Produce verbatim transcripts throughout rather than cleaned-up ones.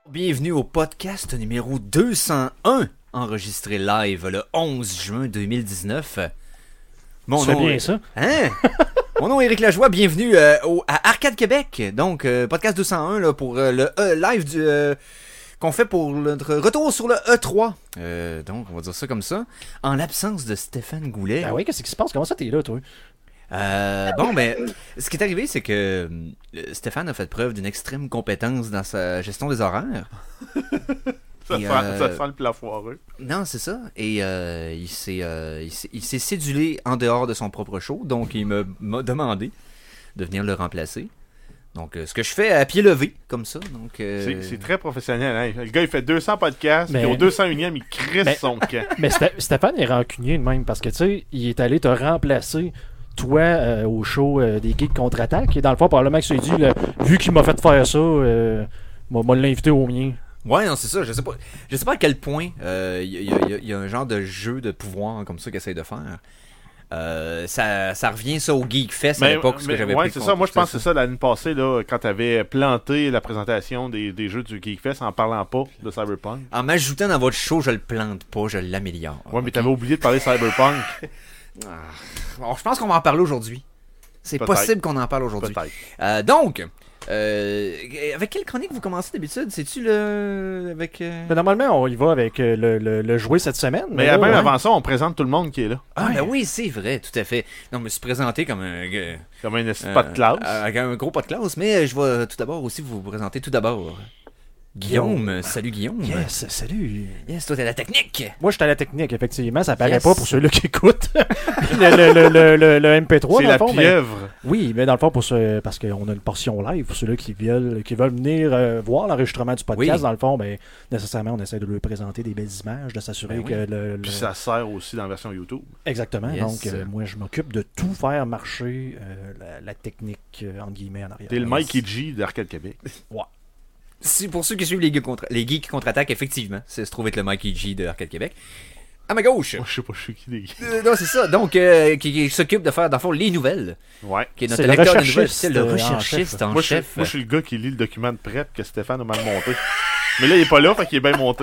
Bienvenue au podcast numéro deux cent un, enregistré live le onze juin deux mille dix-neuf. Mon nom bien est... ça. Hein? Mon nom est Éric Lajoie, bienvenue euh, au, à Arcade Québec. Donc, euh, podcast deux cent un là, pour euh, le euh, live du, euh, qu'on fait pour notre retour sur le E trois. Euh, donc, on va dire ça comme ça. En l'absence de Stéphane Goulet. Ah oui, qu'est-ce qui se passe? Comment ça t'es là, toi? Euh, bon, ben, ce qui est arrivé, c'est que euh, Stéphane a fait preuve d'une extrême compétence dans sa gestion des horaires. ça, et, sent, euh, ça sent le plat foireux. Non, c'est ça. Et euh, il, s'est, euh, il, s'est, il s'est cédulé en dehors de son propre show, donc il m'a, m'a demandé de venir le remplacer. Donc, euh, ce que je fais à pied levé, comme ça. Donc, euh... c'est, c'est très professionnel. Hein? Le gars, il fait deux cents podcasts, mais au deux cent unième, il crisse mais... son camp. Mais Stéphane est rancunier de même, parce que, tu sais, il est allé te remplacer... toi euh, au show euh, des Geeks contre-attaque et dans le fond probablement que tu dit là, vu qu'il m'a fait faire ça euh, moi l'invité au mien. Ouais, non, c'est ça, je sais pas je sais pas à quel point il euh, y, y, y, y a un genre de jeu de pouvoir comme ça qu'il essaie de faire. Euh, ça, ça revient ça au Geek Fest à l'époque, ce que j'avais ouais, pris c'est ça. Moi, je pense que c'est ça l'année passée, là, quand t'avais planté la présentation des, des jeux du Geek Fest en parlant pas de Cyberpunk. En m'ajoutant dans votre show, je le plante pas, je l'améliore. Ouais, mais okay. T'avais oublié de parler Cyberpunk. Ah. Bon, je pense qu'on va en parler aujourd'hui. C'est Peut-être. possible qu'on en parle aujourd'hui. Euh, donc, euh, avec quelle chronique vous commencez d'habitude? C'est-tu le... avec euh... ben, normalement, on y va avec le, le, le jouet cette semaine. Mais, mais là, même ouais. avant ça, on présente tout le monde qui est là. Ah, ouais. ben oui, c'est vrai, tout à fait. Non, je me suis présenté comme un... Euh, comme un euh, pas de classe. Avec un gros pas de classe, mais je vais tout d'abord aussi vous présenter tout d'abord... Guillaume, Guillaume, salut Guillaume. Yes, salut. Yes, toi t'es à la technique. Moi je suis à la technique, effectivement, ça paraît yes. pas pour ceux-là qui écoutent le, le, le, le, le, le M P trois. C'est dans la le fond, pieuvre. Mais... Oui, mais dans le fond, pour ceux... parce qu'on a une portion live, pour ceux-là qui veulent, qui veulent venir euh, voir l'enregistrement du podcast, oui. Dans le fond, ben, nécessairement, on essaie de leur présenter des belles images, de s'assurer ben oui. que le, le... Puis ça sert aussi dans la version YouTube. Exactement, yes. Donc euh, moi je m'occupe de tout faire marcher euh, la, la technique, euh, entre guillemets, en arrière. T'es le Mikey G d'Arcade Québec. Ouais. Si, pour ceux qui suivent les geeks, contre, les geeks contre-attaque, effectivement, c'est se trouve être le Mikey G de Arcade Québec. À ma gauche. Moi, je sais pas, je suis qui des geeks. Euh, non, c'est ça. Donc, euh, qui, qui s'occupe de faire, dans le fond, les nouvelles. Ouais. Qui est notre c'est lecteur le de nouvelles. C'est le recherchiste en moi, chef. Je, moi, je suis le gars qui lit le document de prep que Stéphane a mal monté. Mais là, il est pas là, fait qu'il est bien monté.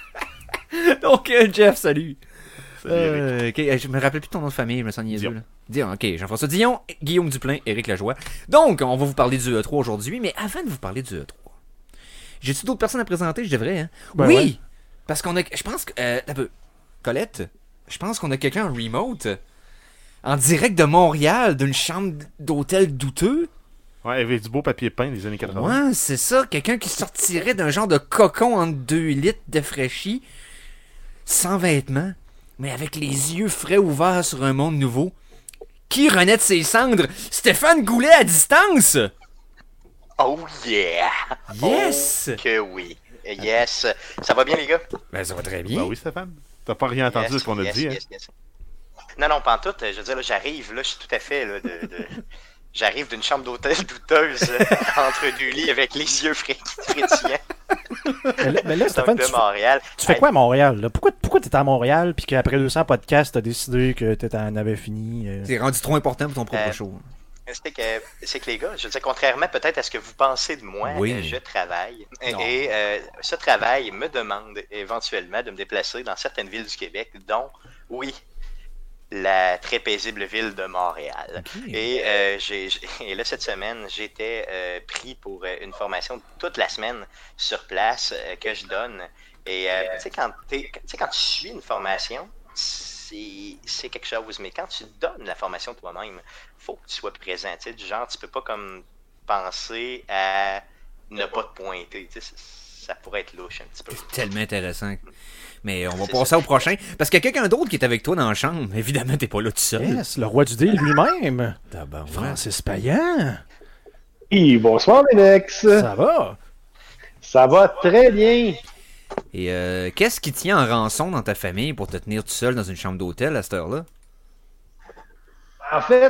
Donc, euh, Jeff, salut. Salut, euh, okay, je me rappelais plus de ton nom de famille, je me sens niaiseux. Là. Dion, ok, Jean-François Dion, Guillaume Duplain, Éric Lajoie. Donc, on va vous parler du E trois aujourd'hui, mais avant de vous parler du E trois, j'ai-tu d'autres personnes à présenter? Je devrais, hein? Ben oui! Ouais. Parce qu'on a... Je pense que... Euh, un peu. Colette, je pense qu'on a quelqu'un en remote, en direct de Montréal, d'une chambre d'hôtel douteux. Ouais, avec du beau papier peint des années quatre-vingts. Ouais, c'est ça. Quelqu'un qui sortirait d'un genre de cocon en deux litres de fraîchis, sans vêtements, mais avec les yeux frais ouverts sur un monde nouveau. Qui renaît de ses cendres? Stéphane Goulet à distance! Oh yeah! Yes! Oh que oui. Yes. Ça va bien, les gars? Ben, ça va très bien. Ben oui, Stéphane. T'as pas rien entendu yes, de ce qu'on a yes, dit, yes, hein? Yes. Non, non, pas en tout. Je veux dire, là, j'arrive, là, je suis tout à fait, là, de... de... J'arrive d'une chambre d'hôtel douteuse entre deux lits avec les yeux frétillants. Mais là, mais là Stéphane, de Montréal. Tu, tu fais quoi à Montréal? Là? Pourquoi, pourquoi t'es à Montréal puis qu'après deux cents podcasts, t'as décidé que t'en avais fini? Euh... C'est rendu trop important pour ton propre euh, show. C'est que, c'est que les gars, je veux dire, contrairement peut-être à ce que vous pensez de moi, oui. euh, je travaille. Non. Et euh, ce travail me demande éventuellement de me déplacer dans certaines villes du Québec, dont, oui, la très paisible ville de Montréal. Okay. Et, euh, j'ai, j'ai, et là, cette semaine, j'étais euh, pris pour euh, une formation toute la semaine sur place euh, que je donne. Et euh, tu sais, quand, quand tu suis une formation, c'est, c'est quelque chose. Mais quand tu donnes la formation toi-même, faut que tu sois présent. Tu sais, du genre, tu peux pas comme penser à ne pas te pointer. Tu sais, ça pourrait être louche un petit peu. C'est tellement intéressant. Mais on va c'est passer ça. Au prochain. Parce qu'il y a quelqu'un d'autre qui est avec toi dans la chambre. Évidemment, t'es pas là tout seul. Yes, le roi du deal lui-même. D'abord, Francis Payan. Hey, bonsoir, les mecs. Ça va? Ça va très bien. Et euh, qu'est-ce qui tient en rançon dans ta famille pour te tenir tout seul dans une chambre d'hôtel à cette heure-là? En fait,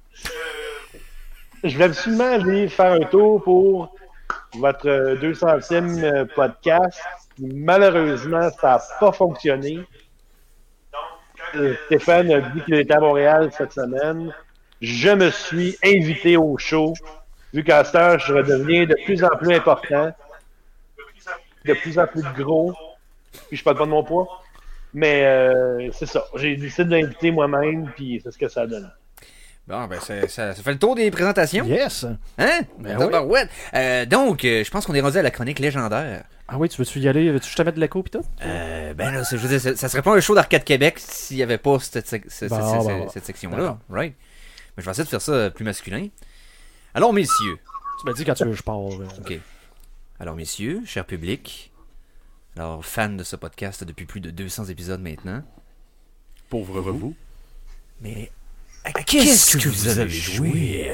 je voulais absolument aller faire un tour pour votre deux centième podcast. Malheureusement, ça n'a pas fonctionné. Euh, Stéphane a dit qu'il était à Montréal cette semaine. Je me suis invité au show, vu qu'à cette heure, je redeviens de plus en plus important. de plus en plus gros. Puis je parle pas de mon poids. Mais euh, c'est ça. J'ai décidé de l'inviter moi-même, puis c'est ce que ça donne. Bon, ben, ça, ça, ça fait le tour des présentations. Yes! Hein? Ben Donc, oui. ben, ouais. Euh, donc, euh, je pense qu'on est rendu à la chronique légendaire. Ah oui, tu veux-tu y aller? Veux-tu que je te mette de l'écho pis tout? Euh, ben là, c'est- je veux dire, ça, ça serait pas un show d'Arcade Québec s'il n'y avait pas cette, cette, cette, Bon, cette- bon, cette- bon. cette section-là. D'accord. Right? Mais je vais essayer de faire ça plus masculin. Alors, messieurs. Tu m'as dit quand tu veux que je pars. euh. OK. Alors, messieurs, cher public. Alors, fans de ce podcast depuis plus de deux cents épisodes maintenant. Pauvre vous. Mais à qu'est-ce que vous avez joué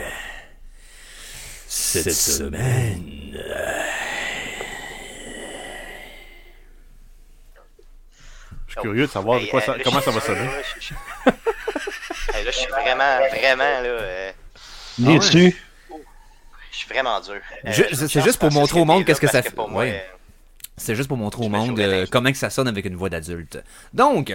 cette semaine? Je suis curieux de savoir de Hey, quoi euh, ça- là, comment je- ça va sonner. là, je- je- Hey, là, je suis vraiment, vraiment, là, euh, Déçu. je suis vraiment dur. Euh, Je- je c'est pense juste pour penser ce montrer au monde là, qu'est-ce que parce ça fait. pour moi, Ouais. euh, C'est juste pour montrer au Je me monde souviens euh, d'un- comment que ça sonne avec une voix d'adulte. Donc,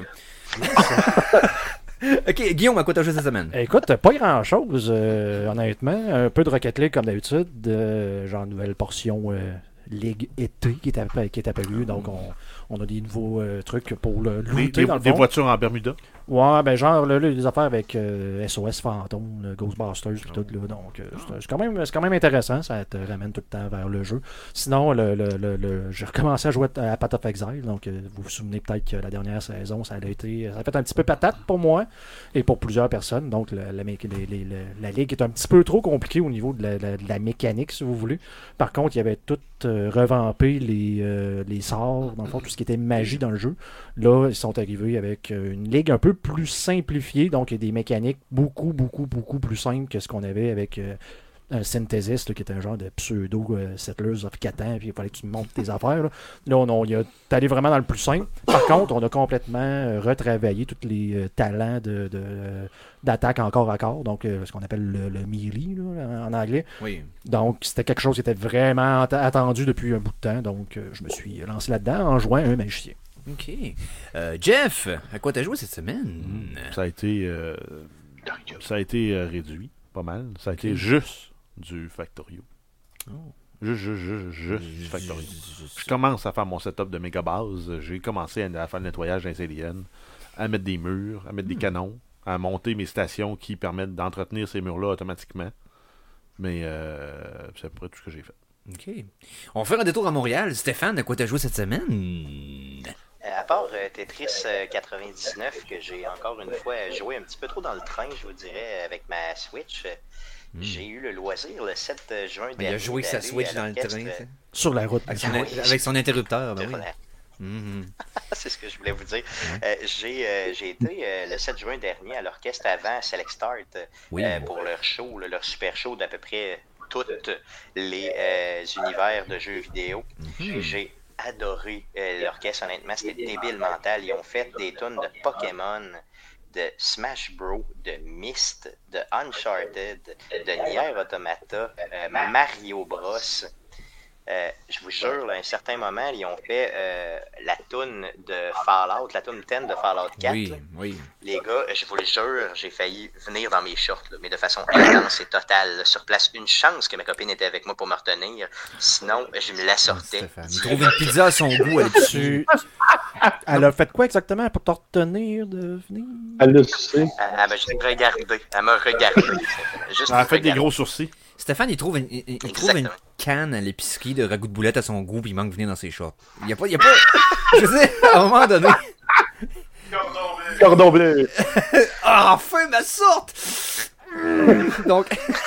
ok, Guillaume, à quoi t'as joué cette semaine? Écoute, pas grand-chose, euh, honnêtement. Un peu de Rocket League comme d'habitude. euh, genre nouvelle portion euh, Ligue été qui est, appa- qui est apparue. Donc on, on a des nouveaux euh, trucs pour le Des, looter des- dans le des fond. voitures en Bermuda. Ouais, ben genre là, là, les affaires avec euh, S O S Phantom, le Ghostbusters pis tout là, donc euh, c'est- c'est quand même c'est quand même intéressant, ça te ramène tout le temps vers le jeu. Sinon, le, le, le, le- j'ai recommencé à jouer à Path of Exile, donc euh, vous vous souvenez peut-être que la dernière saison, ça a été, ça a fait un petit peu patate pour moi et pour plusieurs personnes, donc la, la, mé- les- les- les- la ligue est un petit peu trop compliquée au niveau de la, la- de la mécanique, si vous voulez. Par contre, il y avait tout euh, revampé les, euh, les sorts, dans le fond, tout ce qui était magie dans le jeu. Là, ils sont arrivés avec euh, une ligue un peu plus simplifiée, donc il y a des mécaniques beaucoup, beaucoup, beaucoup plus simples que ce qu'on avait avec euh, un Synthesis, là, qui était un genre de pseudo euh, Settlers of Catan, puis il fallait que tu montes tes affaires. Là, là on, on y a allé vraiment dans le plus simple. Par contre, on a complètement euh, retravaillé tous les euh, talents de, de, euh, d'attaque en corps à corps, donc euh, ce qu'on appelle le, le melee là, en anglais. Oui. Donc, c'était quelque chose qui était vraiment at- attendu depuis un bout de temps, donc euh, je me suis lancé là-dedans en jouant un magicien. Ok. Euh, Jeff, à quoi t'as joué cette semaine? Ça a été, euh, ça a été euh, réduit, pas mal. Ça a été juste du Factorio. Oh. Juste, juste, juste, juste du Factorio. Je commence à faire mon setup de méga base. J'ai commencé à, à faire le nettoyage des aliens, à mettre des murs, à mettre des canons, à monter mes stations qui permettent d'entretenir ces murs-là automatiquement. Mais euh, c'est à peu près tout ce que j'ai fait. Ok. On va faire un détour à Montréal. Stéphane, à quoi t'as joué cette semaine? Euh, à part euh, Tetris euh, quatre-vingt-dix-neuf, que j'ai encore une fois joué un petit peu trop dans le train, je vous dirais, avec ma Switch, euh, j'ai eu le loisir le sept juin Mais dernier. il a joué sa d'aller Switch à dans le l'orchestre, train, euh, ça. Sur la route. Avec son, Oui. avec son interrupteur. Ben de- oui. Mhm. C'est ce que je voulais vous dire. Euh, j'ai, euh, j'ai été euh, le sept juin dernier à l'orchestre avant Select Start Oui. euh, pour leur show, là, leur super show d'à peu près tous les euh, univers de jeux vidéo. Mhm. J'ai adoré euh, l'orchestre, honnêtement, c'était débile mental. Ils ont fait des tunes de Pokémon, de Smash Bros, de Myst, de Uncharted, de Nier Automata, euh, Mario Bros. Euh, je vous jure, là, à un certain moment, ils ont fait euh, la toune de Fallout, la toune dix de Fallout quatre. Oui, là. oui. Les gars, je vous le jure, j'ai failli venir dans mes shorts, là, mais de façon intense et totale. Là, sur place, une chance que ma copine était avec moi pour me retenir. Sinon, je me la sortais. Stéphane. Il trouve une pizza à son goût. Elle est dessus. Tu... Elle a fait quoi exactement pour te retenir de venir? Elle l'a sucé. Elle, elle m'a juste regardé. Elle m'a regardé. Juste Ça a fait des regardé. gros sourcils. Stéphane, il trouve une, il, il trouve une Exactement. canne à l'épicerie de ragoût de boulette à son goût, puis il manque de venir dans ses shorts. Il y a pas, il y a pas. Je sais, à un moment donné. Cordon bleu. Ah, enfin ma sorte! Donc,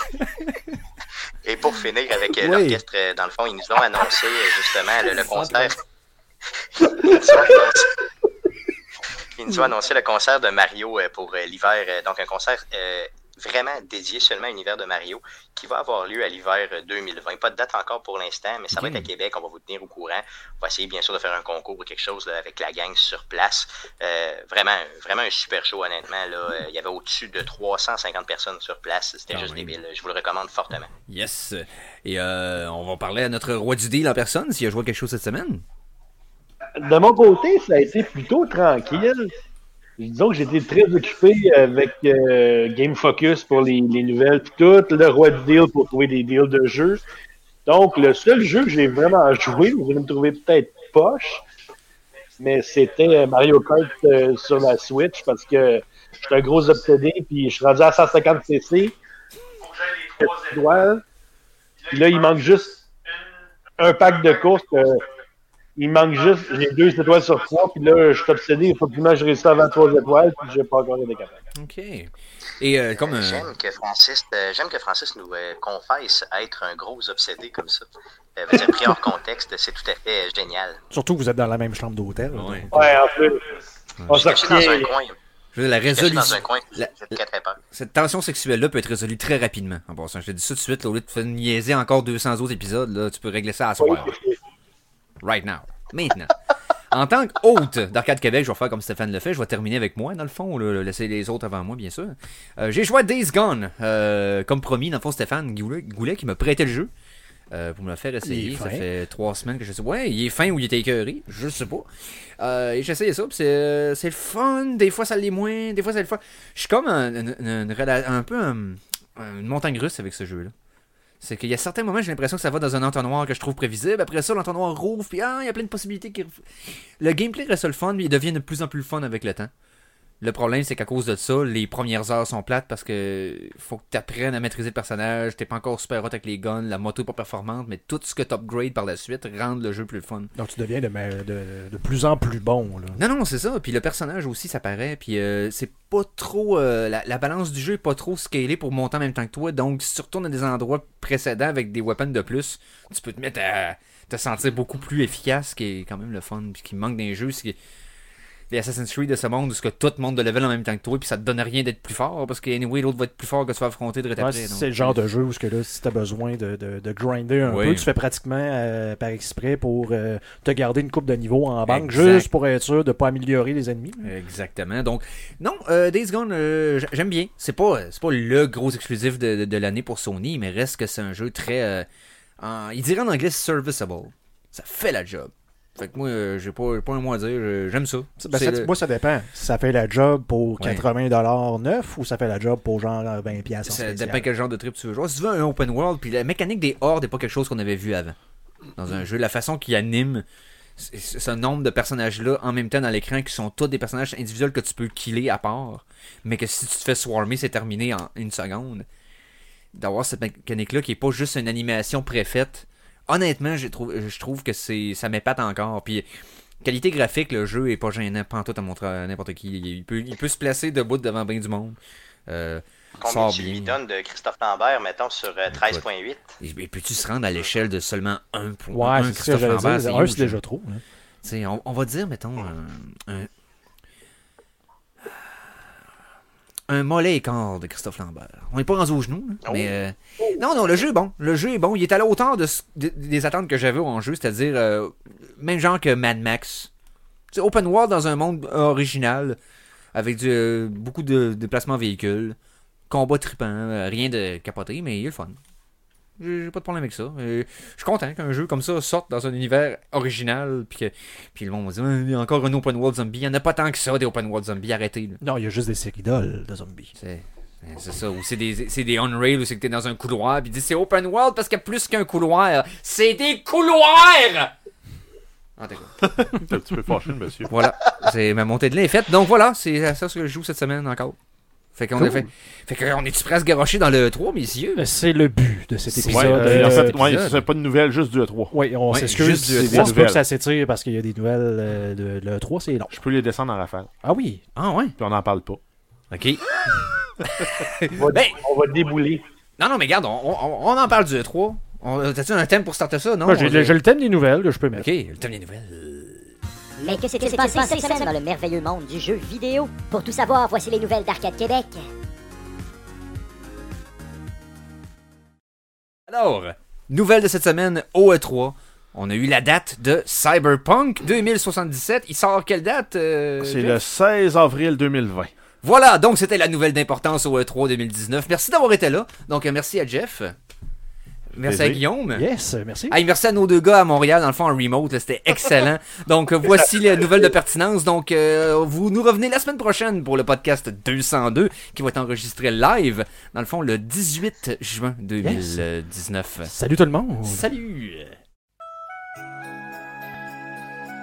Et pour finir avec euh, Oui. l'orchestre, euh, dans le fond, ils nous ont annoncé euh, justement le, le concert. Ils nous ont annoncé- Ils nous ont annoncé le concert de Mario euh, pour euh, l'hiver. euh, donc un concert euh, vraiment dédié seulement à l'univers de Mario qui va avoir lieu à l'hiver euh, deux mille vingt. Pas de date encore pour l'instant, mais ça va Ok. être à Québec. On va vous tenir au courant. On va essayer bien sûr de faire un concours ou quelque chose là, avec la gang sur place. Euh, vraiment, vraiment un super show honnêtement. Là. Euh, il y avait au-dessus de trois cent cinquante personnes sur place. C'était Quand juste même. débile. Je vous le recommande fortement. yes. Et euh, on va parler à notre roi du deal en personne s'il a joué à quelque chose cette semaine. De mon côté, ça a été plutôt tranquille. Disons que j'étais très occupé avec euh, Game Focus pour les, les nouvelles pis tout, le roi du deal pour trouver des deals de jeux. Donc, le seul jeu que j'ai vraiment joué, vous allez me trouver peut-être poche, mais c'était Mario Kart euh, sur la Switch parce que je suis un gros obsédé, puis je suis rendu à cent cinquante cc. Doigts. Puis là, il manque juste un pack de courses. Euh, il manque juste, j'ai deux étoiles sur trois, puis là, je suis obsédé. Il faut que je réussisse à vingt-trois étoiles, puis je n'ai pas encore été capable. OK. Et euh, comme un... J'aime que Francis, euh, j'aime que Francis nous euh, confesse être un gros obsédé comme ça. Euh, veut dire, pris hors contexte, c'est tout à fait euh, génial. Surtout que vous êtes dans la même chambre d'hôtel. Ouais, donc, ouais en plus. On Je suis dans un coin. Je veux dire, la résolution. Dans un coin, la, j'ai très, très peur. Cette tension sexuelle-là peut être résolue très rapidement. En passant, je te dis ça tout de suite, là, au lieu de te faire niaiser encore deux cents autres épisodes, là, tu peux régler ça à soir. Right now. Maintenant. En tant qu'hôte d'Arcade Québec, je vais faire comme Stéphane le fait, je vais terminer avec moi, dans le fond, là, laisser les autres avant moi, bien sûr. Euh, j'ai joué à Days Gone, euh, comme promis, dans le fond, Stéphane Goulet, Goulet qui me prêtait le jeu. Euh, pour me le faire essayer, ça fait trois semaines que je sais. Ouais, il est fin ou il était écœuré, je sais pas. Euh, et j'ai essayé ça, pis c'est, c'est le fun, des fois ça l'est moins, des fois c'est le fun. Je suis comme un, une, une, une, un peu un, une montagne russe avec ce jeu-là. C'est qu'il y a certains moments, j'ai l'impression que ça va dans un entonnoir que je trouve prévisible. Après ça, l'entonnoir rouvre, puis ah, il y a plein de possibilités. Qui... Le gameplay reste le fun, mais il devient de plus en plus fun avec le temps. Le problème, c'est qu'à cause de ça, les premières heures sont plates parce que faut que tu apprennes à maîtriser le personnage. T'es pas encore super hot avec les guns, la moto est pas performante, mais tout ce que tu upgrades par la suite rend le jeu plus fun. Donc tu deviens de, de, de plus en plus bon. Là. Non, non, c'est ça. Puis le personnage aussi, ça paraît. Puis euh, c'est pas trop. Euh, la, la balance du jeu est pas trop scalée pour monter en même temps que toi. Donc si tu retournes à des endroits précédents avec des weapons de plus, tu peux te mettre à te sentir beaucoup plus efficace, ce qui est quand même le fun. Puis qui manque d'un jeu, c'est les Assassin's Creed de ce monde où ce que tout monte de level en même temps que toi, puis ça te donne rien d'être plus fort parce que anyway l'autre va être plus fort que tu vas affronter de rétablir. Ouais, c'est le genre de jeu où ce que là, si t'as besoin de, de, de grinder un oui. peu, tu fais pratiquement euh, par exprès pour euh, te garder une coupe de niveau en banque, exact. Juste pour être sûr de pas améliorer les ennemis. Exactement. Donc non, euh, Days Gone, euh, j'aime bien. C'est pas c'est pas le gros exclusif de, de, de l'année pour Sony, mais reste que c'est un jeu très, euh, en, il dirait en anglais serviceable. Ça fait la job. Fait que moi, euh, j'ai pas, pas un mot à dire, euh, j'aime ça. Ben, ça le... Moi, ça dépend. Ça fait la job pour ouais. quatre-vingts dollars neuf ou ça fait la job pour genre vingt dollars Ça dépend quel genre de trip tu veux jouer. Si tu veux un open world, puis la mécanique des hordes n'est pas quelque chose qu'on avait vu avant. Dans un jeu, la façon qu'il anime ce nombre de personnages-là en même temps dans l'écran qui sont tous des personnages individuels que tu peux killer à part, mais que si tu te fais swarmer, c'est terminé en une seconde. D'avoir cette mécanique-là qui est pas juste une animation préfaite. Honnêtement, je trouve, je trouve que c'est, ça m'épate encore. Puis, qualité graphique, le jeu est pas gênant, pantoute à montrer à n'importe qui. Il peut, il peut se placer debout devant bien du monde. Euh, Combien tu lui donnes de Christophe Lambert, mettons, sur euh, treize virgule huit? Et peux-tu se rendre à l'échelle de seulement un point? Ouais, un Christophe ça, Lambert, dire, c'est, un, c'est déjà trop. Hein. On, on va dire, mettons, un, un, un mollet écart de Christophe Lambert. On n'est pas rendu aux genoux, là, oh. mais... Euh, non, non, le jeu est bon. Le jeu est bon. Il est à la hauteur de, de, des attentes que j'avais en jeu, c'est-à-dire euh, même genre que Mad Max. C'est open world dans un monde original, avec du, euh, beaucoup de déplacements véhicules, combat trippant, euh, rien de capoté, mais il est le fun. J'ai pas de problème avec ça. Euh, je suis content qu'un jeu comme ça sorte dans un univers original, puis que puis le monde va dire ah, il y a encore un open world zombie. Il n'y en a pas tant que ça des open world zombies, arrêtez. Là. Non, il y a juste des séries d'ol de zombies. C'est, c'est ça, ou c'est des, c'est des on-rail, ou c'est que t'es dans un couloir, puis ils disent c'est open world parce qu'il y a plus qu'un couloir. C'est des couloirs! Ah, d'accord. T'es un petit peu fâché, le monsieur. Voilà, c'est, ma montée de lait est faite. Donc voilà, c'est ça ce que je joue cette semaine encore. Fait qu'on cool. a fait. Fait qu'on est-tu presque garoché dans le E trois, messieurs? C'est le but de cet épisode. Ouais, euh, en fait, épisode. ouais, c'est pas de nouvelles, juste du E trois. Oui, on ouais, s'excuse. Juste du E trois. Je pense pas que ça s'étire parce qu'il y a des nouvelles euh, de l'E trois, c'est long. Je peux les descendre en rafale. Ah oui? Ah ouais? Puis on n'en parle pas. OK. on, va, ben, on va débouler. Non, non, mais regarde, on, on, on en parle du E trois. On, t'as-tu un thème pour starter ça, non? Moi, j'ai, j'ai le thème des nouvelles que je peux mettre. OK, le thème des nouvelles. Mais que s'est-il passé cette semaine dans le merveilleux monde du jeu vidéo? Pour tout savoir, voici les nouvelles d'Arcade Québec. Alors, nouvelle de cette semaine au E trois. On a eu la date de Cyberpunk deux mille soixante-dix-sept. Il sort quelle date? Euh, C'est Jeff? le seize avril deux mille vingt. Voilà, donc c'était la nouvelle d'importance au E trois deux mille dix-neuf. Merci d'avoir été là. Donc, euh, merci à Jeff. Merci Plaisir. à Guillaume. Yes, merci. Hey, merci à nos deux gars à Montréal, dans le fond, en remote. Là, c'était excellent. Donc, euh, voici les nouvelles de pertinence. Donc, euh, vous nous revenez la semaine prochaine pour le podcast deux cent deux qui va être enregistré live, dans le fond, le dix-huit juin deux mille dix-neuf. Salut tout le monde. Salut!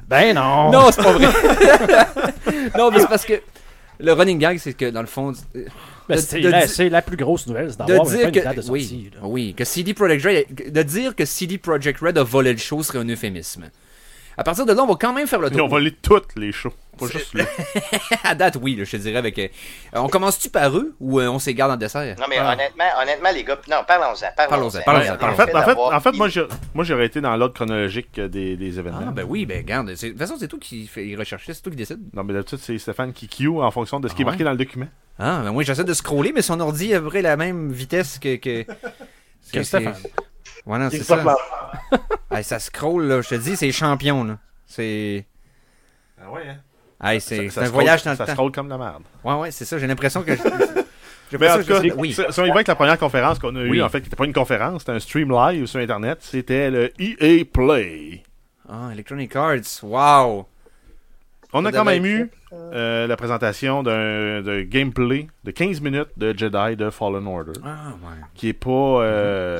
Ben non! Non, c'est pas vrai. Non, mais c'est parce que le running gag, c'est que dans le fond. euh, Ben, de- c'est, de la, di- c'est la plus grosse nouvelle, c'est de d'avoir dire enfin que une date de sortie. oui, là. oui, que C D Projekt Red, de dire que C D Projekt Red a volé le show serait un euphémisme. À partir de là, on va quand même faire le Ils ont tour. volé toutes les shows. Pas C'est- juste là. À date, oui, là, je te dirais avec. euh, on commence-tu par eux ou euh, on s'égare dans le dessert? Non, mais Ah. honnêtement, honnêtement, les gars, non, parlons-en. Parlons-en, Parlons-en. parlons-en, Le parlons-en. En fait, en fait, d'avoir- en fait moi, je- moi, j'aurais été dans l'ordre chronologique des, des événements. Ah, ben oui, ben regarde. c'est- De toute façon, c'est toi qui fait rechercher, c'est toi qui décide. Non, mais d'habitude, c'est Stéphane qui cue en fonction de ce qui est Ah marqué dans le document. Ah, ben moi, j'essaie de scroller, mais son ordi a à peu près la même vitesse que. que... Que Stéphane. Ouais, non, c'est Christophe ça. Lambert. Hey, ça scroll, là, je te dis, c'est champion, là. C'est. Ah ouais, hein? Hey, c'est Ça- c'est ça un scroll- voyage dans le Ça temps. scroll comme la merde. Ouais, ouais, c'est ça, j'ai l'impression que. je- J'ai Mais en l'impression tout cas, que je- oui. si si on y va avec la première conférence qu'on a eue, Oui. en fait, qui n'était pas une conférence, c'était un stream live sur Internet, c'était le E A Play. Ah, Electronic Arts, wow! On a Ça quand devait même eu euh, la présentation d'un de gameplay de quinze minutes de Jedi de Fallen Order, Ah, ouais. qui est pas... Euh... Vous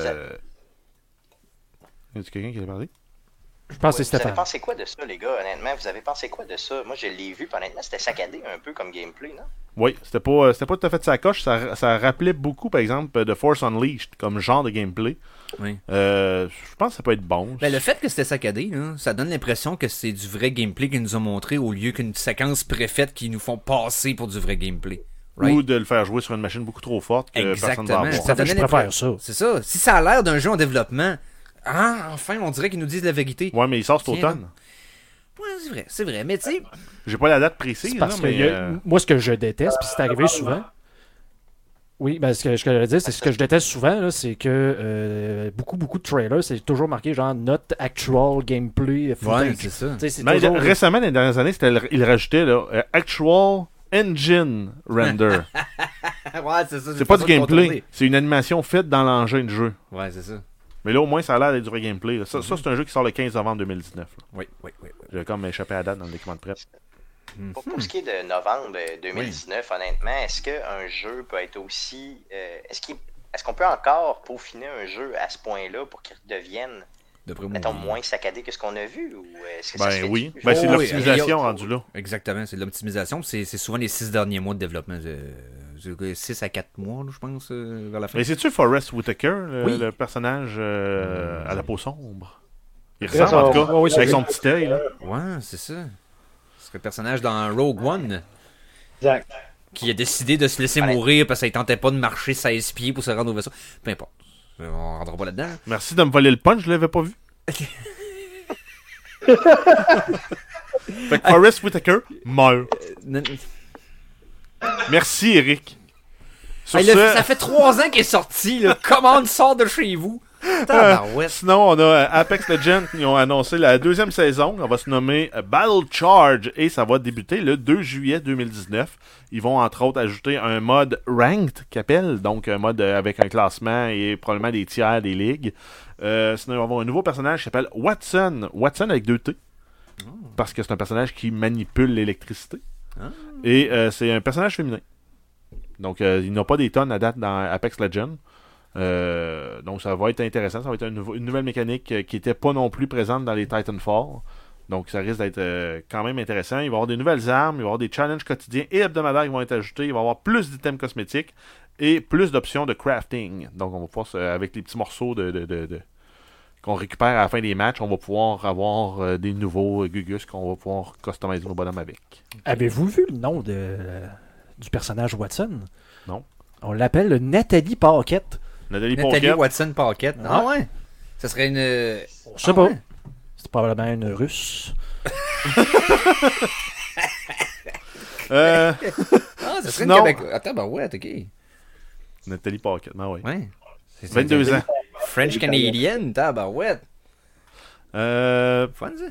Y a-t-il quelqu'un qui a parlé? Je pense que c'est Vous avez Stéphane. pensé quoi de ça, les gars, honnêtement? Vous avez pensé quoi de ça? Moi, je l'ai vu, puis honnêtement, c'était saccadé un peu comme gameplay, non? Oui, c'était pas, euh, c'était pas tout à fait de sa coche. Ça, ça rappelait beaucoup, par exemple, de Force Unleashed comme genre de gameplay. Oui. Euh, je pense que ça peut être bon. Ben, le fait que c'était saccadé, là, ça donne l'impression que c'est du vrai gameplay qu'ils nous ont montré au lieu qu'une séquence préfaite qui nous font passer pour du vrai gameplay. Right? Ou de le faire jouer sur une machine beaucoup trop forte que personne ne va Exactement. avoir. Ça En fait, je donnait préfère l'impression- ça. C'est ça. Si ça a l'air d'un jeu en développement, ah, enfin, on dirait qu'ils nous disent la vérité. Ouais, mais il sort cet Tiens, automne. Ouais, c'est vrai, c'est vrai. Mais tu sais, J'ai pas la date précise, C'est parce là, que mais... y a- euh, moi, ce que je déteste, puis c'est arrivé souvent. Oui, ben, ce que, ce que je veux dire, c'est ce que je déteste souvent, là, c'est que euh, beaucoup, beaucoup de trailers, c'est toujours marqué genre not actual gameplay footage. c'est ça. Tu sais, c'est mais toujours- récemment, dans les dernières années, c'était le- il rajoutait là, euh, Actual Engine Render. Ouais, c'est ça. C'est pas du gameplay, c'est une animation faite dans l'engin de jeu. Ouais, c'est ça. Mais là, au moins, ça a l'air d'être du vrai gameplay. là. Ça, ça, c'est un jeu qui sort le quinze novembre deux mille dix-neuf. là. Oui, oui, oui. oui. J'ai comme échappé à la date dans le document de prep. Pour, pour ce qui est de novembre euh, deux mille dix-neuf, honnêtement, est-ce qu'un jeu peut être aussi... euh, est-ce qu'il- est-ce qu'on peut encore peaufiner un jeu à ce point-là pour qu'il devienne, D'après moi, mettons, oui. moins saccadé que ce qu'on a vu? Ou est-ce que ça se Ben fait oui. du- Ben, c'est de Oh, oui, l'optimisation il y a- rendu là. Exactement, c'est de l'optimisation. C'est c'est souvent les six derniers mois de développement. six à quatre mois, là, je pense, euh, vers la fin. Mais c'est-tu Forrest Whitaker, le, Oui. le personnage euh, à la peau sombre? Il Très ressemble en tout sombre. cas, Ouais, oui, c'est avec vrai. son petit œil. là. Ouais, c'est ça. C'est le personnage dans Rogue One Exact. qui a décidé de se laisser Allez. mourir parce qu'il tentait pas de marcher seize pieds pour se rendre au vaisseau. Peu importe. On rentrera pas là-dedans. Merci de me voler le punch, je l'avais pas vu. Fait que Forrest Whitaker meurt. Euh, Merci, Eric. Sur Hey, le- ce, ça fait trois ans qu'il est sorti. Là. Comment sort de chez vous? Tabarouette. sinon, on a euh, Apex Legends qui ont annoncé la deuxième saison. On va se nommer euh, Battle Charge et ça va débuter le deux juillet deux mille dix-neuf. Ils vont entre autres ajouter un mode Ranked qu'appelle, donc un mode euh, avec un classement et probablement des tiers des ligues. Euh, sinon, on va avoir un nouveau personnage qui s'appelle Watson. Watson avec deux T. Parce que c'est un personnage qui manipule l'électricité. Ah. Et euh, c'est un personnage féminin. Donc, euh, il n'a pas des tonnes à date dans Apex Legends. Euh, donc, ça va être intéressant. Ça va être un nouveau- une nouvelle mécanique euh, qui n'était pas non plus présente dans les Titanfall. Donc, ça risque d'être euh, quand même intéressant. Il va y avoir des nouvelles armes, il va y avoir des challenges quotidiens et hebdomadaires qui vont être ajoutés. Il va y avoir plus d'items cosmétiques et plus d'options de crafting. Donc, on va pouvoir, se- avec les petits morceaux de, de, de- de- qu'on récupère à la fin des matchs, on va pouvoir avoir euh, des nouveaux euh, Gugus qu'on va pouvoir customiser nos bonhommes avec. Avez-vous vu le nom de, euh, du personnage Watson? Non. On l'appelle Nathalie Paquette. Nathalie Nathalie Paquette. Watson Paquette. Ah ouais? Ça serait une. Je sais Ah pas. ouais? C'est probablement une russe. Euh, Ah, ça serait Sinon- une Québécoise. Attends, ben ouais, ok. Nathalie Paquette, ben oui. Ouais. C'est- vingt-deux ans. French Canadian, tabarouette. Euh, Fun, ça.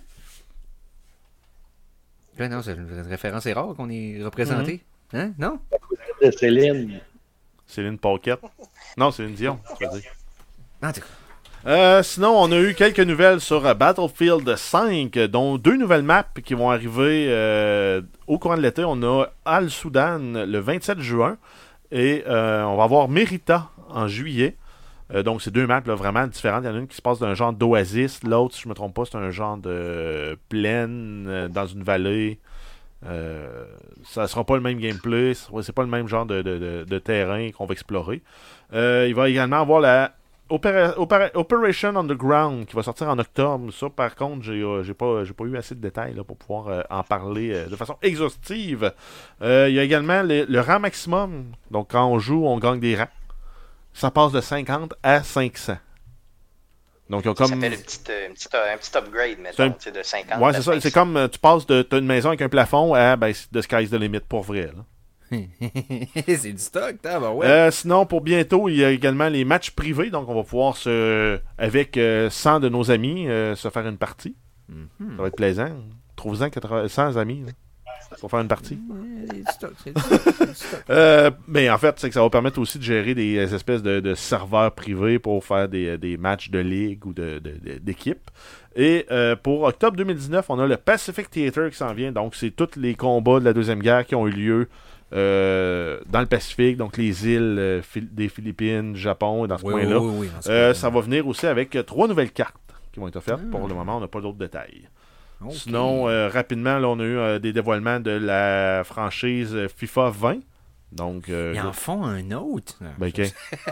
Ouais, non, c'est une référence est rare qu'on ait représenté. Hein? Non? De Céline. Céline Paquette. Non, Céline Dion, je veux dire. Ah, t'es- Euh, sinon, on a eu quelques nouvelles sur euh, Battlefield cinq, dont deux nouvelles maps qui vont arriver euh, au courant de l'été. On a Al-Soudan le vingt-sept juin et euh, on va avoir Merita en juillet. Euh, donc, c'est deux maps là, vraiment différentes. Il y en a une qui se passe d'un genre d'oasis. L'autre, si je me trompe pas, c'est un genre de plaine euh, dans une vallée. Euh, ça sera pas le même gameplay. C'est pas le même genre de, de, de, de terrain qu'on va explorer. Euh, il va également avoir la Opera, Opera, Operation Underground qui va sortir en octobre. Ça, par contre, j'ai, euh, j'ai, pas, j'ai pas eu assez de détails là, pour pouvoir euh, en parler euh, de façon exhaustive. Euh, il y a également le, le rang maximum. Donc, quand on joue, on gagne des rangs. Ça passe de cinquante à cinq cents. Donc, ils ont comme... Ça s'appelle une petite, une petite, un petit upgrade, mettons, un... de cinquante ouais, à c'est cinq cents. ça. C'est comme euh, tu passes de t'as une maison avec un plafond à ben, de sky's the limit pour vrai. Là. C'est du stock, hein? Ben ouais. Euh, sinon, pour bientôt, il y a également les matchs privés. Donc, on va pouvoir, se, avec euh, cent de nos amis, euh, se faire une partie. Mm-hmm. Ça va être plaisant. Trouve-en cent amis là, pour faire une partie. C'est du stock, c'est du stock. C'est du stock. euh, mais en fait, c'est que ça va permettre aussi de gérer des espèces de, de serveurs privés pour faire des, des matchs de ligue ou de, de, de, d'équipe. Et euh, pour octobre deux mille dix-neuf, on a le Pacific Theater qui s'en vient. Donc, c'est tous les combats de la Deuxième Guerre qui ont eu lieu Euh, dans le Pacifique, donc les îles euh, Phil- des Philippines, Japon, dans ce oui, coin-là. Oui, oui, oui, euh, ça va venir aussi avec euh, trois nouvelles cartes qui vont être offertes. Ah. Pour le moment, on n'a pas d'autres détails. Okay. Sinon, euh, rapidement, là, on a eu euh, des dévoilements de la franchise euh, FIFA vingt. Donc, euh, Ils en font un autre. Ben, okay.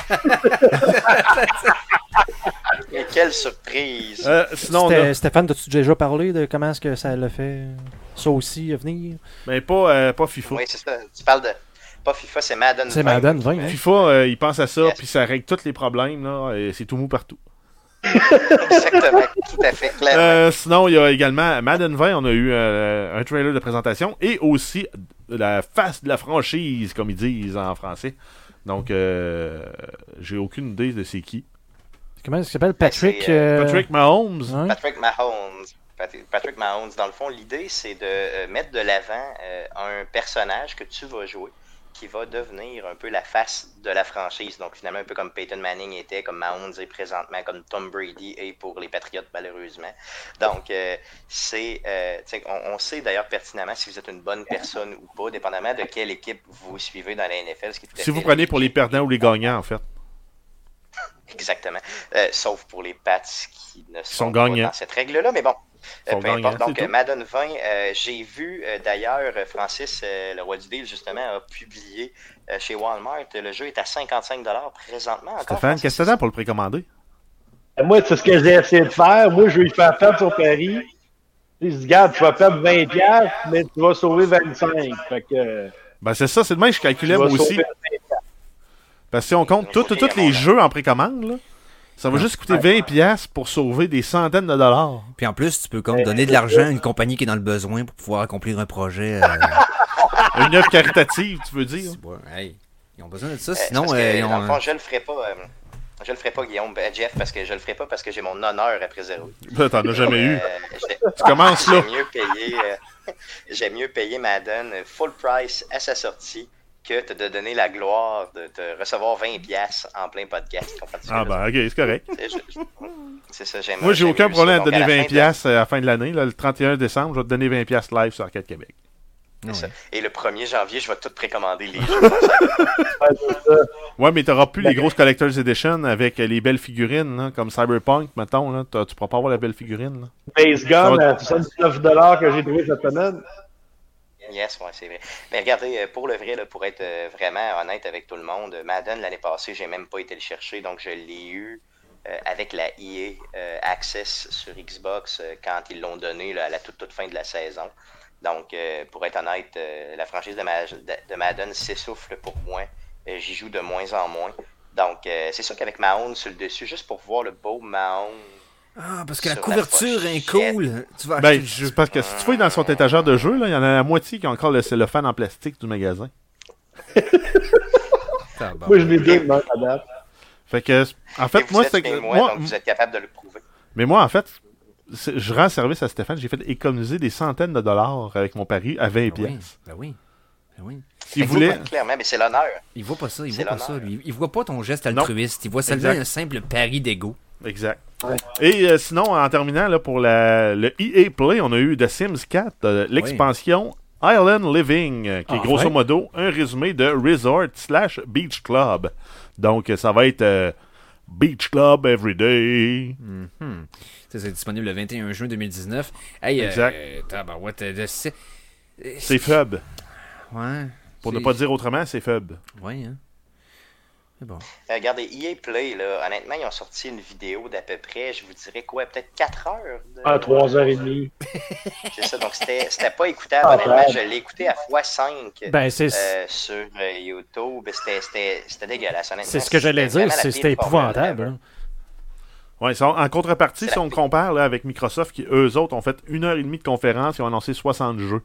Et quelle surprise! Euh, sinon, C'était- a... Stéphane, as-tu déjà parlé de comment est-ce que ça l'a fait ça aussi à venir? Mais pas, euh, pas FIFA. Oui, c'est ça. Tu parles de... Pas FIFA, c'est Madden C'est vingt. Madden vingt, hein? FIFA, euh, il pense à ça, Yes. puis ça règle tous les problèmes, là, et c'est tout mou partout. Exactement, tout à fait, clairement. Euh, sinon, il y a également Madden vingt, on a eu euh, un trailer de présentation et aussi la face de la franchise, comme ils disent en français. Donc, euh, j'ai aucune idée de c'est qui. Comment est-ce qu'il s'appelle? Patrick... C'est, euh, euh, Patrick Mahomes. ouais. Patrick Mahomes. Patrick, Patrick Mahomes, dans le fond, l'idée, c'est de euh, mettre de l'avant euh, un personnage que tu vas jouer qui va devenir un peu la face de la franchise. Donc, finalement, un peu comme Peyton Manning était, comme Mahomes est présentement, comme Tom Brady est pour les Patriots, malheureusement. Donc, euh, c'est... Euh, on, on sait d'ailleurs pertinemment si vous êtes une bonne personne ou pas, dépendamment de quelle équipe vous suivez dans la N F L. Ce qui est tout à Si fait vous prenez pour les logique. perdants ou les gagnants, en fait. Exactement. Euh, sauf pour les Pats qui ne sont, sont pas gagnants. dans cette règle-là, mais bon. Ils sont Euh, peu importe. gagnants, Donc, c'est euh, tout. Madden vingt, euh, j'ai vu euh, d'ailleurs, euh, Francis, euh, le roi du deal, justement, a publié euh, chez Walmart. Le jeu est à cinquante-cinq dollars présentement. Encore, Stéphane, Francis? qu'est-ce que t'as pour le précommander? Moi, c'est ce que j'ai essayé de faire. Moi, je vais lui faire perdre son pari. Je dis, regarde, tu vas perdre vingt dollars, mais tu vas sauver vingt-cinq. Fait que. Ben, c'est ça, c'est de même que je calculais tu moi vas aussi. sauver Parce que si on compte tous tous les jeux en précommande, là, ça va juste coûter vingt dollars pour sauver des centaines de dollars. Puis en plus, tu peux comme donner de l'argent à une compagnie qui est dans le besoin pour pouvoir accomplir un projet. Euh... Une œuvre caritative, tu veux dire? Ouais, hey, ils ont besoin de ça, Euh, sinon parce que, euh, ils dans ont. le fond, je le ferai pas. euh, je le ferai pas, Guillaume, ben, Jeff, parce que je le ferai pas parce que j'ai mon honneur à préserver. Ben, t'en as jamais eu. Euh, j'ai- Tu commences là. J'aime mieux payer, euh, j'aime mieux payer Madden full price à sa sortie que de te donner la gloire de te recevoir vingt dollars en plein podcast. Comprends-tu? Ah ben, ok, c'est correct. C'est, je- je- c'est ça, j'aime Moi, j'ai j'aime aucun mieux problème ça. à Donc, donner la fin vingt de la- dollars à la fin de l'année. Là, le trente et un décembre, je vais te donner vingt dollars live sur Arcade Québec. c'est Ouais. ça. Et le premier janvier, je vais tout précommander les jeux. Ouais, mais t'auras plus les grosses Collector's Edition avec euh, les belles figurines, là, comme Cyberpunk, mettons. Là. T'as- Tu pourras pas avoir la belle figurine. Là. Base Ça Gun va- à soixante-dix-neuf dollars que j'ai trouvé cette semaine. Yes, ouais, c'est vrai. Mais regardez, euh, pour le vrai, là, pour être euh, vraiment honnête avec tout le monde, Madden, l'année passée, j'ai même pas été le chercher, donc je l'ai eu euh, avec la E A euh, Access sur Xbox euh, quand ils l'ont donné là, à la toute, toute fin de la saison. Donc, euh, pour être honnête, euh, la franchise de, Ma- de- de Madden s'essouffle pour moi. Euh, J'y joue de moins en moins. Donc, euh, c'est sûr qu'avec Mahomes sur le dessus, juste pour voir le beau Mahomes. Ah, parce que la sur couverture est pochette. cool. Tu vas acheter Ben, le jeu. c'est parce que si tu fouilles dans son étagère de jeu, là, il y en a la moitié qui a encore le cellophane en plastique du magasin. Ah, bon. Moi, je l'ai deux, non, à date. Fait que, en fait, Et vous moi, êtes c'est chez que. moi, Moi, donc vous êtes capable de le prouver. mais moi, en fait, c'est- je rends service à Stéphane. J'ai fait économiser des centaines de dollars avec mon pari à vingt Ben oui, piastres. ben oui. Ben oui. Il Fait que voulait. vous, Clairement, mais c'est l'honneur. Il voit pas ça, il C'est voit pas ça, l'honneur. lui. Il voit pas ton geste Non. altruiste, il voit seulement Exact. un simple pari d'ego. Exact. Et euh, sinon, en terminant, là, pour la, le E A Play, on a eu The Sims quatre, euh, l'expansion Island Living, euh, qui est Ah, grosso ouais. modo un résumé de Resort slash Beach Club. Donc, euh, ça va être euh, Beach Club Everyday. Mm-hmm. Ça, c'est disponible le vingt et un juin deux mille dix-neuf. Hey, exact. Euh, tabarouette, euh, c'est... C'est Fub. Ouais. Pour ne pas dire autrement, c'est Fub. Ouais, hein. C'est bon. Euh, regardez, E A Play, là, honnêtement, ils ont sorti une vidéo d'à peu près, je vous dirais quoi, peut-être quatre heures. De... Ah, trois heures et demie. C'est ça, donc c'était, c'était pas écoutable. Ah, honnêtement, ouais. je l'ai écouté à fois cinq Ben, c'est euh, sur euh, YouTube. C'était, c'était, c'était dégueulasse, honnêtement. c'est ce que j'allais C'était dire, vraiment la c'est- pire c'était formule épouvantable. ever. hein. Ouais, ils sont- en contrepartie, C'est si la on pire. compare là, avec Microsoft, qui eux autres ont fait une heure et demie de conférence, ils ont annoncé soixante jeux.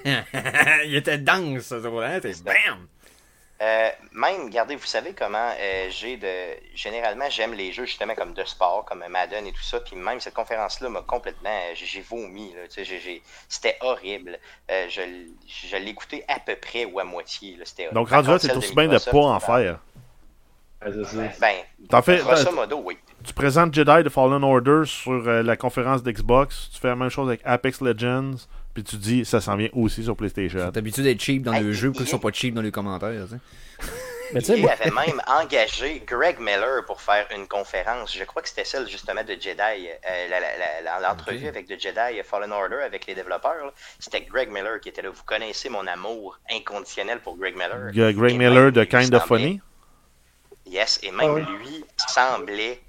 Il était dense, ça, hein? C'est bam! Euh, même, regardez, vous savez comment euh, j'ai de... Généralement, j'aime les jeux justement comme de sport, comme Madden et tout ça. Puis même cette conférence-là m'a complètement... euh, J'ai, j'ai vomi, là, tu sais, j'ai, j'ai... C'était horrible. Euh, je, je l'ai écouté à peu près ou à moitié. Là, c'était horrible. Donc, Par rendu là, contre, c'est celle aussi bien de Microsoft, pas en ben, faire. Ouais, c'est ça. Ben, T'en fais, grosso t'as- modo, oui. tu présentes Jedi de Fallen Order sur euh, la conférence d'Xbox, tu fais la même chose avec Apex Legends, puis tu dis ça s'en vient aussi sur PlayStation. T'as l'habitude d'être cheap dans Hey, le jeu, pourquoi il- ils sont pas cheap dans les commentaires, tu sais? Mais tu sais, Il moi- avait même engagé Greg Miller pour faire une conférence. Je crois que c'était celle justement de Jedi. euh, la- la- la- la- l'entrevue Ok. avec de Jedi Fallen Order avec les développeurs. là. C'était Greg Miller qui était là. Vous connaissez mon amour inconditionnel pour Greg Miller. G- Greg Et Miller même de lui Kind of semblait- Funny. Yes, et même Ah ouais. lui semblait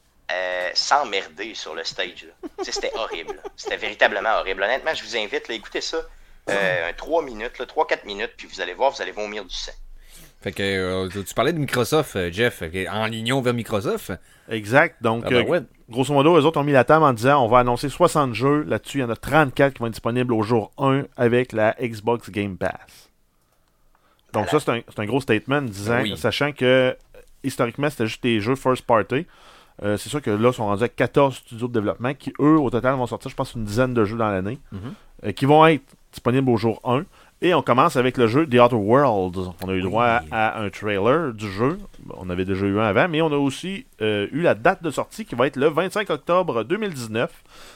euh, s'emmerder sur le stage. là. Tu sais, c'était horrible. là. C'était véritablement horrible. Honnêtement, je vous invite à écouter ça. Euh, trois minutes, trois quatre minutes, puis vous allez voir, vous allez vomir du sang. Fait que euh, tu parlais de Microsoft, euh, Jeff, fait que en lignant vers Microsoft. Exact. Donc, Ah ben euh, ouais. grosso modo, eux autres ont mis la table en disant on va annoncer soixante jeux. Là-dessus, il y en a trente-quatre qui vont être disponibles au jour un avec la Xbox Game Pass. Donc, ça, c'est un, c'est un gros statement disant, Oui. sachant que euh, historiquement, c'était juste des jeux first party. Euh, c'est sûr que là, ils sont rendus à quatorze studios de développement qui, eux, au total, vont sortir, je pense, une dizaine de jeux dans l'année, Mhm. euh, qui vont être disponibles au jour un. Et on commence avec le jeu The Outer Worlds. On a eu droit Oui. à un trailer du jeu. On avait déjà eu un avant, mais on a aussi euh, eu la date de sortie qui va être le vingt-cinq octobre deux mille dix-neuf.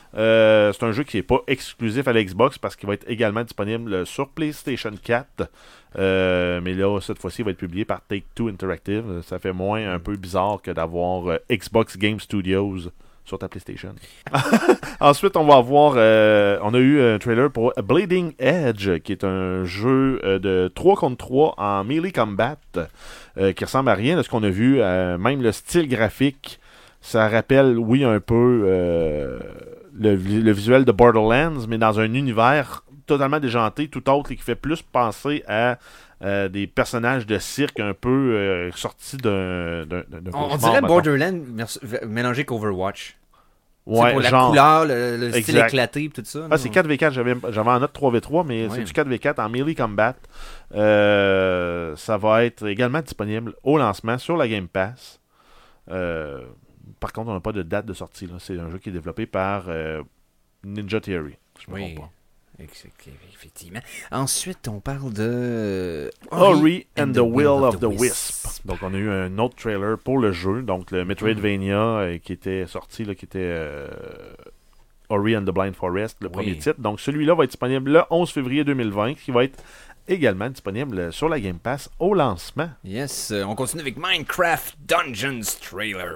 Euh, c'est un jeu qui n'est pas exclusif à l'Xbox parce qu'il va être également disponible sur PlayStation quatre. Euh, mais là, cette fois-ci, il va être publié par Take-Two Interactive. Ça fait moins un peu bizarre que d'avoir euh, Xbox Game Studios sur ta PlayStation. Ensuite, on va avoir... euh, on a eu un trailer pour Bleeding Edge, qui est un jeu euh, de trois contre trois en melee combat, euh, qui ressemble à rien de ce qu'on a vu. Euh, même le style graphique, ça rappelle, oui, un peu euh, le, vi- le visuel de Borderlands, mais dans un univers totalement déjanté, tout autre, et qui fait plus penser à... Euh, des personnages de cirque un peu euh, sortis d'un, d'un, d'un On, on cauchemar, dirait mettons. Borderlands mer- mélangé qu'Overwatch. Tu sais, Ouais, pour la genre. couleur, le, le style Exact. éclaté et tout ça. Ah, là. c'est quatre v quatre, j'avais, j'avais en note trois v trois, mais Ouais. c'est du quatre v quatre en melee combat. Euh, ça va être également disponible au lancement sur la Game Pass. Euh, par contre, on n'a pas de date de sortie. Là. C'est un jeu qui est développé par euh, Ninja Theory. Je me Oui, trompe ex- effectivement. Ensuite, on parle de... pas. Ori and the Will of the Wisp. Donc, on a eu un autre trailer pour le jeu. Donc, le Metroidvania euh, qui était sorti, là, qui était euh, Ori and the Blind Forest, le Oui. premier titre. Donc, celui-là va être disponible le onze février deux mille vingt, qui va être également disponible sur la Game Pass au lancement. Yes, euh, on continue avec Minecraft Dungeons trailer.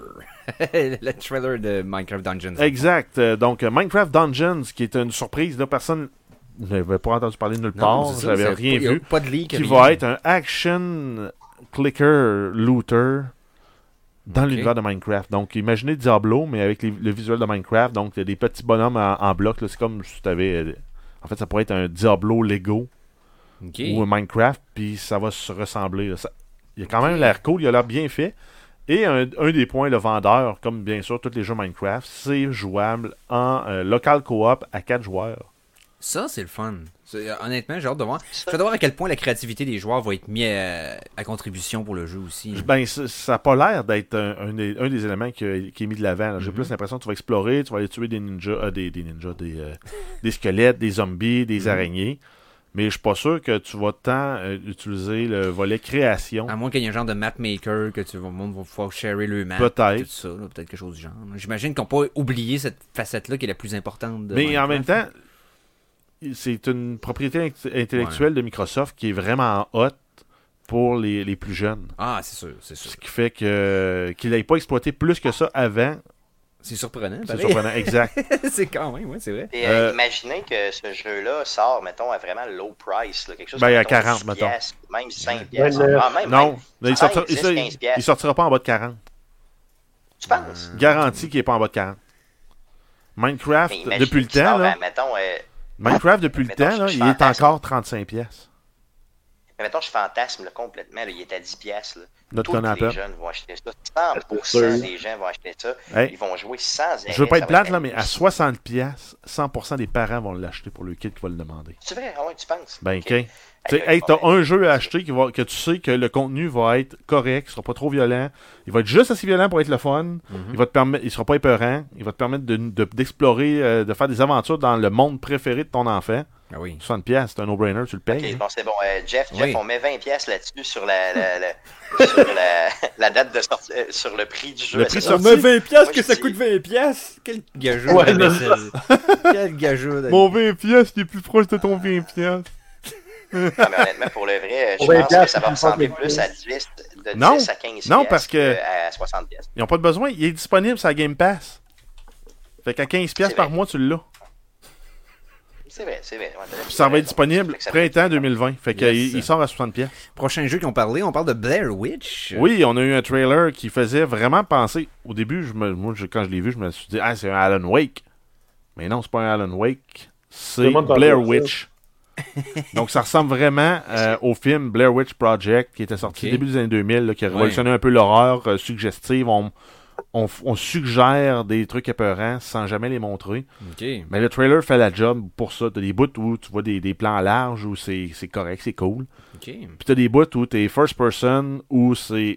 Le trailer de Minecraft Dungeons. Exact. Euh, Donc, euh, Minecraft Dungeons, qui est une surprise, là, personne n'avait pas entendu parler nulle part, Non, c'est ça, j'avais c'est rien pas- y a vu. Pas de leak. Qui rien. va être un action clicker looter dans Ok. l'univers de Minecraft. Donc, imaginez Diablo, mais avec les- le visuel de Minecraft. Donc, il y a des petits bonhommes en, en bloc. là. C'est comme si tu avais. En fait, ça pourrait être un Diablo Lego Ok. ou un Minecraft, puis ça va se ressembler. là. Ça- il a quand même l'air cool, il a l'air bien fait. Et un, un des points, le vendeur, comme bien sûr tous les jeux Minecraft, c'est jouable en euh, local coop à quatre joueurs. Ça, c'est le fun. C'est- euh, honnêtement, j'ai hâte de voir. J'ai hâte de voir à quel point la créativité des joueurs va être mise à, à contribution pour le jeu aussi. Ben, ça- ça n'a pas l'air d'être un, un des, un des éléments qui, a- qui est mis de l'avant. là. J'ai Mhm. plus l'impression que tu vas explorer, tu vas aller tuer des ninjas, euh, des, des ninjas, des, euh, des squelettes, des zombies, des Mhm. araignées. Mais je suis pas sûr que tu vas tant euh, utiliser le volet création. À moins qu'il y ait un genre de map maker que tu vas, le monde va pouvoir sharer le map. Peut-être. Tout ça, là, peut-être quelque chose du genre. J'imagine qu'on peut pas oublier cette facette-là qui est la plus importante de Mais en même Minecraft. temps, c'est une propriété int- intellectuelle de Microsoft qui est vraiment hot. pour les, les plus jeunes. Ah, c'est sûr, c'est sûr. Ce qui fait que qu'il n'ait pas exploité plus que ça avant. C'est surprenant. C'est surprenant, exact. C'est quand même, oui, c'est vrai. Et euh, imaginez que ce jeu-là sort, mettons, à vraiment low price. Là, quelque chose ben, comme à quarante, mettons. Piastres, même cinq piastres. Ouais, Ah, même, non, même il, cinq, sortira, dix, il, quinze piastres. il sortira pas en bas de quarante. Tu penses? Garanti qu'il n'est pas en bas de quarante. Minecraft, Mais depuis le temps, sort, là, ben, mettons, euh, Minecraft, depuis le mettons, temps, là, je il est fantasme. encore trente-cinq piastres. mais mettons, je fantasme là, complètement. Là, il est à dix piastres. Là. Notre Tous les connappel. jeunes vont acheter ça. cent pour C'est cent sûr. des gens vont acheter ça. Hey, Ils vont jouer sans je veux pas être arrêt, ça va plate, là, mais à hallucinant. soixante piastres, cent pour cent des parents vont l'acheter pour le kid qui va le demander. C'est vrai? Ah ouais, tu penses? Ben, Ok. OK. Tu sais, Aïe, hey, t'as aïe, un jeu à acheter qui va, que tu sais que le contenu va être correct, il sera pas trop violent, il va être juste assez violent pour être le fun, Mhm. il va te permettre, il sera pas épeurant, il va te permettre de, de- d'explorer, euh, de faire des aventures dans le monde préféré de ton enfant. Ah oui. soixante piastres, c'est un no-brainer, tu le payes. Ok, bon, c'est bon. Euh, Jeff, Jeff Oui. on met vingt piastres là-dessus sur la, la, la, sur la, la date de sortie, euh, sur le prix du jeu. Le à prix sa sorti. sortie. vingt piastres Moi, que je ça dis- coûte vingt piastres. Quel gageux. Ouais, la c'est vaisselle. Quel gageux. Mon vingt piastres, il est plus proche de ton vingt piastres. Non, mais honnêtement, pour le vrai, je Pour vingt pense que piastres, ça va tu ressembler penses plus que- à dix, de Non. dix à quinze Non, piastres parce que- à soixante piastres. Ils n'ont pas de besoin, il est disponible sur la Game Pass. Fait qu'à quinze piastres C'est par vrai. mois, tu l'as. C'est vrai, c'est vrai. Ouais, t'as Puis ça va raison. être disponible Fait que ça va être- printemps deux mille vingt. Fait qu'il Yes. il sort à soixante piastres. Prochain jeu qu'ils ont parlé, on parle de Blair Witch. Oui, on a eu un trailer qui faisait vraiment penser. Au début, je me, moi, je- quand je l'ai vu, je me suis dit, ah, c'est un Alan Wake. Mais non, c'est pas un Alan Wake. C'est Tout le monde parle Blair de ça. Witch. Donc, ça ressemble vraiment euh, au film Blair Witch Project qui était sorti Ok. au début des années deux mille, là, qui a Ouais. révolutionné un peu l'horreur euh, suggestive. On, on, on suggère des trucs épeurants sans jamais les montrer. Ok. Mais le trailer fait la job pour ça. T'as des bouts où tu vois des, des plans larges où c'est c'est correct, c'est cool. Ok. Puis t'as des bouts où t'es first person où c'est.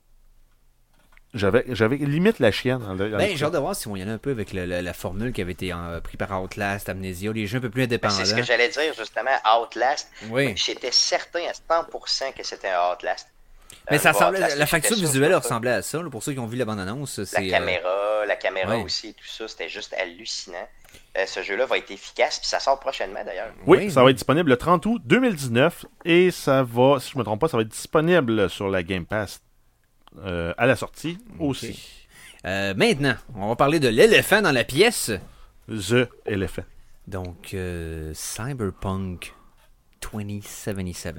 J'avais j'avais limite la chienne. Dans le, dans Ben, le j'ai hâte de voir si on y allait un peu avec le- le- la formule qui avait été euh, prise par Outlast, Amnesia, les jeux un peu plus Ben, indépendants. c'est ce que j'allais dire, justement, Outlast. Oui. J'étais certain à cent pour cent que c'était un Outlast. Mais Euh, ça le ressemblait, Outlast, la j'étais facture sûr visuelle que ressemblait à ça. Là, pour ceux qui ont vu la bande-annonce, c'est. La euh, caméra, la caméra ouais. aussi, tout ça, c'était juste hallucinant. Euh, ce jeu-là va être efficace, puis ça sort prochainement d'ailleurs. Oui, Oui, ça oui. va être disponible le trente août deux mille dix-neuf et ça va, si je me trompe pas, ça va être disponible sur la Game Pass euh, à la sortie aussi. Euh, maintenant, on va parler de l'éléphant dans la pièce. The Elephant. Donc, euh, Cyberpunk vingt soixante-dix-sept.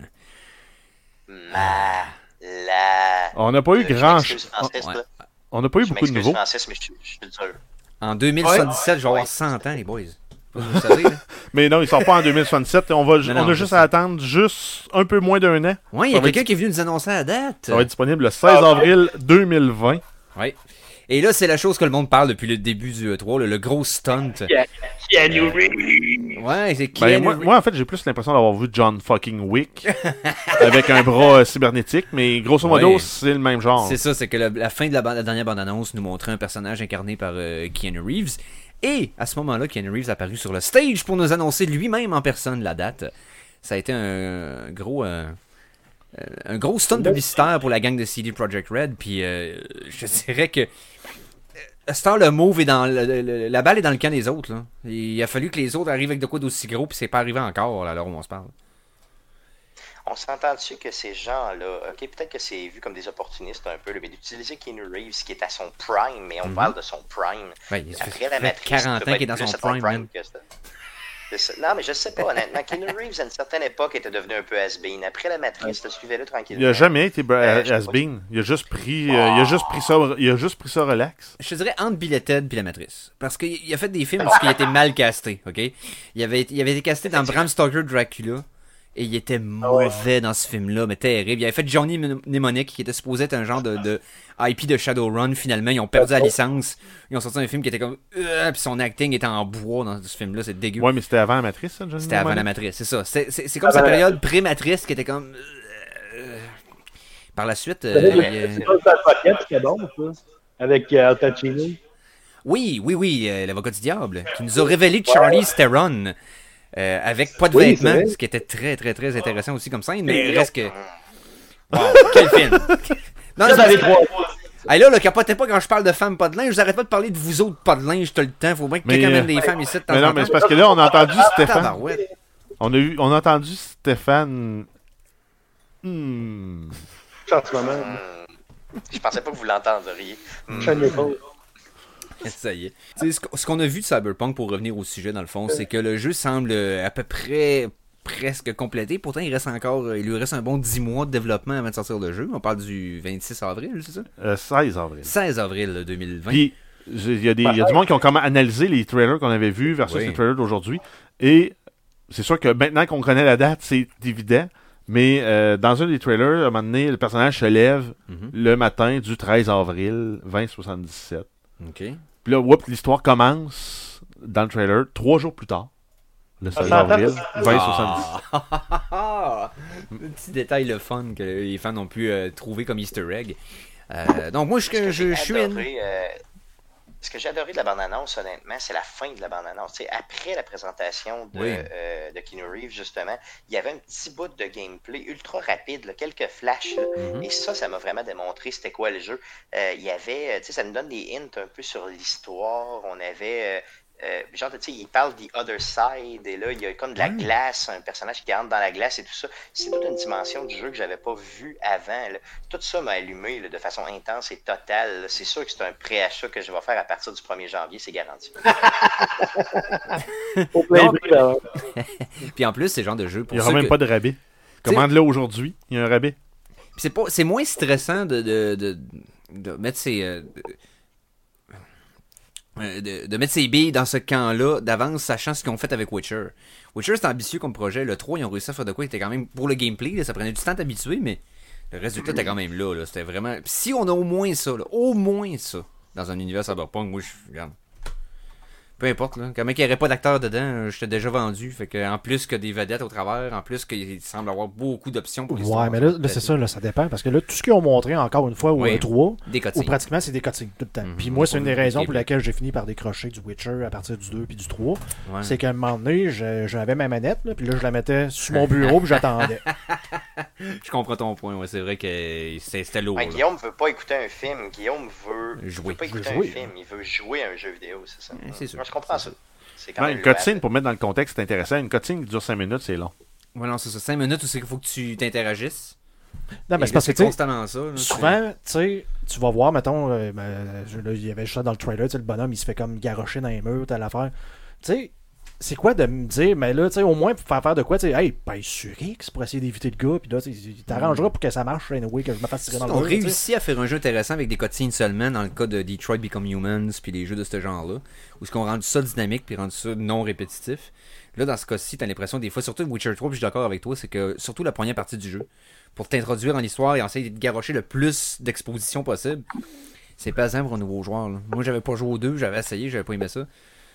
Ma la. On n'a pas eu Je grand m'excuse, ch- Francis, ouais. là. On n'a pas eu Je beaucoup de m'excuse, nouveaux. Francis, mais je suis- je suis dur. En deux mille soixante-dix-sept, je vais avoir Ouais. cent ans, les boys. Pas que vous savez, là. Mais non, il sort pas en deux mille soixante-dix-sept. On, va, Non, on non, a je juste sais. à attendre juste un peu moins d'un an. Ouais, il y Ça a va quelqu'un être- qui est venu nous annoncer la date. Ça va être disponible le seize avril deux mille vingt. Ouais. Et là, c'est la chose que le monde parle depuis le début du E trois, le, le gros stunt. Keanu Reeves. Ouais, c'est Ben, Keanu moi, Reeves. moi, en fait, j'ai plus l'impression d'avoir vu John fucking Wick avec un bras euh, cybernétique, mais grosso modo, Ouais. c'est le même genre. C'est ça, c'est que le- la fin de la, ban- la dernière bande-annonce nous montrait un personnage incarné par euh, Keanu Reeves. Et à ce moment-là, Keanu Reeves a apparu sur le stage pour nous annoncer lui-même en personne la date. Ça a été un gros, euh, euh, un gros stunt publicitaire pour la gang de C D Projekt Red. Puis euh, je dirais que à ce temps, le move est dans le- le- la balle est dans le camp des autres. Là. Il a fallu que les autres arrivent avec de quoi d'aussi gros, puis c'est pas arrivé encore là, à l'heure où on se parle. On s'entend dessus que ces gens-là, ok, peut-être que c'est vu comme des opportunistes un peu, là, mais d'utiliser Keanu Reeves qui est à son prime, mais on Mhm. parle de son prime. Ouais, il Après fait la Matrix, quarante tu peux ans pas qu'il est être dans plus son à ton prime, man. que ça. C'est ça. Non, mais je sais pas, honnêtement. Keanu Reeves, à une certaine époque, était devenu un peu has-been. Après la Matrice, tu suivais-le tranquillement. Il a jamais été bra- Euh, je sais pas. has-been. Il a juste pris, euh, il a juste pris ça, il a juste pris ça relax. Je te dirais entre Billeted puis La Matrice. Parce qu'il il a fait des films où il était mal casté, ok? Il avait, il avait été casté dans Bram Stoker Dracula. Et il était mauvais dans ce film-là, mais terrible. Il avait fait Johnny Mnemonic, qui était supposé être un genre de, de I P de Shadowrun. Finalement, ils ont perdu la licence. Ils ont sorti un film qui était comme... Euh, puis son acting était en bois dans ce film-là, c'est dégueu. Ouais, mais c'était avant la matrice, ça, Johnny C'était avant la Mnemonic? Matrice, c'est ça. C'est, c'est, c'est comme sa période pré-Matrice qui était comme... euh, Par la suite... euh, il y a- C'est pas le Pocket, c'était bon, ça. Avec euh, Al Pacino. Oui, oui, oui, euh, l'avocat du diable, qui nous a révélé que Charlie Theron, euh, avec pas de Oui, vêtements, c'est vrai. ce qui était très, très, très intéressant aussi comme scène, mais Mais il reste que... Wow, quel film! Non, Ça, c'est dans les parce trois que- Hey, là, le capotez pas quand je parle de femmes pas de linge, je vous arrête pas de parler de vous autres pas de linge tout le temps, faut bien que Mais, quelqu'un euh, mène des femmes ici de temps Mais non, en mais temps. c'est parce que là, on a entendu Stéphane. Tabarouette. On a, eu, on a entendu Stéphane Hmm. En ce moment, Hmm. Je pensais pas que vous l'entendriez. Hmm. je n'ai pas. Ça y est. Tu sais, ce qu- ce qu'on a vu de Cyberpunk, pour revenir au sujet, dans le fond, c'est que le jeu semble euh, à peu près presque complété. Pourtant, il reste encore, euh, il lui reste un bon dix mois de développement avant de sortir le jeu. On parle du vingt-six avril, c'est ça? Euh, seize avril. seize avril deux mille vingt. Puis, il y, a des- y a du monde qui ont comment analysé les trailers qu'on avait vus versus Oui. les trailers d'aujourd'hui. Et c'est sûr que maintenant qu'on connaît la date, c'est évident. Mais euh, dans un des trailers, à un moment donné, le personnage se lève Mhm. le matin du treize avril vingt soixante-dix-sept. OK. Puis là, whoop, l'histoire commence dans le trailer trois jours plus tard. Le seize avril vingt soixante-dix-sept. Ah! Un petit détail le fun que les fans ont pu euh, trouver comme Easter egg. Euh, donc moi, je, Ce que je, j'ai je suis... adoré, euh, ce que j'ai adoré de la bande-annonce, honnêtement, c'est la fin de la bande-annonce. Tu sais, après la présentation de, Oui. euh, de Keanu Reeves, justement, il y avait un petit bout de gameplay ultra rapide, là, quelques flashs, là, Mhm. et ça, ça m'a vraiment démontré c'était quoi le jeu. Euh, il y avait, euh, tu sais, ça nous donne des hints un peu sur l'histoire. On avait... euh, Euh, genre, tu sais, il parle The Other Side, et là, il y a comme de la Mm. glace, un personnage qui entre dans la glace et tout ça. C'est toute une dimension du jeu que j'avais pas vue avant. Là. Tout ça m'a allumé là, de façon intense et totale. là. C'est sûr que c'est un préachat que je vais faire à partir du premier janvier, c'est garanti. Au plein Non, prix, là. Puis en plus, c'est le genre de jeu Il pour n'y aura ceux même que- pas de rabais. Commande-le aujourd'hui, il y a un rabais. Puis c'est pas, c'est moins stressant de, de, de, de mettre ses, euh, de, de, de mettre ses billes dans ce camp-là d'avance, sachant ce qu'ils ont fait avec Witcher. Witcher, c'est ambitieux comme projet. Le trois, ils ont réussi à faire de quoi? C'était quand même pour le gameplay, là, ça prenait du temps à t'habituer, mais le résultat était quand même là. là. C'était vraiment. Puis si on a au moins ça, là, au moins ça, dans un univers cyberpunk, moi, je regarde. Peu importe, là. Quand même qu'il n'y aurait pas d'acteurs dedans, euh, j'étais déjà vendu. Fait que, en plus que des vedettes au travers, en plus qu'il semble avoir beaucoup d'options pour l'histoire. Ouais, mais là, là, c'est ça, là, ça dépend. Parce que là, tout ce qu'ils ont montré encore une fois au Oui. E trois, Des ou cutscenes. pratiquement c'est des cutscenes tout le temps. Mhm. Puis moi, c'est une des Pour le raisons pour gameplay. laquelle j'ai fini par décrocher du Witcher à partir du deux puis du trois. Ouais. C'est qu'à un moment donné, je- j'avais ma manette, là, puis là, je la mettais sur mon bureau, puis j'attendais. Je comprends ton point, ouais, c'est vrai que c'est- c'était lourd. Ouais, là. Guillaume veut pas écouter un film. Guillaume veut, Jouer. veut pas Il veut écouter jouer. un film. Il veut jouer à un jeu vidéo, c'est ça. Ouais, c'est sûr. Moi, je comprends ça. C'est quand Ouais, même une cutscene, louable. pour mettre dans le contexte, c'est intéressant. Une cutscene qui dure cinq minutes, c'est long. Ouais, non, c'est ça. cinq minutes où c'est qu'il faut que tu t'interagisses. Non, mais Et c'est parce que, c'est tu sais, constamment ça. là, souvent, tu sais, tu vas voir, mettons, euh, ben, je- là, il y avait juste ça dans le trailer, tu sais, le bonhomme, il se fait comme garrocher dans les murs, telle affaire. Tu sais, c'est quoi de me dire, mais là, tu sais, au moins, pour faire faire de quoi, tu sais, hey, pèse sur X pour essayer d'éviter le gars, puis là, tu sais, il t'arrangera pour que ça marche, anyway, que je me fasse tirer dans c'est- le On mur, tu sais. réussit à faire un jeu intéressant avec des cutscenes seulement dans le cas de Detroit Become Humans puis les jeux de ce genre-là, où ce qu'on rend ça dynamique puis rend ça non répétitif. Là, dans ce cas-ci, t'as l'impression des fois, surtout de Witcher trois, puis je suis d'accord avec toi, c'est que surtout la première partie du jeu, pour t'introduire dans l'histoire et essayer de garrocher le plus d'exposition possible, c'est pesant pour un nouveau joueur. là. Moi, j'avais pas joué aux deux, j'avais essayé, j'avais pas aimé ça.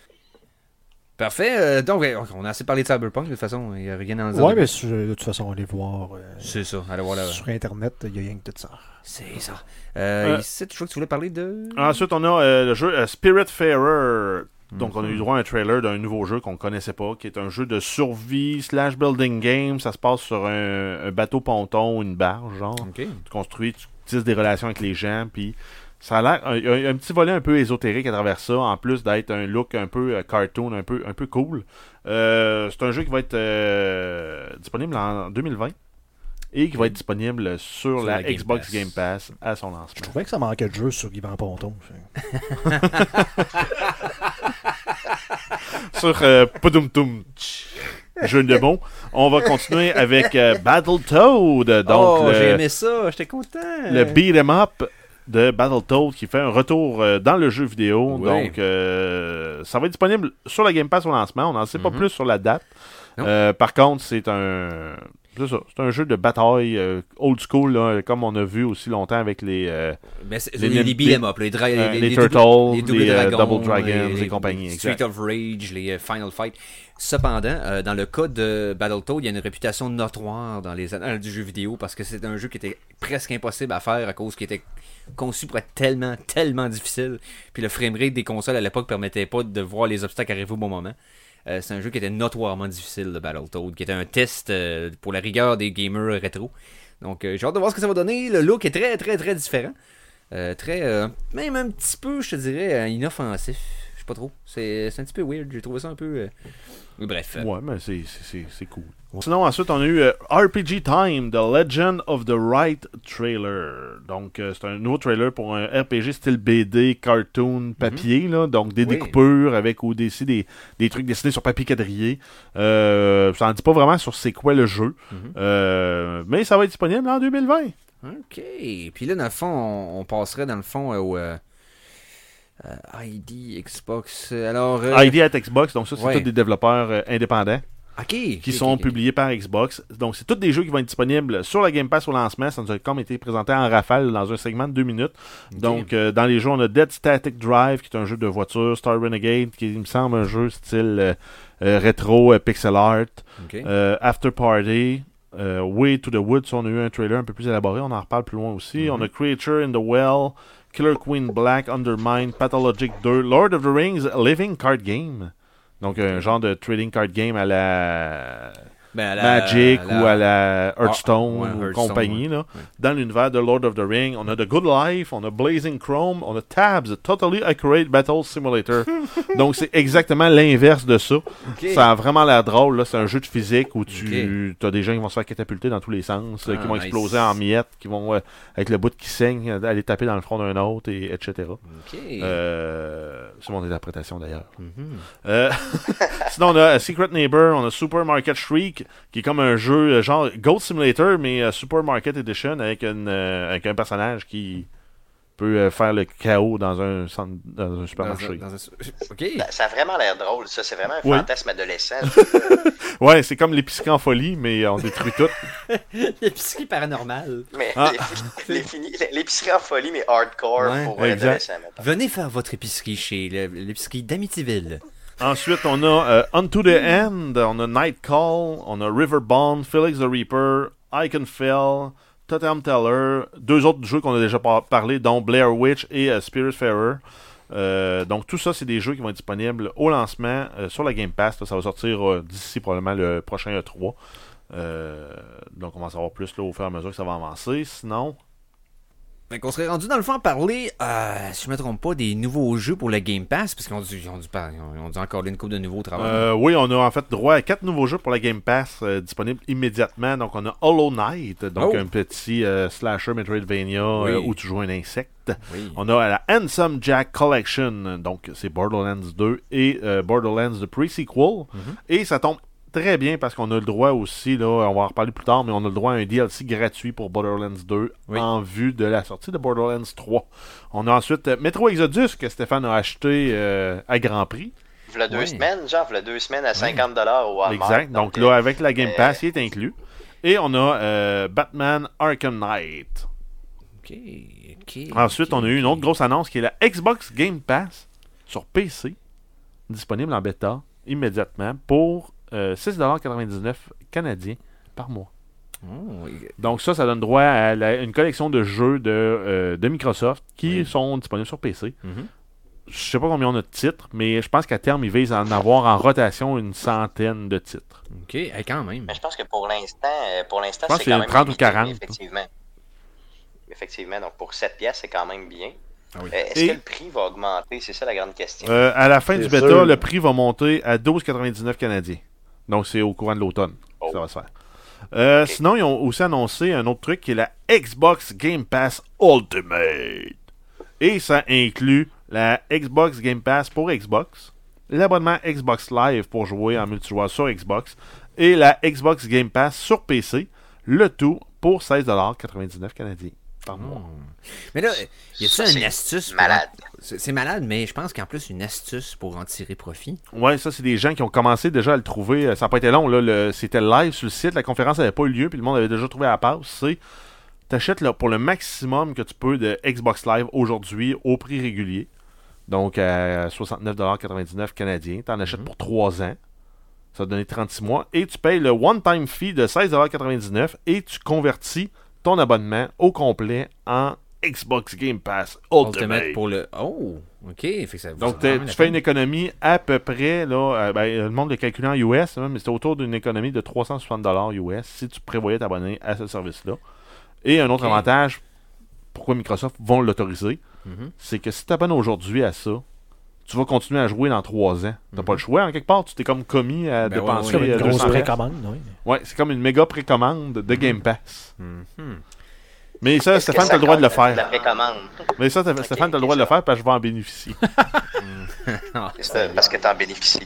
Parfait. euh, donc, ouais, on a assez parlé de Cyberpunk, de toute façon. Il n'y a rien à en dire. Ouais, mais sur- de toute façon, allez voir euh, C'est ça. Allez voir là. sur Internet, il y a rien que tout ça. C'est ça. Euh, Euh, ici, je crois que tu voulais parler de. Ensuite, on a euh, le jeu euh, Spiritfarer. Donc, on a eu Mhm. droit à un trailer d'un nouveau jeu qu'on connaissait pas, qui est un jeu de survie slash building game. Ça se passe sur un, un bateau ponton, une barge, genre. Ok. Tu construis, tu tisses des relations avec les gens, puis ça a l'air. Il y a un, un petit volet un peu ésotérique à travers ça, en plus d'être un look un peu euh, cartoon, un peu, un peu cool. Euh, c'est un jeu qui va être euh, disponible en deux mille vingt et qui va être disponible sur, Sur la, la Game Xbox Pass. Game Pass à son Je lancement. trouvais que ça manquait de jeu sur Yvan Ponton. Sur euh, Poudoum-toum. Jeu de bon. On va continuer avec euh, Battletoad. Donc, oh, le, j'ai aimé ça, j'étais content. le beat'em up de Battletoad qui fait un retour euh, dans le jeu vidéo. Oui. Donc, euh, ça va être disponible sur la Game Pass au lancement. On n'en sait pas Mhm. plus sur la date. Non. Euh, par contre, c'est un. C'est ça. C'est un jeu de bataille euh, old school, là, comme on a vu aussi longtemps avec les, euh, Mais c'est- les- les, les les- beat'em up, les, dra- euh, les, les les Turtles, double- les double les, euh, dragons, Double Dragons les- et compagnie, Street exact. of Rage, les euh, Final Fight. Cependant, euh, dans le cas de Battletoad, il y a une réputation notoire dans les annales du jeu vidéo parce que c'est un jeu qui était presque impossible à faire à cause qu'il était conçu pour être tellement, tellement difficile. Puis le framerate des consoles à l'époque permettait pas de voir les obstacles arriver au bon moment. Euh, c'est un jeu qui était notoirement difficile, le Battletoad, qui était un test euh, pour la rigueur des gamers rétro. Donc euh, j'ai hâte de voir ce que ça va donner. Le look est très, très, très différent. Euh, très, euh, même un petit peu, je te dirais, euh, inoffensif. Je sais pas trop. C'est, c'est un petit peu weird. J'ai trouvé ça un peu... euh, Bref. Ouais, mais c'est, c'est, c'est, c'est cool. Sinon, ensuite, on a eu euh, R P G Time, The Legend of the Right Trailer. Donc, euh, c'est un nouveau trailer pour un R P G style B D, cartoon, papier. Mm-hmm. là, donc, des oui. découpures avec ou des, des, des trucs dessinés sur papier quadrillé. Euh, ça n'en dit pas vraiment sur c'est quoi le jeu. Mm-hmm. Euh, mais ça va être disponible en deux mille vingt. OK. Puis là, dans le fond, on, on passerait dans le fond au... Euh... Euh, I D, Xbox. Alors, euh... I D at Xbox, donc ça, c'est ouais. tous des développeurs euh, indépendants. Okay, qui okay, sont okay. publiés par Xbox. Donc, c'est tous des jeux qui vont être disponibles sur la Game Pass au lancement. Ça nous a comme été présenté en rafale dans un segment de deux minutes. Okay. Donc, euh, dans les jeux, on a Dead Static Drive, qui est un jeu de voiture, Star Renegade, qui me semble un jeu style euh, euh, rétro, euh, pixel art, okay. euh, After Party, euh, Way to the Woods, on a eu un trailer un peu plus élaboré, on en reparle plus loin aussi. Mm-hmm. On a Creature in the Well, Killer Queen Black, Undermine, Pathologic deux, Lord of the Rings, Living Card Game. Donc, un genre de trading card game à la, ben à la Magic à la... ou à la Hearthstone oh, ouais, ou Hearthstone, compagnie. Ouais. Là. Ouais. Dans l'univers de Lord of the Rings, on a The Good Life, on a Blazing Chrome, on a Tabs, Totally Accurate Battle Simulator. Donc, c'est exactement l'inverse de ça. Okay. Ça a vraiment l'air drôle. Là. C'est un jeu de physique où tu okay. as des gens qui vont se faire catapulter dans tous les sens, ah, qui vont nice. exploser en miettes, qui vont, euh, avec le bout qui saigne, aller taper dans le front d'un autre, et, etc. Okay. Euh, c'est mon interprétation, d'ailleurs. Mm-hmm. Euh, sinon, on a Secret Neighbor, on a Supermarket Shriek, qui est comme un jeu genre Goat Simulator, mais uh, Supermarket Edition, avec, une, euh, avec un personnage qui peut euh, faire le chaos dans un, centre, dans un supermarché. Dans un, dans un... Okay. Ça a vraiment l'air drôle, ça. C'est vraiment un oui. fantasme adolescent. Ouais, c'est comme l'épicerie en folie, mais on détruit tout. L'épicerie paranormale. Mais ah. l'épicerie en folie, mais hardcore ouais, pour l'adolescent. Venez faire votre épicerie chez l'épicerie d'Amityville. Ensuite, on a euh, Unto the End, on a Night Call, on a Riverbond, Felix the Reaper, Iconfell, Totem Teller, deux autres jeux qu'on a déjà par- parlé, dont Blair Witch et euh, Spiritfarer. Euh, donc tout ça, c'est des jeux qui vont être disponibles au lancement euh, sur la Game Pass. Là, ça va sortir euh, d'ici probablement le prochain E trois. Euh, donc on va en savoir plus là, au fur et à mesure que ça va avancer. Sinon... Fait qu'on serait rendu dans le fond à parler, euh, si je ne me trompe pas, des nouveaux jeux pour le Game Pass, parce qu'ils ont dû, ils ont dû, ils ont dû encore une couple de nouveaux travaux. Euh, oui, on a en fait droit à quatre nouveaux jeux pour la Game Pass euh, disponibles immédiatement. Donc on a Hollow Knight, donc oh. un petit euh, slasher Metroidvania oui. euh, où tu joues un insecte. Oui. On a la Handsome Jack Collection, donc c'est Borderlands deux et euh, Borderlands The Pre-Sequel. Mm-hmm. Et ça tombe très bien parce qu'on a le droit aussi, là, on va en reparler plus tard, mais on a le droit à un D L C gratuit pour Borderlands deux oui. en vue de la sortie de Borderlands trois. On a ensuite euh, Metro Exodus que Stéphane a acheté euh, à grand prix. V'là deux oui. semaines, genre, v'là deux semaines à cinquante dollars au Walmart. Exact, donc, donc là, avec la Game Pass, euh... il est inclus. Et on a euh, Batman Arkham Knight. OK, OK. Ensuite, okay, on a eu une autre grosse annonce qui est la Xbox Game Pass sur P C, disponible en bêta immédiatement pour Euh, six dollars quatre-vingt-dix-neuf canadiens par mois. Oh, oui. Donc ça, ça donne droit à la, une collection de jeux de, euh, de Microsoft qui oui. sont disponibles sur P C. Mm-hmm. Je sais pas combien on a de titres, mais je pense qu'à terme, ils visent à en avoir en rotation une centaine de titres. OK, hey, quand même. Mais je pense que pour l'instant, pour l'instant c'est quand même trente ou quarante. Effectivement. Effectivement, donc pour sept piastres, c'est quand même bien. Ah oui. euh, est-ce Et, que le prix va augmenter? C'est ça la grande question. Euh, à la fin c'est du bêta, sûr. le prix va monter à douze quatre-vingt-dix-neuf canadiens. Donc, c'est au courant de l'automne que oh. ça va se faire. Euh, okay. Sinon, ils ont aussi annoncé un autre truc qui est la Xbox Game Pass Ultimate. Et ça inclut la Xbox Game Pass pour Xbox, l'abonnement Xbox Live pour jouer en multijoueur sur Xbox et la Xbox Game Pass sur P C, le tout pour seize dollars quatre-vingt-dix-neuf canadiens par mois. Mmh. Mais là, y a-t-il une astuce? Malade. En... C'est, c'est malade, mais je pense qu'en plus, une astuce pour en tirer profit. Ouais, ça, c'est des gens qui ont commencé déjà à le trouver. Ça n'a pas été long, là. Le... C'était live sur le site. La conférence n'avait pas eu lieu, puis le monde avait déjà trouvé à la passe. C'est t'achètes là, pour le maximum que tu peux de Xbox Live aujourd'hui au prix régulier. Donc à soixante-neuf dollars quatre-vingt-dix-neuf canadiens. T'en achètes mmh. pour trois ans. Ça va te donner trente-six mois. Et tu payes le one-time fee de seize dollars quatre-vingt-dix-neuf et tu convertis ton abonnement au complet en Xbox Game Pass Ultimate. Ultimate pour le... Oh, OK. Fait que ça Donc, tu fais une économie à peu près, là, euh, ben, le monde le calculé en U S, hein, mais c'était autour d'une économie de trois cent soixante dollars U S si tu prévoyais t'abonner à ce service-là. Et un autre okay. avantage, pourquoi Microsoft vont l'autoriser, mm-hmm. c'est que si tu t'abonnes aujourd'hui à ça, tu vas continuer à jouer dans trois ans. Tu n'as mm-hmm. pas le choix. En quelque part, tu t'es comme commis à ben dépenser ouais, ouais. deux cents précommande, oui. Ouais, c'est comme une méga précommande de Game Pass. Mm-hmm. Mais ça, Est-ce Stéphane, que t'as le droit de le compte La faire. précommande. Mais ça, t'as- Ok, Stéphane, t'as le ok, droit de le ça. faire parce que je vais en bénéficier. C'est parce que t'en bénéficies.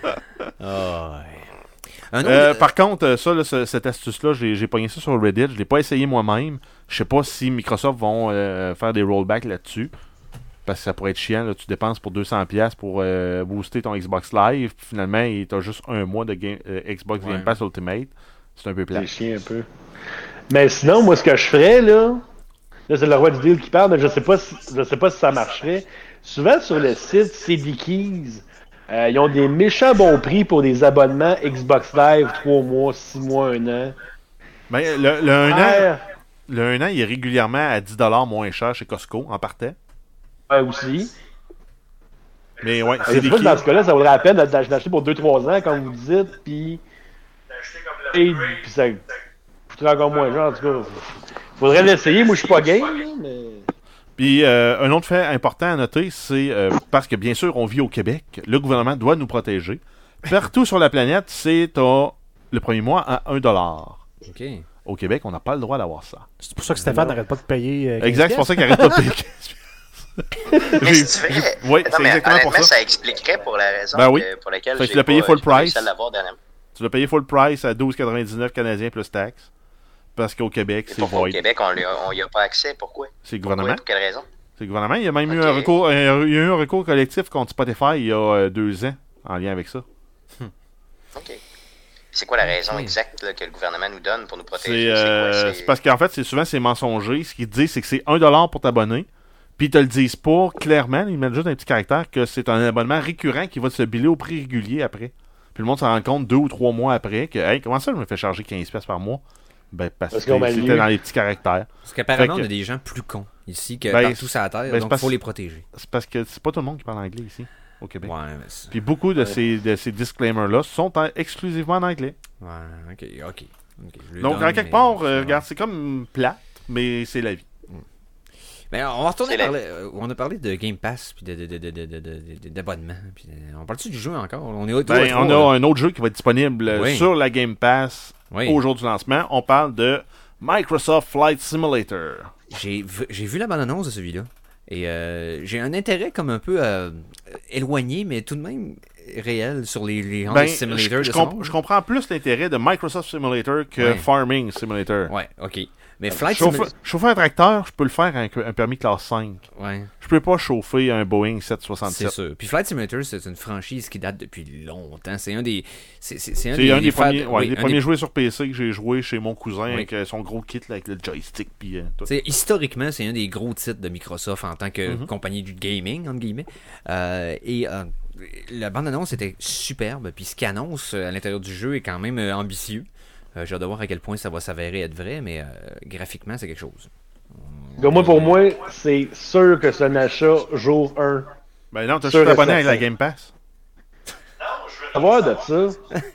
Ah, ouais. Un autre, Euh, euh, par contre, euh, ça, là, ce- cette astuce-là, j'ai, j'ai pogné ça sur Reddit. Je l'ai pas essayé moi-même. Je sais pas si Microsoft vont euh, faire des rollbacks là-dessus. Parce que ça pourrait être chiant. Là, tu dépenses pour deux cents dollars pour euh, booster ton Xbox Live. Puis finalement, tu as juste un mois de game, euh, Xbox Ouais. Game Pass Ultimate. C'est un peu plat. C'est chiant un peu. Mais sinon, moi, ce que je ferais, là, là, c'est le roi du deal qui parle, mais je sais pas si, je sais pas si ça marcherait. Souvent, sur le site C D Keys, euh, ils ont des méchants bons prix pour des abonnements Xbox Live, trois mois, six mois, un an. Ben, le, le un an, Ah, le un an, il est régulièrement à dix dollars moins cher chez Costco, en partant. ouais, aussi. Mais ouais, Je c'est sais des pas si dans keys. ce cas-là, ça vaudrait la peine d'ach- d'acheter pour deux trois ans, comme vous dites, puis. Et puis ça coûterait encore moins cher, en tout cas. Faudrait l'essayer, moi je suis pas game, là, mais. Puis euh, un autre fait important à noter, c'est euh, parce que bien sûr, on vit au Québec, le gouvernement doit nous protéger. Partout sur la planète, c'est à, le premier mois à un dollar. OK. Au Québec, on n'a pas le droit d'avoir ça. C'est pour ça que Stéphane n'arrête pas de payer. euh, Exact, c'est pour ça qu'il arrête pas de payer quinze piastres. Mais J'ai- si tu j'ai- fais... Oui, Non, c'est mais exactement pour honnêtement, ça. ça expliquerait pour la raison Ben oui. que- pour laquelle Fait que j'ai tu l'as payé pas- full j'ai pas réussi price. à l'avoir dernièrement. Tu l'as payé full price à douze quatre-vingt-dix-neuf canadiens plus taxes. Parce qu'au Québec, Et c'est pourquoi au void. Québec, on lui a- on y a pas accès? Pourquoi? C'est le Pourquoi? gouvernement. Pour quelle raison? C'est le gouvernement. Il y a même eu Ok. un recours, un- il y a eu un recours collectif contre Spotify il y a euh, deux ans en lien avec ça. OK. C'est quoi la raison Ok. exacte là, que le gouvernement nous donne pour nous C'est protéger? euh, quoi? c'est parce qu'en fait, c'est souvent c'est mensonger. Ce qu'ils te disent, c'est que c'est un dollar pour t'abonner. Puis ils te le disent pas clairement. Ils mettent juste un petit caractère que c'est un abonnement récurrent qui va se biller au prix régulier après. Puis le monde s'en rend compte deux ou trois mois après que, hey, comment ça je me fais charger quinze piastres par mois? Ben, parce, Parce que qu'on m'a c'était lu. dans les petits caractères. Parce qu'apparemment, Fait que- on a des gens plus cons ici que Ben, partout sur la Terre, ben, c'est donc parce- il faut les protéger. C'est parce que c'est pas tout le monde qui parle anglais ici, au Québec. Ouais, mais c'est- Puis beaucoup de ces, de ces disclaimers-là sont en- exclusivement en anglais. Ouais, ok, ok. ok, je le Donc, donne, en quelque mais- part, euh, Ouais. regarde, c'est comme plate, mais c'est la vie. Mais on va retourner C'est la- parler. euh, On a parlé de Game Pass puis de, de, de, de, de, de- de- d'abonnement. Puis de- on parle-tu du jeu encore? On est au Ben, on a un autre jeu qui va être disponible euh, Oui. sur la Game Pass Oui. au jour du lancement. On parle de Microsoft Flight Simulator. J'ai vu, j'ai vu la bande-annonce de celui-là. Et euh, j'ai un intérêt comme un peu euh, éloigné, mais tout de même réel sur les, les Ben, simulators je, de je ce comp- monde. je comprends plus l'intérêt de Microsoft Simulator que Ouais. Farming Simulator. Ouais, ok. Mais Flight Chauffer, Simulator... chauffer un tracteur, je peux le faire avec un permis classe cinq. Ouais, Je peux pas chauffer un Boeing sept cent c'est soixante-sept. sûr. Puis Flight Simulator, c'est une franchise qui date depuis longtemps. C'est un des... C'est, c'est, c'est un C'est des, un des des premiers, fans- ouais, oui, les un premiers des- jouets sur P C que j'ai joué chez mon cousin Oui. avec euh, son gros kit là, avec le joystick puis euh, tout. T'sais, historiquement, c'est un des gros titres de Microsoft en tant que Mhm. compagnie du gaming, entre guillemets. Euh, et euh, la bande-annonce était superbe. Puis ce qu'il annonce euh, à l'intérieur du jeu est quand même euh, ambitieux. Euh, j'ai hâte de voir à quel point ça va s'avérer être vrai, mais euh, graphiquement, c'est quelque chose. Donc, moi, pour moi, c'est sûr que c'est un achat jour un. Ben non, t'as Sûr juste et abonné avec la certain. Game Pass. Savoir de ça.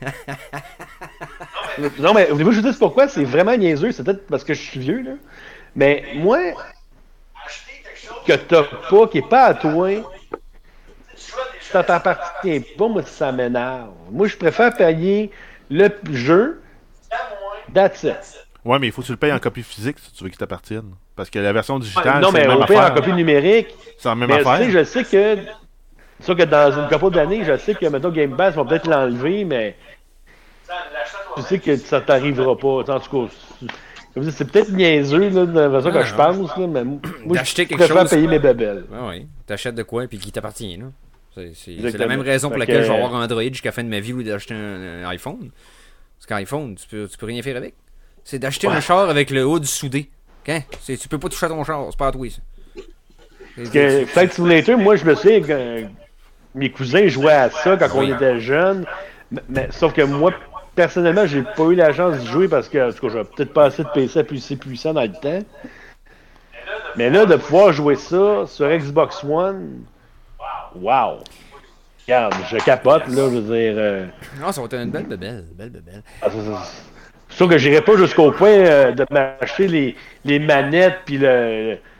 Non, mais voulez-vous que je vous dise pourquoi? C'est vraiment niaiseux. C'est peut-être parce que je suis vieux, là. Mais moi, que t'as pas, qui est pas à toi, ça t'appartient pas, moi, ça m'énerve. Moi, je préfère payer le jeu, that's it. Ouais, mais il faut que tu le payes en copie physique si tu veux qu'il t'appartienne. Parce que la version digitale, non, c'est mais la même au pire, en affaire. copie numérique. C'est la même Mais tu affaire. sais, je sais que. C'est sûr que dans une couple d'années, je sais que, mettons, Game Pass vont peut-être l'enlever, mais. Tu sais que ça t'arrivera pas. En tout cas, c'est- comme je dis, c'est peut-être niaiseux, là, de la façon que Ah, je non. pense, là, mais moi, D'acheter je quelque préfère chose- payer mes bébelles. Ouais, ouais. T'achètes de quoi puis qui t'appartient, là. C'est, c'est- c'est la Exactement. même raison pour Fait laquelle que- je vais avoir un Android jusqu'à la fin de ma vie ou d'acheter un, un iPhone. Parce qu'iPhone, tu peux, tu peux rien faire avec. C'est d'acheter un char avec le haut du soudé. Hein? C'est, tu peux pas toucher à ton char, c'est pas à toi, ça. Parce que Flight Simulator, moi, je me souviens que euh, mes cousins jouaient à ça quand Oui. on était jeunes. Mais, mais- sauf que moi, personnellement, j'ai pas eu la chance d'y jouer parce que, en tout cas, j'avais peut-être pas assez de P C assez puissant dans le temps. Mais là, de pouvoir jouer ça sur Xbox One, wow! Regarde, je capote, là, je veux dire. euh, Non, ça va être une belle bebelle, belle bebelle. ah, ça, ça, c'est sûr que j'irai pas jusqu'au point euh, de m'acheter les, les manettes puis le,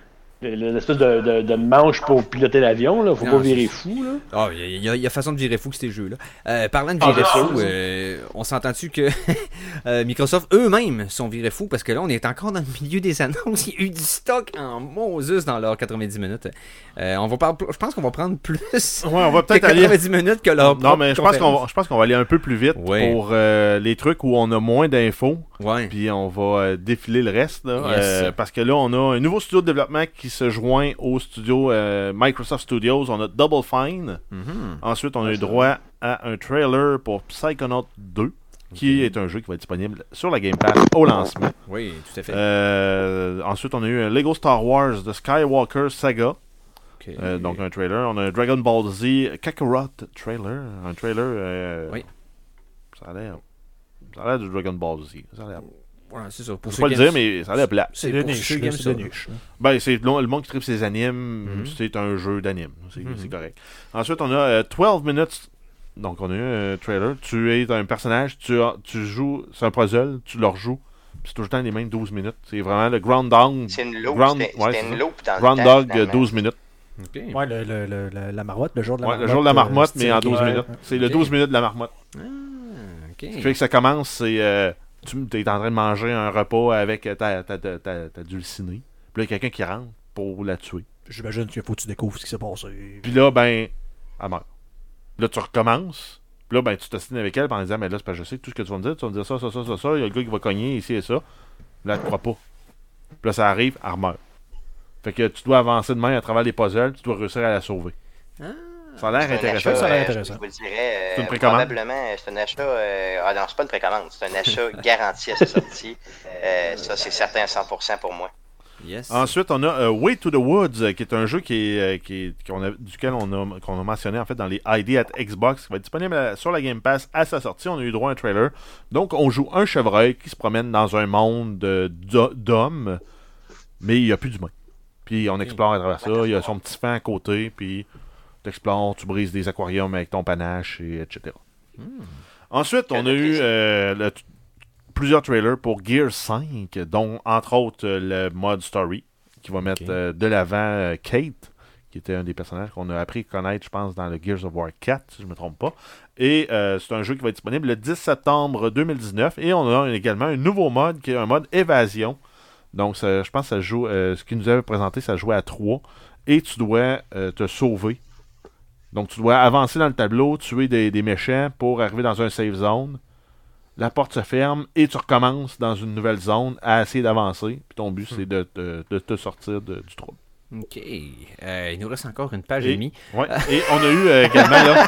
l'espèce de, de, de manche pour piloter l'avion, là. Faut Non, pas virer c'est- fou, là. Ah, il y, a- il y a façon de virer fou que ces jeux-là. Euh, parlant de virer Ah, fou, euh, on s'entend-tu que euh, Microsoft eux-mêmes sont virés fous parce que là, on est encore dans le milieu des annonces. Il y a eu du stock en Moses dans leurs quatre-vingt-dix minutes. Euh, on va par- je pense qu'on va prendre plus Ouais, on va que peut-être aller. quatre-vingt-dix minutes que leur Non, propre mais je pense, qu'on va, conférence. je pense qu'on va aller un peu plus vite Ouais. pour euh, les trucs où on a moins d'infos. Ouais. Puis on va euh, défiler le reste. Là, Yes. euh, parce que là, on a un nouveau studio de développement qui se joint au studio euh, Microsoft Studios. On a Double Fine. Mhm. Ensuite, on a eu droit à un trailer pour Psychonaut deux, qui est un jeu qui va être disponible sur la Game Pass au lancement. Oui, tout à fait. Euh, ensuite, on a eu un Lego Star Wars The Skywalker Saga. Ok. Euh, donc un trailer. On a un Dragon Ball Z Kakarot trailer. Un trailer. euh, Oui. Ça a l'air. Ça a l'air du Dragon Ball Z. Ça a l'air. Voilà, c'est ça. Pour Je ceux peux pas le qui dire, aiment- mais ça a l'air plat. C'est de pour niche, ceux qui là, aiment c'est ça. de niche, là. Ben, c'est le le monde qui tripe ses animes. Mhm. C'est un jeu d'anime. C'est Mhm. c'est correct. Ensuite, on a euh, douze minutes. Donc, on a eu un trailer. Tu es un personnage. Tu, as, tu joues. C'est un puzzle. Tu le rejoues. puis C'est tout le temps les mêmes douze minutes. C'est vraiment le Ground Dog. C'est une loupe. Ground- C'était ouais, c'était c'est une ça. loupe dans Ground le temps, Dog, finalement. douze minutes. Ok. Ouais, le, le, le, le- la marmotte, le jour de la Ouais, marmotte. le jour de la euh, marmotte, style mais en game. douze Ouais. minutes. C'est le Ok. douze minutes de la marmotte. Ah, ok. Ce qui fait que ça commence, c'est. Euh, tu es en train de manger un repas avec ta, ta, ta, ta, ta dulcinée. Puis là, il y a quelqu'un qui rentre pour la tuer. J'imagine qu'il faut que tu découvres ce qui s'est passé. Puis là, ben, elle meurt. Là, tu recommences. Puis là, ben, tu t'assines avec elle en disant, mais là, c'est pas, je sais tout ce que tu vas me dire. Tu vas me dire ça, ça, ça, ça, ça. Il y a le gars qui va cogner ici et ça. Là, elle te croit pas. Puis là, ça arrive, elle meurt. Fait que tu dois avancer de main à travers les puzzles. Tu dois réussir à la sauver. Ah. Ça a l'air C'est un intéressant. achat, Ça a l'air euh, intéressant. Je vous le dirais, euh, C'est une précommande? probablement, c'est un achat... euh, ah non, c'est pas une précommande, c'est un achat garanti à sa sortie. Euh, ça, c'est certain à cent pour cent pour moi. Yes. Ensuite, on a euh, Way to the Woods, euh, qui est un jeu qui est, euh, qui est- qu'on a- duquel on a, qu'on a mentionné en fait dans les I D at Xbox, qui va être disponible à- sur la Game Pass à sa sortie. On a eu droit à un trailer. Donc, on joue un chevreuil qui se promène dans un monde de- d'ho- d'hommes, mais il n'y a plus d'humains. Puis on explore à travers ça. Il y a son petit fan à côté, puis tu explores, tu brises des aquariums avec ton panache, et etc. Ensuite, on a eu euh, le- plusieurs trailers pour Gears cinq, dont entre autres euh, le mode story, qui va mettre Ok. euh, de l'avant euh, Kate, qui était un des personnages qu'on a appris à connaître, je pense, dans le Gears of War quatre, si je ne me trompe pas. Et euh, c'est un jeu qui va être disponible le dix septembre deux mille dix-neuf. Et on a également un nouveau mode, qui est un mode évasion. Donc, ça- je pense que ça joue, euh, ce qu'il nous avait présenté, ça jouait à trois. Et tu dois euh, te sauver. Donc, tu dois avancer dans le tableau, tuer des, des méchants pour arriver dans un safe zone. La porte se ferme et tu recommences dans une nouvelle zone à essayer d'avancer. Puis ton but, c'est de, de- de te sortir de- du trouble. Ok. Euh, il nous reste encore une page Et- et demie. Ouais. Et on a eu euh, également, là,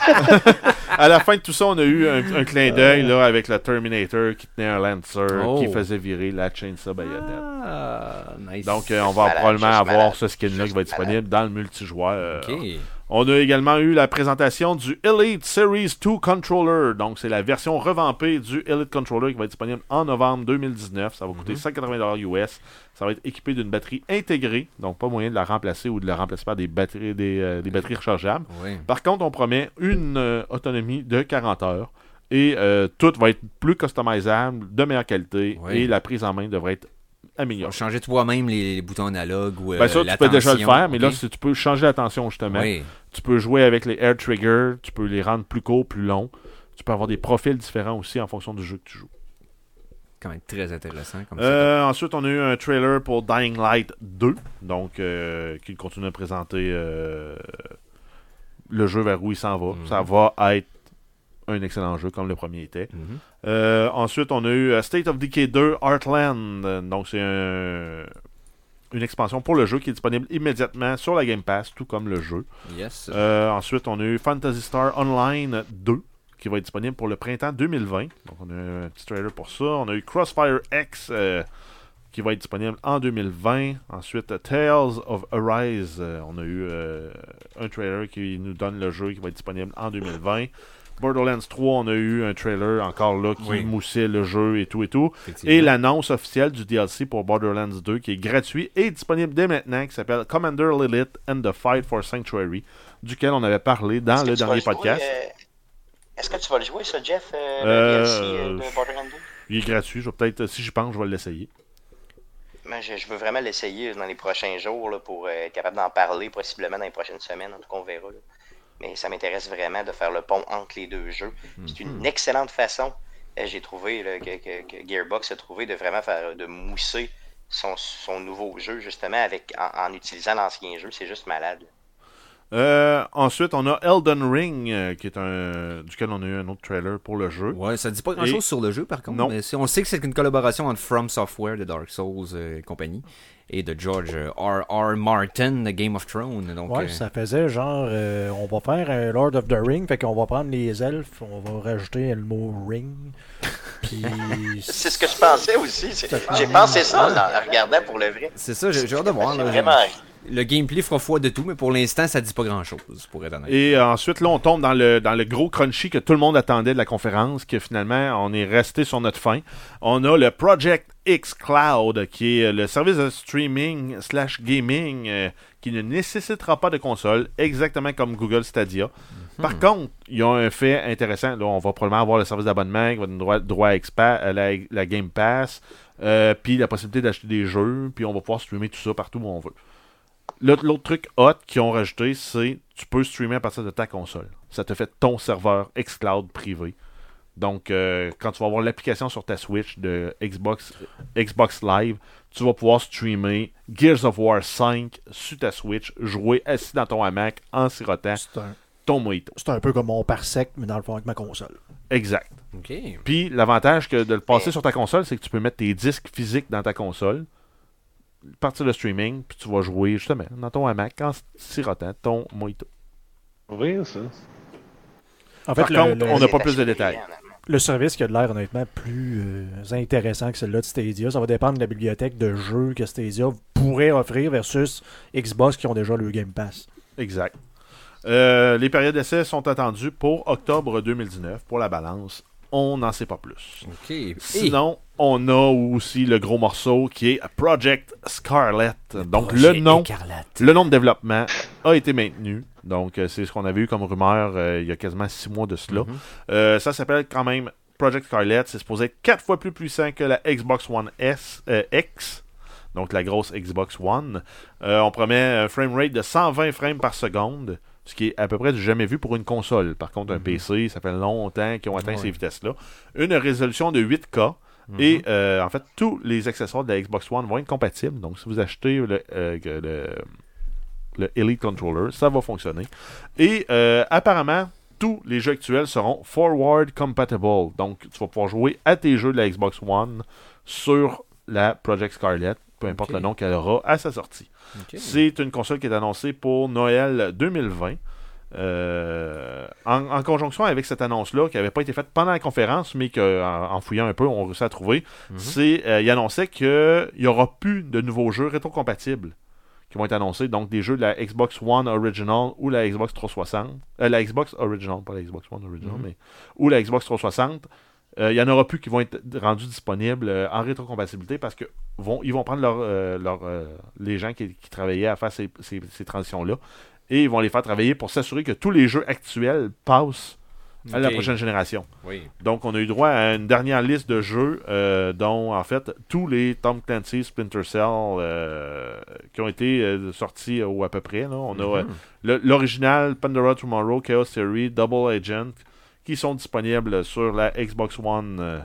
à la fin de tout ça, on a eu un, un clin d'œil là, avec le Terminator qui tenait un Lancer, Oh. qui faisait virer la Chainsaw Bayonetta. Ah, nice. Donc, euh, on va Malade, probablement juste avoir malade. ce skin-là qui Juste va être disponible dans le multijoueur. Ok. On a également eu la présentation du Elite Series deux Controller. Donc, c'est la version revampée du Elite Controller qui va être disponible en novembre deux mille dix-neuf. Ça va coûter cent quatre-vingts dollars U S. Ça va être équipé d'une batterie intégrée. Donc, pas moyen de la remplacer ou de la remplacer par des batteries, des, euh, des batteries rechargeables. Oui. Par contre, on promet une euh, autonomie de quarante heures. Et euh, tout va être plus customisable, de meilleure qualité. Oui. Et la prise en main devrait être On améliorée. changer toi-même les, les boutons analogues ou euh, Ben ça, tu la peux déjà le tension. faire, mais là, Ok. si tu peux changer la tension, justement. Oui. Tu peux jouer avec les air triggers, tu peux les rendre plus courts, plus longs. Tu peux avoir des profils différents aussi en fonction du jeu que tu joues. Quand même très intéressant comme ça. Euh, ensuite, on a eu un trailer pour Dying Light deux, donc euh, qui continue à présenter euh, le jeu vers où il s'en va. Mhm. Ça va être un excellent jeu comme le premier était. Mhm. Euh, ensuite, on a eu euh, State of Decay deux Heartland. Euh, Donc, c'est un- une expansion pour le jeu qui est disponible immédiatement sur la Game Pass, tout comme le jeu. Yes. Euh, ensuite, on a eu Phantasy Star Online deux qui va être disponible pour le printemps deux mille vingt. Donc, on a eu un petit trailer pour ça. On a eu Crossfire X euh, qui va être disponible en deux mille vingt. Ensuite, euh, Tales of Arise. euh, on a eu euh, un trailer qui nous donne le jeu qui va être disponible en deux mille vingt. Borderlands trois, on a eu un trailer encore là qui Oui. moussait le jeu et tout et tout. Effectivement. Et l'annonce officielle du D L C pour Borderlands deux qui est gratuit et disponible dès maintenant, qui s'appelle Commander Lilith and the Fight for Sanctuary, duquel on avait parlé dans Est-ce que le tu vas dernier jouer, podcast. euh, Est-ce que tu vas le jouer, ça, Jeff, euh, Euh, le D L C euh, de Borderlands deux? Il est gratuit, je vais peut-être, si j'y pense, je vais l'essayer. moi, je, je veux vraiment l'essayer dans les prochains jours là, pour euh, être capable d'en parler, possiblement dans les prochaines semaines. En tout cas, on verra. Là. Mais ça m'intéresse vraiment de faire le pont entre les deux jeux. Mm-hmm. C'est une excellente façon, euh, j'ai trouvé, là, que, que, que Gearbox a trouvé de vraiment faire de mousser son, son nouveau jeu, justement, avec en, en utilisant l'ancien jeu. C'est juste malade. Euh, ensuite, on a Elden Ring, euh, qui est un duquel on a eu un autre trailer pour le jeu. Ouais, ça dit pas grand-chose sur le jeu, par contre. Non. Mais on sait que c'est une collaboration entre From Software de Dark Souls euh, et compagnie et de George euh, R. R. Martin de Game of Thrones. Donc, ouais, euh... ça faisait genre, euh, on va faire un Lord of the Ring, fait qu'on va prendre les elfes, on va rajouter le mot ring. Puis... c'est ce que je pensais aussi. J'ai pensé ça en regardant pour le vrai. C'est ça, j'ai, j'ai hâte de voir. Là, vraiment... Le gameplay fera foi de tout, mais pour l'instant, ça dit pas grand-chose, pour être honnête. Et euh, ensuite, là, on tombe dans le, dans le gros crunchy que tout le monde attendait de la conférence, que finalement, on est resté sur notre fin. On a le Project X Cloud, qui est le service de streaming slash gaming euh, qui ne nécessitera pas de console, exactement comme Google Stadia. Mm-hmm. Par contre, il y a un fait intéressant. Là, on va probablement avoir le service d'abonnement, qui va donner droit, droit à Expa, à la, la Game Pass, euh, puis la possibilité d'acheter des jeux, puis on va pouvoir streamer tout ça partout où on veut. L'autre, l'autre truc hot qu'ils ont rajouté, c'est tu peux streamer à partir de ta console. Ça te fait ton serveur xCloud privé. Donc, euh, quand tu vas avoir l'application sur ta Switch de Xbox, Xbox Live, tu vas pouvoir streamer Gears of War cinq sur ta Switch, jouer assis dans ton hamac en sirotant un, ton mojito. C'est un peu comme mon parsec, mais dans le fond avec ma console. Exact. Okay. Puis, l'avantage que de le passer sur ta console, c'est que tu peux mettre tes disques physiques dans ta console, partir de streaming, puis tu vas jouer justement dans ton hamac en sirotant ton mojito. Oui, ça. En fait, Par le, contre, le, on n'a pas plus de détails. Le service qui a de l'air honnêtement plus euh, intéressant que celui-là de Stadia. Ça va dépendre de la bibliothèque de jeux que Stadia pourrait offrir versus Xbox qui ont déjà le Game Pass. Exact. Euh, les périodes d'essai sont attendues pour octobre deux mille dix-neuf pour la balance. On n'en sait pas plus. Okay. Sinon, on a aussi le gros morceau qui est Project Scarlet. Le donc le nom, écarlate. le nom de développement a été maintenu. Donc euh, c'est ce qu'on avait eu comme rumeur euh, il y a quasiment six mois de cela. Mm-hmm. Euh, ça s'appelle quand même Project Scarlet. C'est supposé être quatre fois plus puissant que la Xbox One S, euh, X. Donc la grosse Xbox One. Euh, on promet un framerate de cent vingt frames par seconde. Ce qui est à peu près du jamais vu pour une console. Par contre, un mm-hmm. P C, ça fait longtemps qu'ils ont atteint ouais. ces vitesses-là. Une résolution de huit K. Mm-hmm. Et euh, en fait, tous les accessoires de la Xbox One vont être compatibles. Donc, si vous achetez le, euh, le, le Elite Controller, ça va fonctionner. Et euh, apparemment, tous les jeux actuels seront forward compatible. Donc, tu vas pouvoir jouer à tes jeux de la Xbox One sur la Project Scarlet, peu importe okay. le nom qu'elle aura à sa sortie. Okay. C'est une console qui est annoncée pour Noël deux mille vingt. Euh, en, en conjonction avec cette annonce-là, qui n'avait pas été faite pendant la conférence, mais qu'en en fouillant un peu, on réussit à trouver, mm-hmm. c'est euh, il annonçait qu'il n'y aura plus de nouveaux jeux rétrocompatibles qui vont être annoncés. Donc, des jeux de la Xbox One Original ou la Xbox trois cent soixante. Euh, la Xbox Original, pas la Xbox One Original, mm-hmm. mais ou la Xbox trois cent soixante. Il euh, n'y en aura plus qui vont être rendus disponibles euh, en rétrocompatibilité parce que vont, ils vont prendre leur, euh, leur, euh, les gens qui, qui travaillaient à faire ces, ces, ces transitions-là et ils vont les faire travailler pour s'assurer que tous les jeux actuels passent à okay. la prochaine génération. Oui. Donc, on a eu droit à une dernière liste de jeux euh, dont, en fait, tous les Tom Clancy Splinter Cell euh, qui ont été euh, sortis ou à peu près. Là. On mm-hmm. a euh, le, l'original Pandora Tomorrow, Chaos Theory, Double Agent, qui sont disponibles sur la Xbox One. Euh.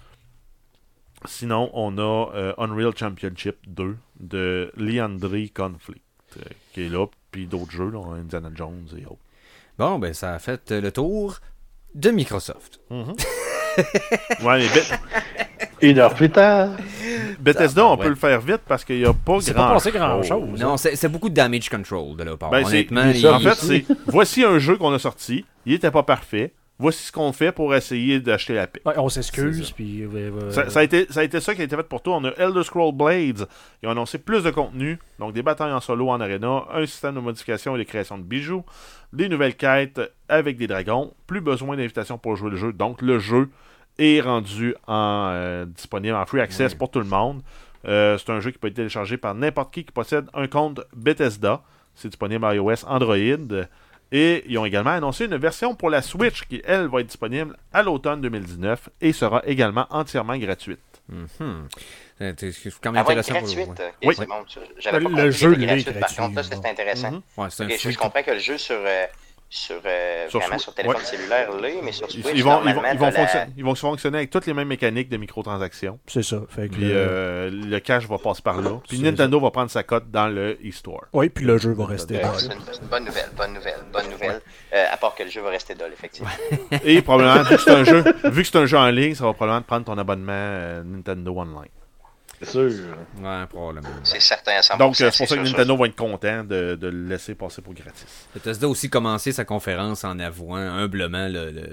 Sinon, on a euh, Unreal Championship deux de Leandry Conflict, euh, qui est là, puis d'autres jeux, là, Indiana Jones et autres. Bon, ben ça a fait le tour de Microsoft. Mm-hmm. ouais, mais Be- Une heure plus tard. Bethesda, on ouais. peut le faire vite parce qu'il n'y a pas c'est grand pas passé grand chose. Non, c'est, c'est beaucoup de damage control de leur part. Ben, honnêtement, c'est, il... en fait, c'est voici un jeu qu'on a sorti, il était pas parfait. Voici ce qu'on fait pour essayer d'acheter la paix. Ouais, on s'excuse. Puis, euh, ça, ça, a été, ça a été ça qui a été fait pour toi. On a Elder Scrolls Blades. Ils ont annoncé plus de contenu. Donc, des batailles en solo en arena, un système de modification et de création de bijoux, des nouvelles quêtes avec des dragons. Plus besoin d'invitation pour jouer le jeu. Donc, le jeu est rendu en, euh, disponible en free access oui. pour tout le monde. Euh, c'est un jeu qui peut être téléchargé par n'importe qui qui possède un compte Bethesda. C'est disponible à iOS, Android. Et ils ont également annoncé une version pour la Switch qui, elle, va être disponible à l'automne deux mille dix-neuf et sera également entièrement gratuite. Mm-hmm. C'est c'est quand même Ah ouais, intéressant. gratuite. Pour... Ouais. Okay, Oui. c'est bon. J'avais Le- pas le compris jeu, qu'il était lui, est gratuit. Par gratuit, contre, là, c'est bon. intéressant. Mhm. Ouais, c'est un Ok, je, free. je comprends que le jeu sur, euh, sur, euh, Sur vraiment Switch, sur téléphone ouais. cellulaire l'est, mais sur Ils, Switch, ils vont, ils, vont, normalement, ils, vont t'as la- fonctionner, ils vont fonctionner avec toutes les mêmes mécaniques de microtransactions. C'est ça. Fait que Puis le- euh, le cash va passer par là. Puis C'est Nintendo va prendre sa cote dans le e-store. Oui, puis le jeu va rester Ouais, là. c'est une, c'est une bonne nouvelle, bonne nouvelle, bonne nouvelle. Euh, à part que le jeu va rester dol, effectivement. Et probablement, vu que c'est un jeu, vu que c'est un jeu en ligne, ça va probablement te prendre ton abonnement euh, Nintendo Online. C'est sûr. Ouais, probablement. C'est certain à cent pour cent. Donc, euh, c'est pour ça que sûr, Nintendo va être content de, de le laisser passer pour gratis. Bethesda a aussi commencé sa conférence en avouant humblement le, le, le,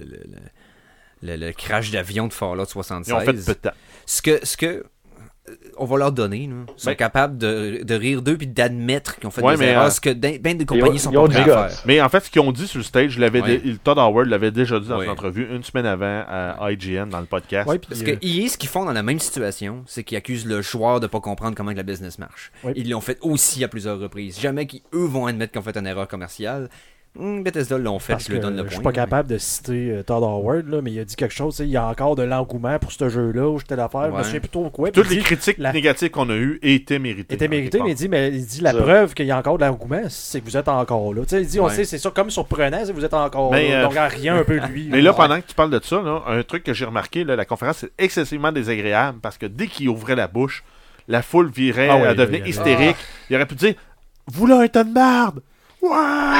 le, le- le crash d'avion de Fallout Ils soixante-seize. ont fait peu de temps. Ce que, ce que euh, on va leur donner, là. Ils sont Ben- capables de, de rire d'eux puis d'admettre qu'ils ont fait Ouais, des mais, erreurs, euh, ce que ben, ben des Ils compagnies ont, sont ils pas ont prêtes du à guts. faire. Mais en fait, ce qu'ils ont dit sur le stage, l'avait Ouais. dé- Todd Howard l'avait déjà dit dans Ouais. une entrevue une semaine avant à I G N dans le podcast. Ouais, puis, Parce euh, que E A, ce qu'ils font dans la même situation, c'est qu'ils accusent le joueur de pas comprendre comment que la business marche. Oui. Ils l'ont fait aussi à plusieurs reprises. Jamais qu'eux vont admettre qu'ils ont fait une erreur commerciale. Hum, Bethesda l'ont fait, Parce je que lui donne le je point. suis pas là, capable de citer euh, Todd Howard, là, mais il a dit quelque chose. tu sais, Il y a encore de l'engouement pour ce jeu-là, où j'étais l'affaire. Je me Ouais. souviens plus trop quoi. puis Toutes il les dit- critiques la- négatives qu'on a eues étaient méritées. était mérité, en mais il quelque dit, mais il dit la Ça. preuve qu'il y a encore de l'engouement, c'est que vous êtes encore là. Tu sais, il dit, on Ouais. sait, c'est ça comme surprenant, c'est que vous êtes encore Mais, là. euh, Donc, rien un peu de lui. Mais là, pendant que tu parles de ça, là, un truc que j'ai remarqué, là, la conférence est excessivement désagréable parce que dès qu'il ouvrait la bouche, la foule virait, Ah oui, elle devenait il y avait- hystérique. Il aurait pu dire vous là un tas de merde! Ouais!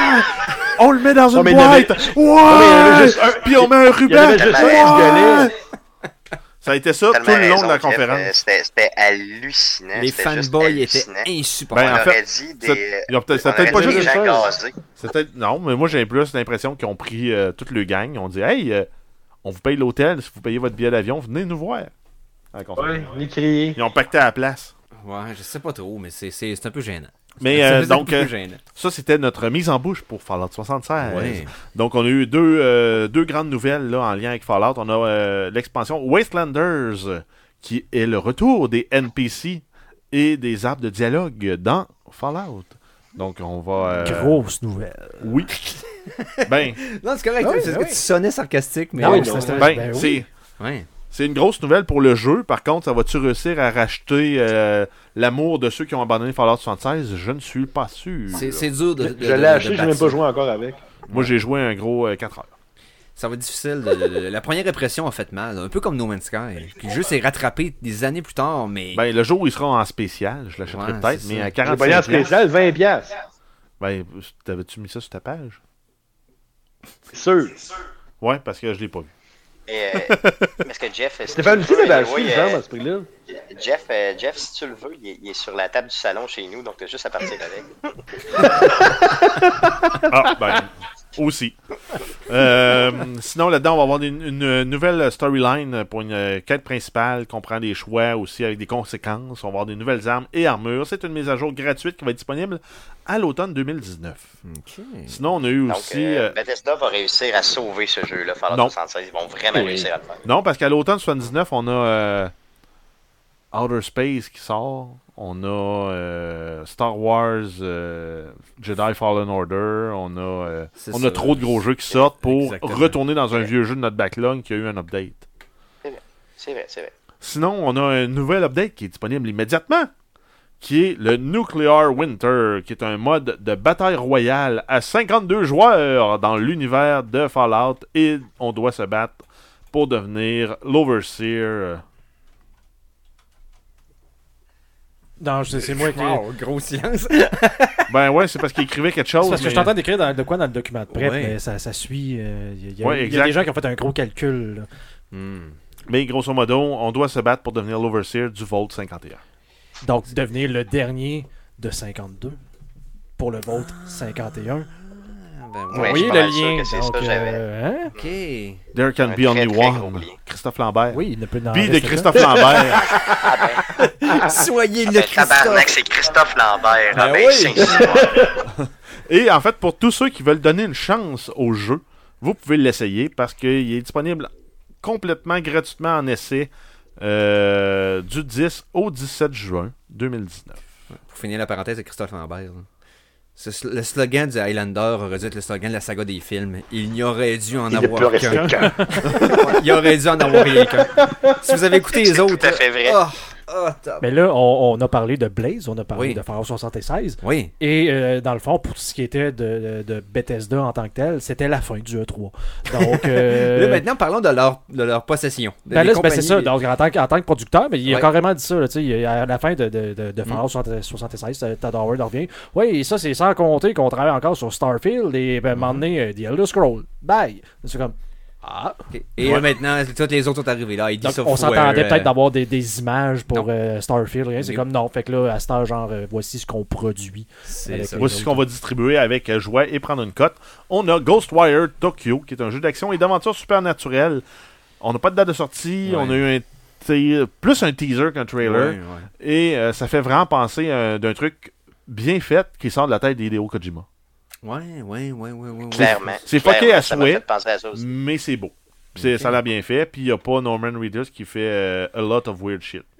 On le met dans Non, une mais il y avait- boîte! mais il y avait Ouais! juste un- Puis on met un Il y ruban! avait juste un qui gueulait. Ça a été ça Tellement tout le long raison, de la Jeff, euh, conférence. C'était c'était hallucinant. Les c'était juste fanboys étaient hallucinant. insupportables. Ben, On en aurait fait, dit c'est- des. ils ont peut-être- c'est on peut-être aurait pas dit juste des gens une chose. gazés. C'est peut-être- non, mais moi j'ai plus l'impression qu'ils ont pris euh, toute le gang. Ils ont dit hey, euh, on vous paye l'hôtel, si vous payez votre billet d'avion, venez nous voir. À la conférence. Ouais, ni crier. Ils ont pacté à la place. Ouais, je sais pas trop, mais c'est c'est- c'est un peu gênant. Mais C'est- euh, c'est un donc, peu euh, gênant. ça c'était notre mise en bouche pour Fallout soixante-seize. Ouais. Donc on a eu deux, euh, deux grandes nouvelles là, en lien avec Fallout. On a euh, l'expansion Wastelanders, euh, qui est le retour des N P C et des arbres de dialogue dans Fallout. Donc on va... euh, Grosse nouvelle. Oui. ben, Non, c'est correct, Ah oui, c'est ah que oui. tu sonnais sarcastique, mais... Non, Ouais, c'est- non. c'est- ben, ben oui. c'est... Ouais. C'est une grosse nouvelle pour le jeu. Par contre, ça va-tu réussir à racheter euh, l'amour de ceux qui ont abandonné Fallout soixante-seize? Je ne suis pas sûr. C'est c'est dur de, de- Je de- l'ai de acheté, j'ai battre même ça. pas joué encore avec. Moi, j'ai joué un gros euh, quatre heures. Ça va être difficile. de- de- de- la première impression a fait mal, un peu comme No Man's Sky. Puis le jeu s'est rattrapé des années plus tard, mais... Ben, le jour où il sera en spécial, je l'achèterai Ouais, peut-être, c'est mais ça. à Le quarante-cinq voyage piastres. spécial, vingt piastres. Ben, t'avais-tu mis ça sur ta page? Sûr. Ouais, parce que je l'ai pas vu. Et, euh, parce que Jeff. si Stéphane tu aussi le veux, m'avait acheté, oui, il me euh, semble, à ce prix-là. Jeff, euh, Jeff, si tu le veux, il est, il est sur la table du salon chez nous, donc t'as juste à partir avec. Ah, ben, aussi. Euh, sinon, là-dedans, on va avoir une, une nouvelle storyline pour une euh, quête principale, qui comprend des choix aussi avec des conséquences. On va avoir des nouvelles armes et armures. C'est une mise à jour gratuite qui va être disponible à l'automne deux mille dix-neuf. Ok. Sinon, on a eu Donc, aussi... euh, euh, Bethesda va réussir à sauver ce jeu-là, Fallout Non. soixante-seize. Ils vont vraiment Oui. réussir à le faire. Non, parce qu'à l'automne soixante-dix-neuf, on a euh, Outer Space qui sort. On a euh, Star Wars euh, Jedi Fallen Order. On a, euh, C'est on ça. a trop de gros jeux qui sortent pour Exactement. retourner dans un vieux jeu de notre backlog qui a eu un update. C'est vrai, c'est vrai. Sinon, on a un nouvel update qui est disponible immédiatement, qui est le Nuclear Winter, qui est un mode de bataille royale à cinquante-deux joueurs dans l'univers de Fallout, et on doit se battre pour devenir l'Overseer. Non, je- c'est moi qui. Wow, gros silence. Ben ouais, c'est parce qu'il écrivait quelque chose. C'est parce que mais- je suis en train d'écrire dans, de quoi dans le document de prep, Ouais. mais ça, ça suit. euh, Il y, a- il y a- Ouais, il y a exact. des gens qui ont fait un gros calcul. là. Hmm. Mais grosso modo, on doit se battre pour devenir l'Overseer du Vault cinquante et un. Donc, devenir le dernier de cinquante-deux pour le Vault cinquante et un. Ben, Vous Ouais, voyez je suis le pas mal sûr lien. que c'est donc, ça, j'avais. euh, hein? Ok. There can Un be only très, très one. gros lien. Christophe Lambert. Oui, il ne peut en Puis de rester Christophe Lambert. Soyez le Ben, tabarnak, Christophe. c'est Christophe Lambert. Ah, Ben ben, oui. c'est Et en fait, pour tous ceux qui veulent donner une chance au jeu, vous pouvez l'essayer parce qu'il est disponible complètement gratuitement en essai euh, du dix au dix-sept juin deux mille dix-neuf. Pour finir la parenthèse de Christophe Lambert. là. C'est le slogan du Highlander aurait dû être le slogan de la saga des films. Il n'y aurait dû en Il ne peut avoir rester qu'un. qu'un. Il y aurait dû en avoir rien qu'un. Si vous avez écouté les C'est autres, tout à fait vrai. oh, Oh, top. Mais là, on, on a parlé de Blaze, on a parlé Oui. de Fallout soixante-seize. Oui. Et euh, dans le fond, pour ce qui était de, de Bethesda en tant que tel, c'était la fin du E trois. Donc, euh, Là, maintenant, parlons de leur, de leur possession. De ben les là, ben, c'est ça. compagnies- Donc, en tant, que, en tant que producteur, ben, il a Ouais. carrément dit ça. Là, tu sais, il- à la fin de, de, de, de Fallout Mm. soixante-seize, Todd Howard revient. Oui, et ça, c'est sans compter qu'on travaille encore sur Starfield et ben, à un moment donné, euh, The Elder Scrolls. Bye! C'est comme. Ah! Ok. Et là, maintenant, toutes les autres sont arrivés là. Ils Donc, disent on s'entendait peut-être d'avoir des, des images pour Non. euh, Starfield. Rien. C'est Mais- comme non. Fait que là, à ce temps, genre, euh, voici ce qu'on produit. C'est avec ça. les Voici ce qu'on va distribuer avec euh, joie et prendre une cote. On a Ghostwire Tokyo, qui est un jeu d'action et d'aventure supernaturelle. On n'a pas de date de sortie. Ouais. On a eu un t- plus un teaser qu'un trailer. Ouais, ouais. Et euh, ça fait vraiment penser euh, d'un truc bien fait qui sort de la tête d'Hideo Kojima. Ouais, ouais, ouais, ouais, ouais, ouais. Clairement. c'est fucké Clairement, à ça m'a souhait. fait penser à ça aussi. Mais c'est beau. C'est, Ok. Ça l'a bien fait. Puis il n'y a pas Norman Reedus qui fait euh, a lot of weird shit.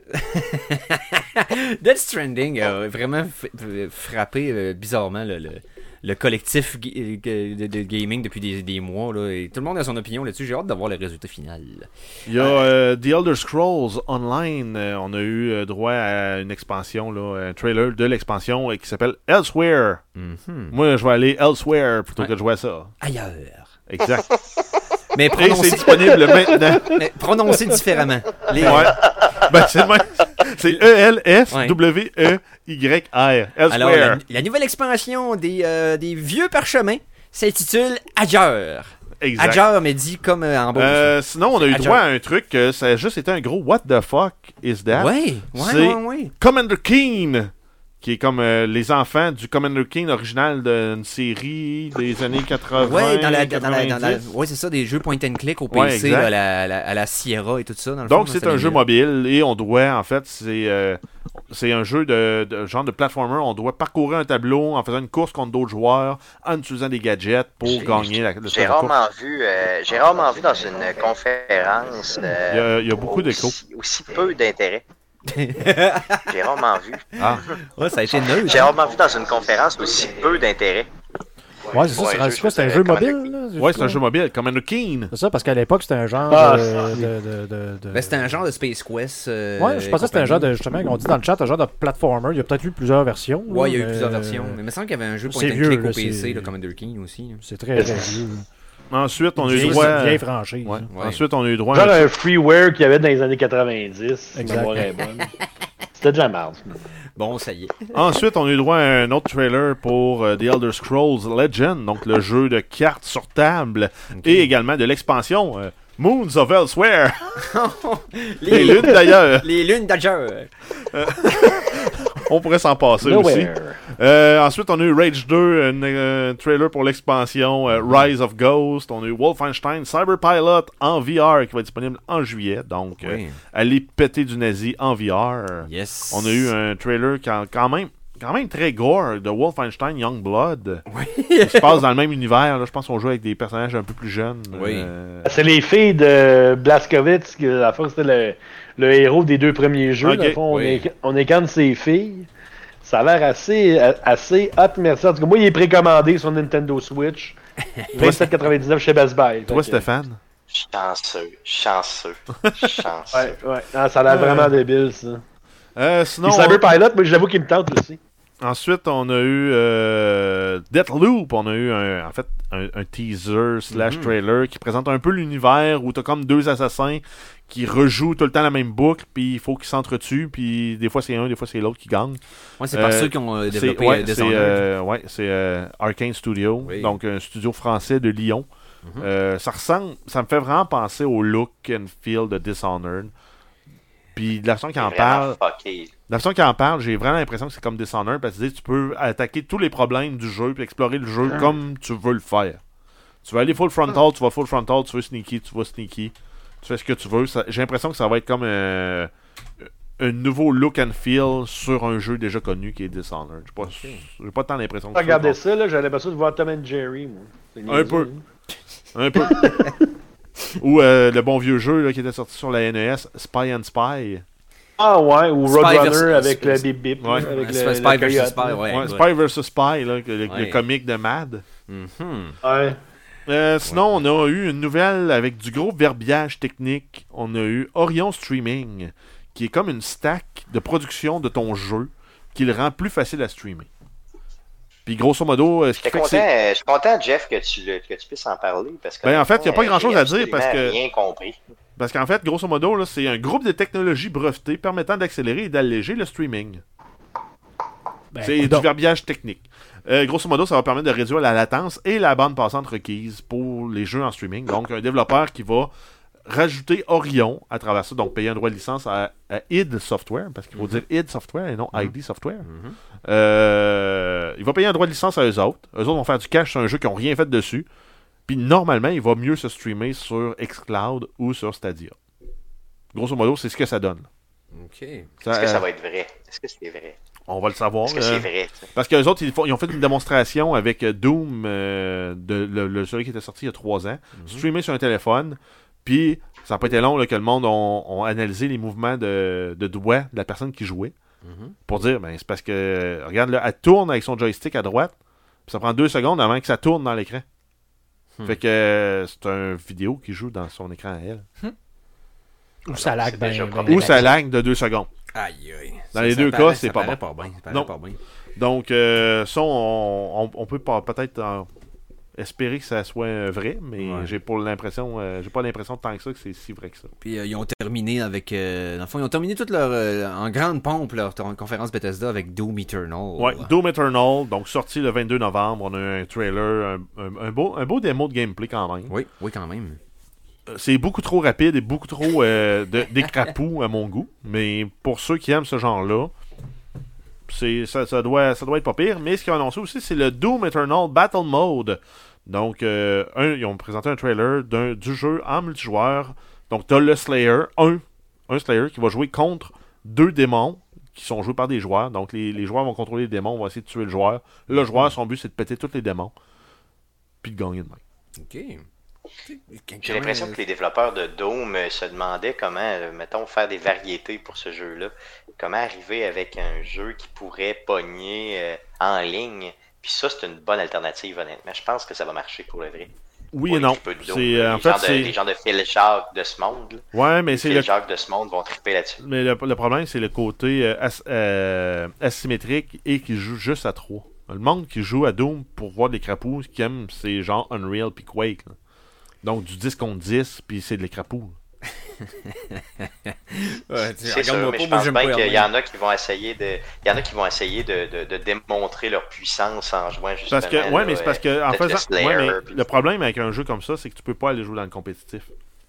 Death Stranding a vraiment f- f- frappé euh, bizarrement le, le, le collectif ga- euh, de, de gaming depuis des, des mois. Là, et tout le monde a son opinion là-dessus. J'ai hâte de voir le résultat final. Il y a euh, The Elder Scrolls Online. Euh, on a eu euh, droit à une expansion, là, un trailer de l'expansion euh, qui s'appelle Elsewhere. Mhm. Moi, je vais aller Elsewhere plutôt Ouais. que de jouer à ça. Ailleurs. Exact. Mais Et c'est prononcé, disponible maintenant. mais prononcé différemment. Les- Ouais. Ben, c'est le même. C'est E L S W E Y R. Alors, la, Elsewhere. la nouvelle expansion des, euh, des vieux parchemins s'intitule Ailleurs. Exact. Ailleurs, mais dit comme euh, en bas. Euh, sinon, on a eu Agile. droit à un truc que ça a juste été un gros What the fuck is that? ouais, ouais, c'est- ouais, ouais. Commander Keen, qui est comme euh, les enfants du Commander Keen original d'une série des années quatre-vingts. Ouais, dans la, dans la, dans la- quatre-vingt-dix. ouais, c'est ça, des jeux point and click au Ouais, P C, exact. là, la- la- à la Sierra et tout ça. Dans le Donc, fond, c'est là, un les jeu vieux. mobile et on doit, en fait, c'est euh, c'est un jeu de, de genre de platformer. On doit parcourir un tableau en faisant une course contre d'autres joueurs, en utilisant des gadgets pour J'ai- gagner la, le J'ai la course. rarement vu, euh, j'ai rarement vu dans une conférence euh, Il y a, il y a beaucoup d'écho. aussi, aussi peu d'intérêt. J'ai rarement vu. Ah, Ouais, ça a été neutre. J'ai rarement vu dans une conférence aussi peu d'intérêt. Ouais, c'est ça. Ouais, c'est- jeu, c'est quoi, c'est un je jeu faisais mobile, là? ouais, c'est un jeu mobile, Commander Keen. C'est ça, parce qu'à l'époque, c'était un genre Ah, de, c'est- de, de, de, de- Ben, c'était un genre de Space Quest. euh, Ouais, je pensais que c'était un compagnie. genre de, justement, on dit dans le chat, un genre de platformer. Il y a peut-être eu plusieurs versions. là, Ouais, il y a eu mais- plusieurs versions. Mais il me semble qu'il y avait un jeu point c'est and vieux, click là, au P C, c'est- le Commander King aussi. là. C'est très, très vieux. Ensuite, on a eu Vieille- droit. à- vieille franchise. Ouais. hein. Ouais. Ensuite, on a eu droit Genre à un- un freeware qu'il y avait dans les années quatre-vingt-dix. Exact. La mémoire est bonne. C'était de la merde. Bon, ça y est. Ensuite, on a eu droit à un autre trailer pour euh, The Elder Scrolls Legend, donc le jeu de cartes sur table, et également de l'expansion euh, Moons of Elsewhere, les lunes d'ailleurs. Les lunes d'Ailleurs. On pourrait s'en passer aussi. Nowhere. Euh, ensuite, on a eu Rage deux, un euh, trailer pour l'expansion euh, Rise of Ghost. On a eu Wolfenstein Cyberpilot en V R qui va être disponible en juillet. Donc, euh, Oui. allez péter du nazi en V R. Yes. On a eu un trailer quand, quand même quand même très gore de Wolfenstein Youngblood. Oui. Il se passe dans le même univers. Là. Je pense qu'on joue avec des personnages un peu plus jeunes. Oui. Euh, C'est les filles de Blazkowicz, qui, à la fois, c'était le, le héros des deux premiers jeux. Ok, Dans le fond, on, oui. est, on incarne ses filles. Ça a l'air assez, assez hot, merci. En tout cas, moi, il est précommandé sur Nintendo Switch. vingt-sept quatre-vingt-dix-neuf chez Best Buy. Toi, Fait que- Stéphane? Chanceux, chanceux, chanceux. Ouais, ouais. Ah, ça a l'air vraiment débile, ça. Euh, sinon, Puis Cyberpilot, moi, j'avoue qu'il me tente aussi. ensuite, on a eu euh, Deathloop. On a eu, un, en fait, un, un teaser slash Mhm. trailer qui présente un peu l'univers où t'as comme deux assassins qui rejouent tout le temps la même boucle, puis il faut qu'ils s'entretuent, puis des fois c'est un, des fois c'est l'autre qui gagne. Ouais, c'est par Euh, ceux qui ont euh, C'est développé ouais, euh, c'est Dishonored. euh, ouais, c'est, euh, Arcane Studio, Oui. donc un studio français de Lyon. Mhm. Euh, ça ressemble, ça me fait vraiment penser au look and feel de Dishonored. Puis de la façon qu'il en C'est parle, vraiment fucké. de la façon qu'il en parle, j'ai vraiment l'impression que c'est comme Dishonored parce que tu sais, tu peux attaquer tous les problèmes du jeu puis explorer le jeu comme tu veux le faire. Tu veux aller full frontal, tu vas full frontal, tu veux sneaky, tu vas sneaky. Tu fais ce que tu veux. Ça- j'ai l'impression que ça va être comme euh, un nouveau look and feel sur un jeu déjà connu qui est Dishonored. J'ai pas, j'ai pas tant l'impression que Regardez ça. ça, là, j'avais l'impression de voir Tom and Jerry, moi. C'est Un niaiseux, peu. hein. Un peu. Ou euh, le bon vieux jeu là, qui était sorti sur la N E S, Spy and Spy. Ah ouais, ou Spy Roadrunner versus- avec le Spy- bip bip. Ouais. là, avec Ouais, le, Spy le versus coyote, Spy, là. ouais. Ouais, Spy versus Spy, là, que- le, le Ouais. comique de Mad. Mhm. Ouais. Euh, sinon, on a eu une nouvelle avec du gros verbiage technique. On a eu Orion Streaming, qui est comme une stack de production de ton jeu qui le rend plus facile à streamer. Puis grosso modo, ce qui fait content, que c'est... je suis content, Jeff, que tu, que tu puisses en parler. Parce que ben, en fait, il n'y a pas grand-chose à dire parce que... rien compris. Parce qu'en fait, grosso modo, là, c'est un groupe de technologies brevetées permettant d'accélérer et d'alléger le streaming. Ben, c'est du verbiage technique. Euh, grosso modo, ça va permettre de réduire la latence et la bande passante requise pour les jeux en streaming. Donc, un développeur qui va rajouter Orion à travers ça, donc payer un droit de licence à, à I D Software, parce qu'il faut mm-hmm. dire I D Software et non I D Software. Mm-hmm. Euh, il va payer un droit de licence à eux autres. Eux autres vont faire du cash sur un jeu qu'ils n'ont rien fait dessus. Puis normalement, il va mieux se streamer sur xCloud ou sur Stadia. Grosso modo, c'est ce que ça donne. OK. Ça, Est-ce que euh, ça va être vrai? Est-ce que c'est vrai? On va le savoir. Est-ce que c'est vrai? Euh, parce qu'eux autres, ils, font, ils ont fait une démonstration avec Doom, euh, de, le, le celui qui était sorti il y a trois ans, mm-hmm. streamé sur un téléphone. Puis, ça n'a pas été long là, que le monde ont, ont analysé les mouvements de, de doigts de la personne qui jouait. Mm-hmm. Pour dire, ben, c'est parce que, regarde, là, elle tourne avec son joystick à droite, puis ça prend deux secondes avant que ça tourne dans l'écran. Hmm. Fait que euh, c'est un vidéo qui joue dans son écran à elle. Hmm. Ou ça lag ben, ben, Ou ça lag de deux secondes. Aïe, aïe. Dans ça, les ça deux paraît, cas, c'est pas bon. pas bien. Ça non. pas bien. Donc, euh, ça, on, on, on peut pas, peut-être euh, espérer que ça soit vrai, mais ouais. j'ai pour l'impression, euh, j'ai pas l'impression tant que ça que c'est si vrai que ça. Puis euh, ils ont terminé avec, euh, dans le fond, ils ont terminé toute leur, euh, en grande pompe leur conférence Bethesda avec Doom Eternal. Ouais, Doom Eternal, donc sorti le vingt-deux novembre, on a eu un trailer, un, un, un beau, un beau démo de gameplay quand même. Oui, oui quand même. C'est beaucoup trop rapide et beaucoup trop euh, de, d'écrapou à mon goût, mais pour ceux qui aiment ce genre-là, c'est, ça, ça, doit, ça doit être pas pire. Mais ce qu'ils ont annoncé aussi, c'est le Doom Eternal Battle Mode. Donc, euh, un, ils ont présenté un trailer d'un, du jeu en multijoueur. Donc, t'as le Slayer, un, un Slayer qui va jouer contre deux démons qui sont joués par des joueurs. Donc, les, les joueurs vont contrôler les démons, on va essayer de tuer le joueur. Le joueur, son but, c'est de péter tous les démons, puis de gagner de main. OK. J'ai l'impression que les développeurs de Doom se demandaient comment, mettons, faire des variétés pour ce jeu-là. Comment arriver avec un jeu qui pourrait pogner euh, en ligne. Puis ça, c'est une bonne alternative, honnêtement. Je pense que ça va marcher pour le vrai. Oui et non. Doom, c'est, les, en fait, gens c'est... de, les gens de Phil Jacques de ce monde. Là. Ouais, mais c'est Phil le... Jacques de ce monde vont triper là-dessus. Mais le, le problème, c'est le côté euh, as, euh, asymétrique et qui joue juste à trois. Le monde qui joue à Doom pour voir des crapauds, qui aime, c'est genre Unreal puis Quake. Là. Donc du dix contre dix, puis c'est de l'écrapou. ouais, c'est sûr, mais je pense bien qu'il y en a qui vont essayer de, il y en a qui vont essayer de, de, de démontrer leur puissance en jouant justement. Parce que, ouais, là, mais c'est parce que en faisant, Slayer, ouais, mais puis... le problème avec un jeu comme ça, c'est que tu peux pas aller jouer dans le compétitif.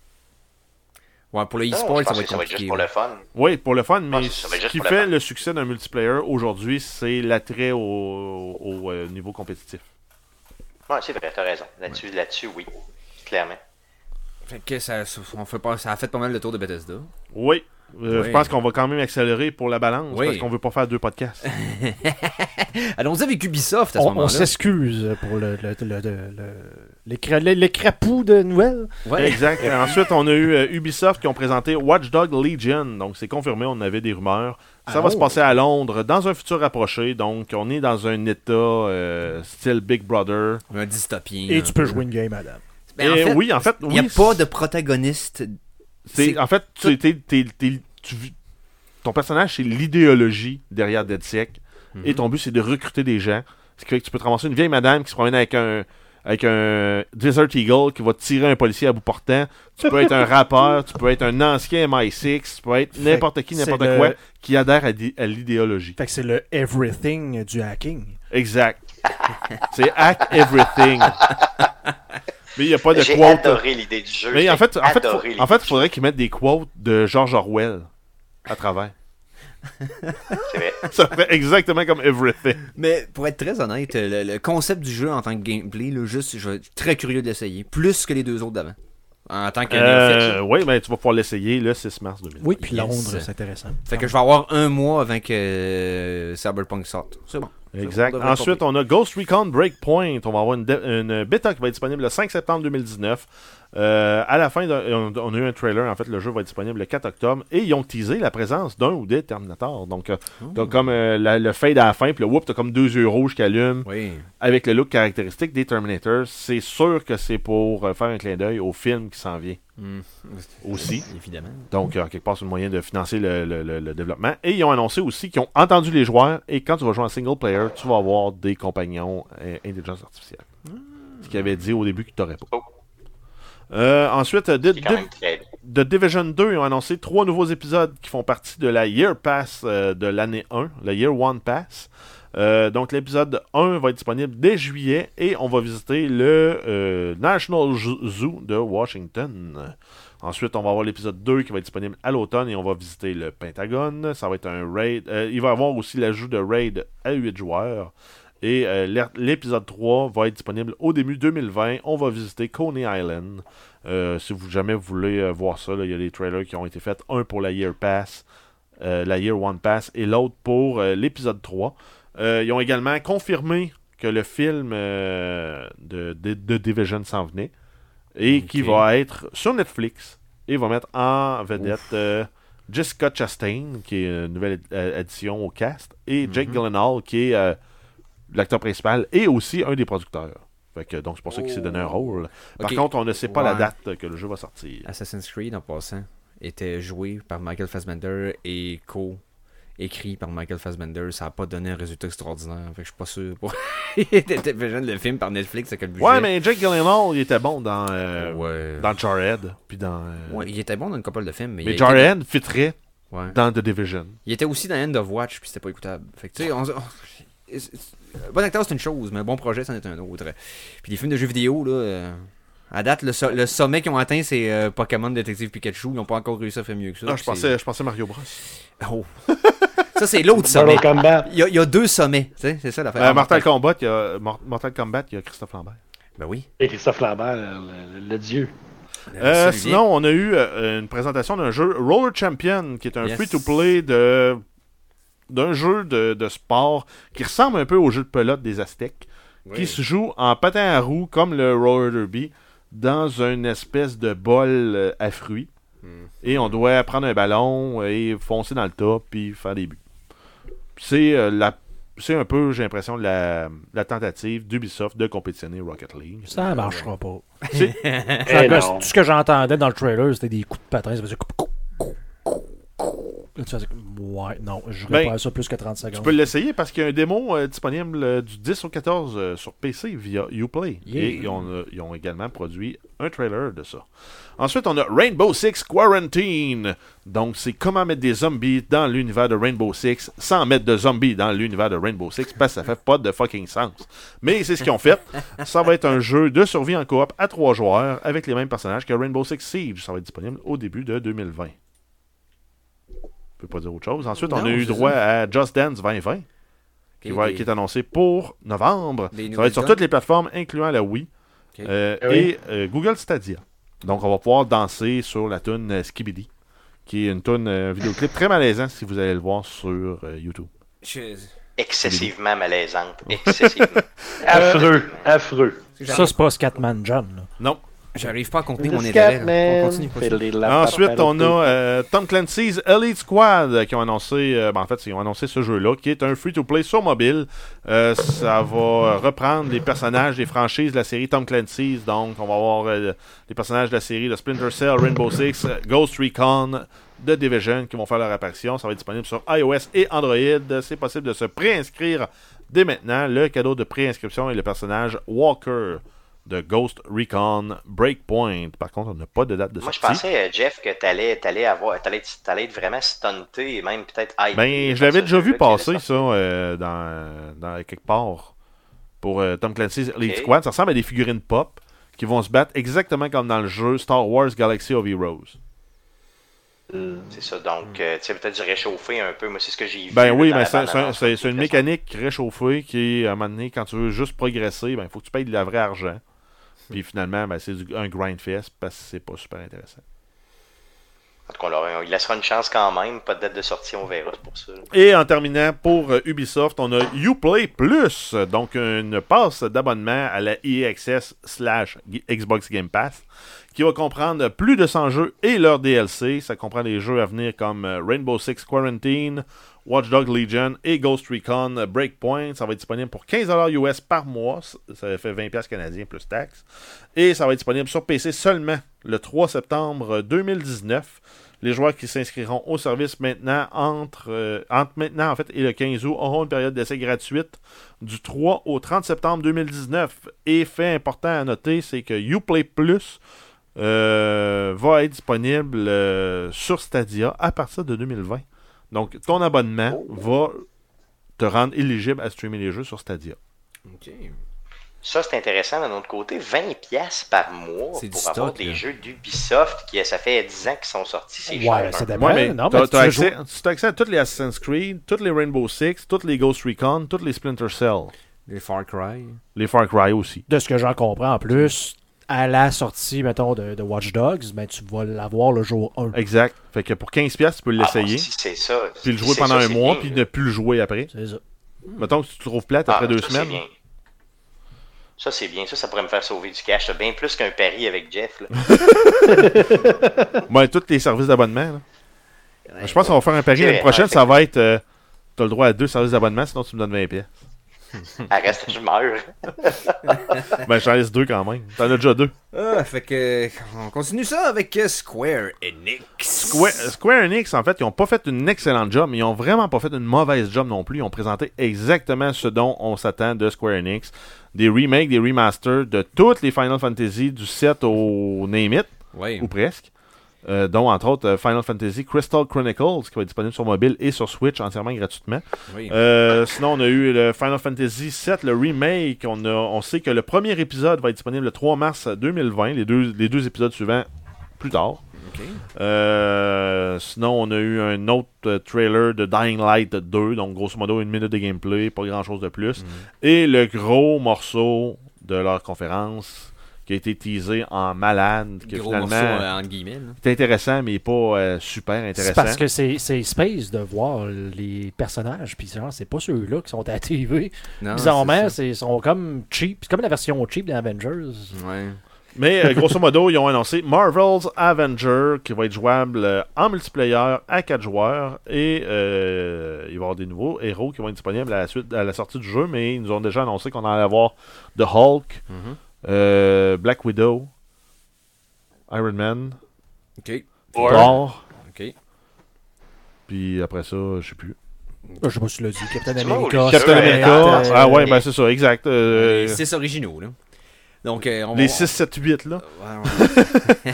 Ouais, pour le e-sport, ça, ça va être ça va être juste pour le fun. Oui, pour le fun, mais ce qui fait le, le succès d'un multiplayer aujourd'hui, c'est l'attrait au, au, au euh, niveau compétitif. Ouais, c'est vrai, t'as raison. Là-dessus, ouais. là-dessus, oui, clairement. Fait que ça, on fait pas, ça a fait pas mal le tour de Bethesda. Oui. Euh, oui. Je pense qu'on va quand même accélérer pour la balance oui. parce qu'on veut pas faire deux podcasts. Allons-y avec Ubisoft à ce on, moment-là. On s'excuse pour le, le, le, le, le, les, cra- les, les crapauds de Noël. Ouais. Exact. Ensuite, on a eu euh, Ubisoft qui ont présenté Watch Dogs Legion. Donc, c'est confirmé, on avait des rumeurs. Ça ah, va oh. se passer à Londres dans un futur rapproché. Donc, on est dans un état euh, style Big Brother. Un dystopien. Et tu peux jouer une game, madame. Ben, en fait, oui, en fait, il n'y a pas de protagoniste. C'est, en fait, tu, t'es, t'es, t'es, tu, ton personnage, c'est l'idéologie derrière DeadSec. Mm-hmm. Et ton but, c'est de recruter des gens. Ce qui fait que tu peux te ramasser une vieille madame qui se promène avec un, avec un Desert Eagle qui va tirer un policier à bout portant. Tu peux être un rappeur, tu peux être un ancien M I six, tu peux être n'importe qui, n'importe le... quoi qui adhère à, di- à l'idéologie. Fait que c'est le everything du hacking. Exact. C'est hack everything. Mais il n'y a pas de J'ai quote. J'ai adoré l'idée du jeu. Mais en fait, en fait, faut, en fait, il faudrait jeu. qu'ils mettent des quotes de George Orwell à travers. C'est vrai. Ça ferait exactement comme Everything. Mais pour être très honnête, le, le concept du jeu en tant que gameplay, là, juste, je suis très curieux de l'essayer. Plus que les deux autres d'avant. En tant que euh, oui, mais tu vas pouvoir l'essayer le six mars deux mille. Oui, puis yes. Londres, c'est intéressant. Fait que je vais avoir un mois avant que euh, Cyberpunk sorte. C'est bon. Exact. On Ensuite, on a Ghost Recon Breakpoint. On va avoir une, dé- une bêta qui va être disponible le cinq septembre deux mille dix-neuf. Euh, à la fin, de, on, on a eu un trailer. En fait, le jeu va être disponible le quatre octobre. Et ils ont teasé la présence d'un ou des Terminators. Donc, euh, oh. t'as comme euh, la, le fade à la fin, puis le whoop, t'as comme deux yeux rouges qui allument. Oui. Avec le look caractéristique des Terminators. C'est sûr que c'est pour euh, faire un clin d'œil au film qui s'en vient Mm. Aussi. Évidemment. Donc, en quelque part, c'est un moyen de financer le, le, le, le développement. Et ils ont annoncé aussi qu'ils ont entendu les joueurs. Et quand tu vas jouer en single player, tu vas avoir des compagnons euh, intelligence artificielle. Mm. Ce qu'ils avaient dit au début que tu n'aurais pas. Oh. Euh, ensuite, The, C'est quand même très The Division deux, ils ont annoncé trois nouveaux épisodes qui font partie de la Year Pass euh, de l'année un, la Year One Pass. Euh, donc, l'épisode un va être disponible dès juillet et on va visiter le euh, National Zoo de Washington. Ensuite, on va avoir l'épisode deux qui va être disponible à l'automne et on va visiter le Pentagone. Ça va être un raid. Euh, il va y avoir aussi l'ajout de raid à huit joueurs. Et euh, l'épisode trois va être disponible au début deux mille vingt. On va visiter Coney Island. Euh, si vous jamais vous voulez euh, voir ça, il y a des trailers qui ont été faits. Un pour la Year Pass, euh, la Year One Pass, et l'autre pour euh, l'épisode trois. Euh, ils ont également confirmé que le film euh, de, de, de Division s'en venait. Et okay. qui va être sur Netflix. Et va mettre en vedette euh, Jessica Chastain, qui est une nouvelle addition au cast. Et mm-hmm. Jake Gyllenhaal, qui est... Euh, l'acteur principal et aussi un des producteurs. Fait que, donc c'est pour ça qu'il s'est donné un rôle. Par okay. contre, on ne sait pas ouais. la date que le jeu va sortir. Assassin's Creed, en passant, était joué par Michael Fassbender et co-écrit par Michael Fassbender. Ça n'a pas donné un résultat extraordinaire. Fait que je suis pas sûr. Il était jeune le film par Netflix, avec le budget. Ouais, mais Jake Gyllenhaal, il était bon dans, euh, ouais. dans Jarhead. Puis dans, euh... ouais, il était bon dans une couple de films. Mais, mais Jarhead dans... fitterait ouais. dans The Division. Il était aussi dans End of Watch, puis c'était pas écoutable. Fait que tu sais, on... bon acteur, c'est une chose, mais un bon projet, c'en est un autre. Puis les films de jeux vidéo, là, euh, à date, le, so- le sommet qu'ils ont atteint, c'est euh, Pokémon Détective Pikachu. Ils n'ont pas encore réussi à faire mieux que ça. Ah, je, pensais, je pensais Mario Bros. Oh. Ça, c'est l'autre sommet. Il y, a, il y a deux sommets. C'est ça l'affaire. Euh, Mortal Kombat, il y a Mortal Kombat, il y a Christophe Lambert. Ben oui. Et Christophe Lambert, le, le, le dieu. Euh, sinon, on a eu euh, une présentation d'un jeu Roller Champion, qui est un yes. free-to-play de... d'un jeu de, de sport qui ressemble un peu au jeu de pelote des Aztèques, oui. qui se joue en patin à roues comme le roller derby dans une espèce de bol à fruits. Mm. Et on doit prendre un ballon et foncer dans le tas puis faire des buts. C'est, euh, la, c'est un peu, j'ai l'impression, la, la tentative d'Ubisoft de compétitionner Rocket League. Ça marchera pas. C'est... ça, là, tout ce que j'entendais dans le trailer, c'était des coups de patin. Ça faisait coup, coup, coup, coup, coup. Là, tu fais, ouais, non, je ne ben, pas ça plus que trente secondes. Tu peux l'essayer parce qu'il y a un démo euh, disponible euh, du dix au quatorze euh, sur P C via Uplay. Yeah. Et ils ont, euh, ils ont également produit un trailer de ça. Ensuite, on a Rainbow Six Quarantine. Donc, c'est comment mettre des zombies dans l'univers de Rainbow Six sans mettre de zombies dans l'univers de Rainbow Six parce que ça fait pas de fucking sens. Mais c'est ce qu'ils ont fait. Ça va être un jeu de survie en coop à trois joueurs avec les mêmes personnages que Rainbow Six Siege. Ça va être disponible au début de deux mille vingt. Je peux pas dire autre chose. Ensuite, non, on a eu droit ça. à Just Dance vingt vingt, okay, qui, va, qui est annoncé pour novembre. Ça va être sur toutes les plateformes, incluant la Wii okay. euh, oui. et euh, Google Stadia. Donc, on va pouvoir danser sur la tune euh, Skibidi, qui est une tune euh, vidéoclip très malaisant si vous allez le voir sur euh, YouTube. Je... Excessivement malaisante. Excessivement. affreux. Affreux. Ça, c'est pas Scatman John. Là. Non. J'arrive pas à contenir mon intérêt. On continue. Ensuite, on a euh, Tom Clancy's Elite Squad qui ont annoncé, euh, ben en fait, ils ont annoncé ce jeu-là, qui est un free-to-play sur mobile. Euh, ça va reprendre les personnages des franchises de la série Tom Clancy's. Donc, on va avoir euh, les personnages de la série de Splinter Cell, Rainbow Six, Ghost Recon, The Division qui vont faire leur apparition. Ça va être disponible sur iOS et Android. C'est possible de se préinscrire dès maintenant. Le cadeau de préinscription est le personnage Walker de Ghost Recon Breakpoint. Par contre, on n'a pas de date de Moi, sortie. Moi, je pensais, Jeff, que t'allais, t'allais, avoir, t'allais, t'allais être vraiment stunté et même peut-être hypé. Ben, je l'avais déjà vu passer, ça, euh, dans, dans quelque part. Pour euh, Tom Clancy's Elite okay. Squad. Ça ressemble à des figurines pop qui vont se battre exactement comme dans le jeu Star Wars Galaxy of Heroes. C'est ça, donc euh, tu sais, peut-être du réchauffer un peu. Moi, c'est ce que j'ai vu. Ben oui, mais c'est, c'est, c'est, c'est une mécanique réchauffée qui, à un moment donné, quand tu veux juste progresser, ben il faut que tu payes de la vraie argent. Puis finalement, ben, c'est du, un grind fest parce que c'est pas super intéressant. En tout cas, on, il laissera une chance quand même. Pas de date de sortie, on verra pour ça. Et en terminant, pour euh, Ubisoft, on a Uplay Plus, donc une passe d'abonnement à la E A Access slash Xbox Game Pass, qui va comprendre plus de cent jeux et leurs D L C. Ça comprend des jeux à venir comme Rainbow Six Quarantine, Watch Dogs Legion et Ghost Recon Breakpoint. Ça va être disponible pour quinze dollars U S par mois. Ça fait vingt dollars canadiens plus taxes. Et ça va être disponible sur P C seulement le trois septembre deux mille dix-neuf. Les joueurs qui s'inscriront au service maintenant entre, euh, entre maintenant en fait et le quinze août auront une période d'essai gratuite du trois au trente septembre deux mille dix-neuf. Et fait important à noter, c'est que Uplay Plus euh, va être disponible euh, sur Stadia à partir de deux mille vingt. Donc, ton abonnement va te rendre éligible à streamer les jeux sur Stadia. OK. Ça, c'est intéressant d'un autre côté. vingt dollars par mois C'est pour du avoir stock, des là. jeux d'Ubisoft qui, ça fait dix ans qu'ils sont sortis. C'est Ouais, cher. ça un peu. dépend. Ouais, mais non, t'as, mais t'as tu accès, joues- tu as accès à tous les Assassin's Creed, tous les Rainbow Six, tous les Ghost Recon, tous les Splinter Cell, Les Far Cry. les Far Cry aussi. De ce que j'en comprends en plus, à la sortie, mettons, de, de Watch Dogs, ben, tu vas l'avoir le jour un. Exact. Fait que pour quinze dollars, tu peux Ah, l'essayer, si c'est ça. puis le Si jouer c'est pendant ça, un c'est mois, bien, puis là. ne plus le jouer après. C'est ça. Mettons que tu te trouves plate Ah, après deux ça, c'est semaines. bien. Ça, c'est bien. Ça, ça pourrait me faire sauver du cash. C'est bien plus qu'un pari avec Jeff. Là. Ben, tous les services d'abonnement. là. Je pense qu'on va faire un pari Ok, l'année prochaine, ouais, ça va être... euh, t'as le droit à deux services d'abonnement, sinon tu me donnes vingt dollars. Arrête, je meurs. Ben, j'en laisse deux quand même. T'en as déjà deux. Ah, fait que. On continue ça avec euh, Square Enix. Square, Square Enix, en fait, ils n'ont pas fait une excellente job, mais ils n'ont vraiment pas fait une mauvaise job non plus. Ils ont présenté exactement ce dont on s'attend de Square Enix. Des remakes, des remasters de toutes les Final Fantasy du sept au Name It, Ouais. ou presque. Euh, dont, entre autres, euh, Final Fantasy Crystal Chronicles, qui va être disponible sur mobile et sur Switch entièrement gratuitement. Oui. Euh, sinon, on a eu le Final Fantasy sept, le remake. On, a, on sait que le premier épisode va être disponible le trois mars deux mille vingt. Les deux, les deux épisodes suivants plus tard. OK. Euh, sinon, on a eu un autre euh, trailer de Dying Light deux. Donc, grosso modo, une minute de gameplay, pas grand-chose de plus. Mhm. Et le gros morceau de leur conférence qui a été teasé en malade, qui Gros finalement morceau, euh, entre guillemets. là. est intéressant, mais pas euh, super C'est intéressant. parce que c'est, c'est space de voir les personnages, puis genre, c'est pas ceux-là qui sont à T V. Non, Bizarrement, c'est c'est, sont comme cheap. C'est comme la version cheap des Avengers. ça. Ouais. Mais euh, grosso modo, ils ont annoncé Marvel's Avenger qui va être jouable euh, en multiplayer à quatre joueurs et euh, il va y avoir des nouveaux héros qui vont être disponibles à la, suite, à la sortie du jeu, mais ils nous ont déjà annoncé qu'on allait avoir The Hulk, Mhm. euh, Black Widow, Iron Man, OK. Thor, OK. puis après ça, je sais plus. Je sais pas si tu l'as dit. Captain Tu m'as America. oublié. Captain Ouais, America, euh, ah ouais, ben c'est ça, exact. euh, Les six originaux, là. Donc, euh, on les va- six, sept, huit là. Ouais, ouais.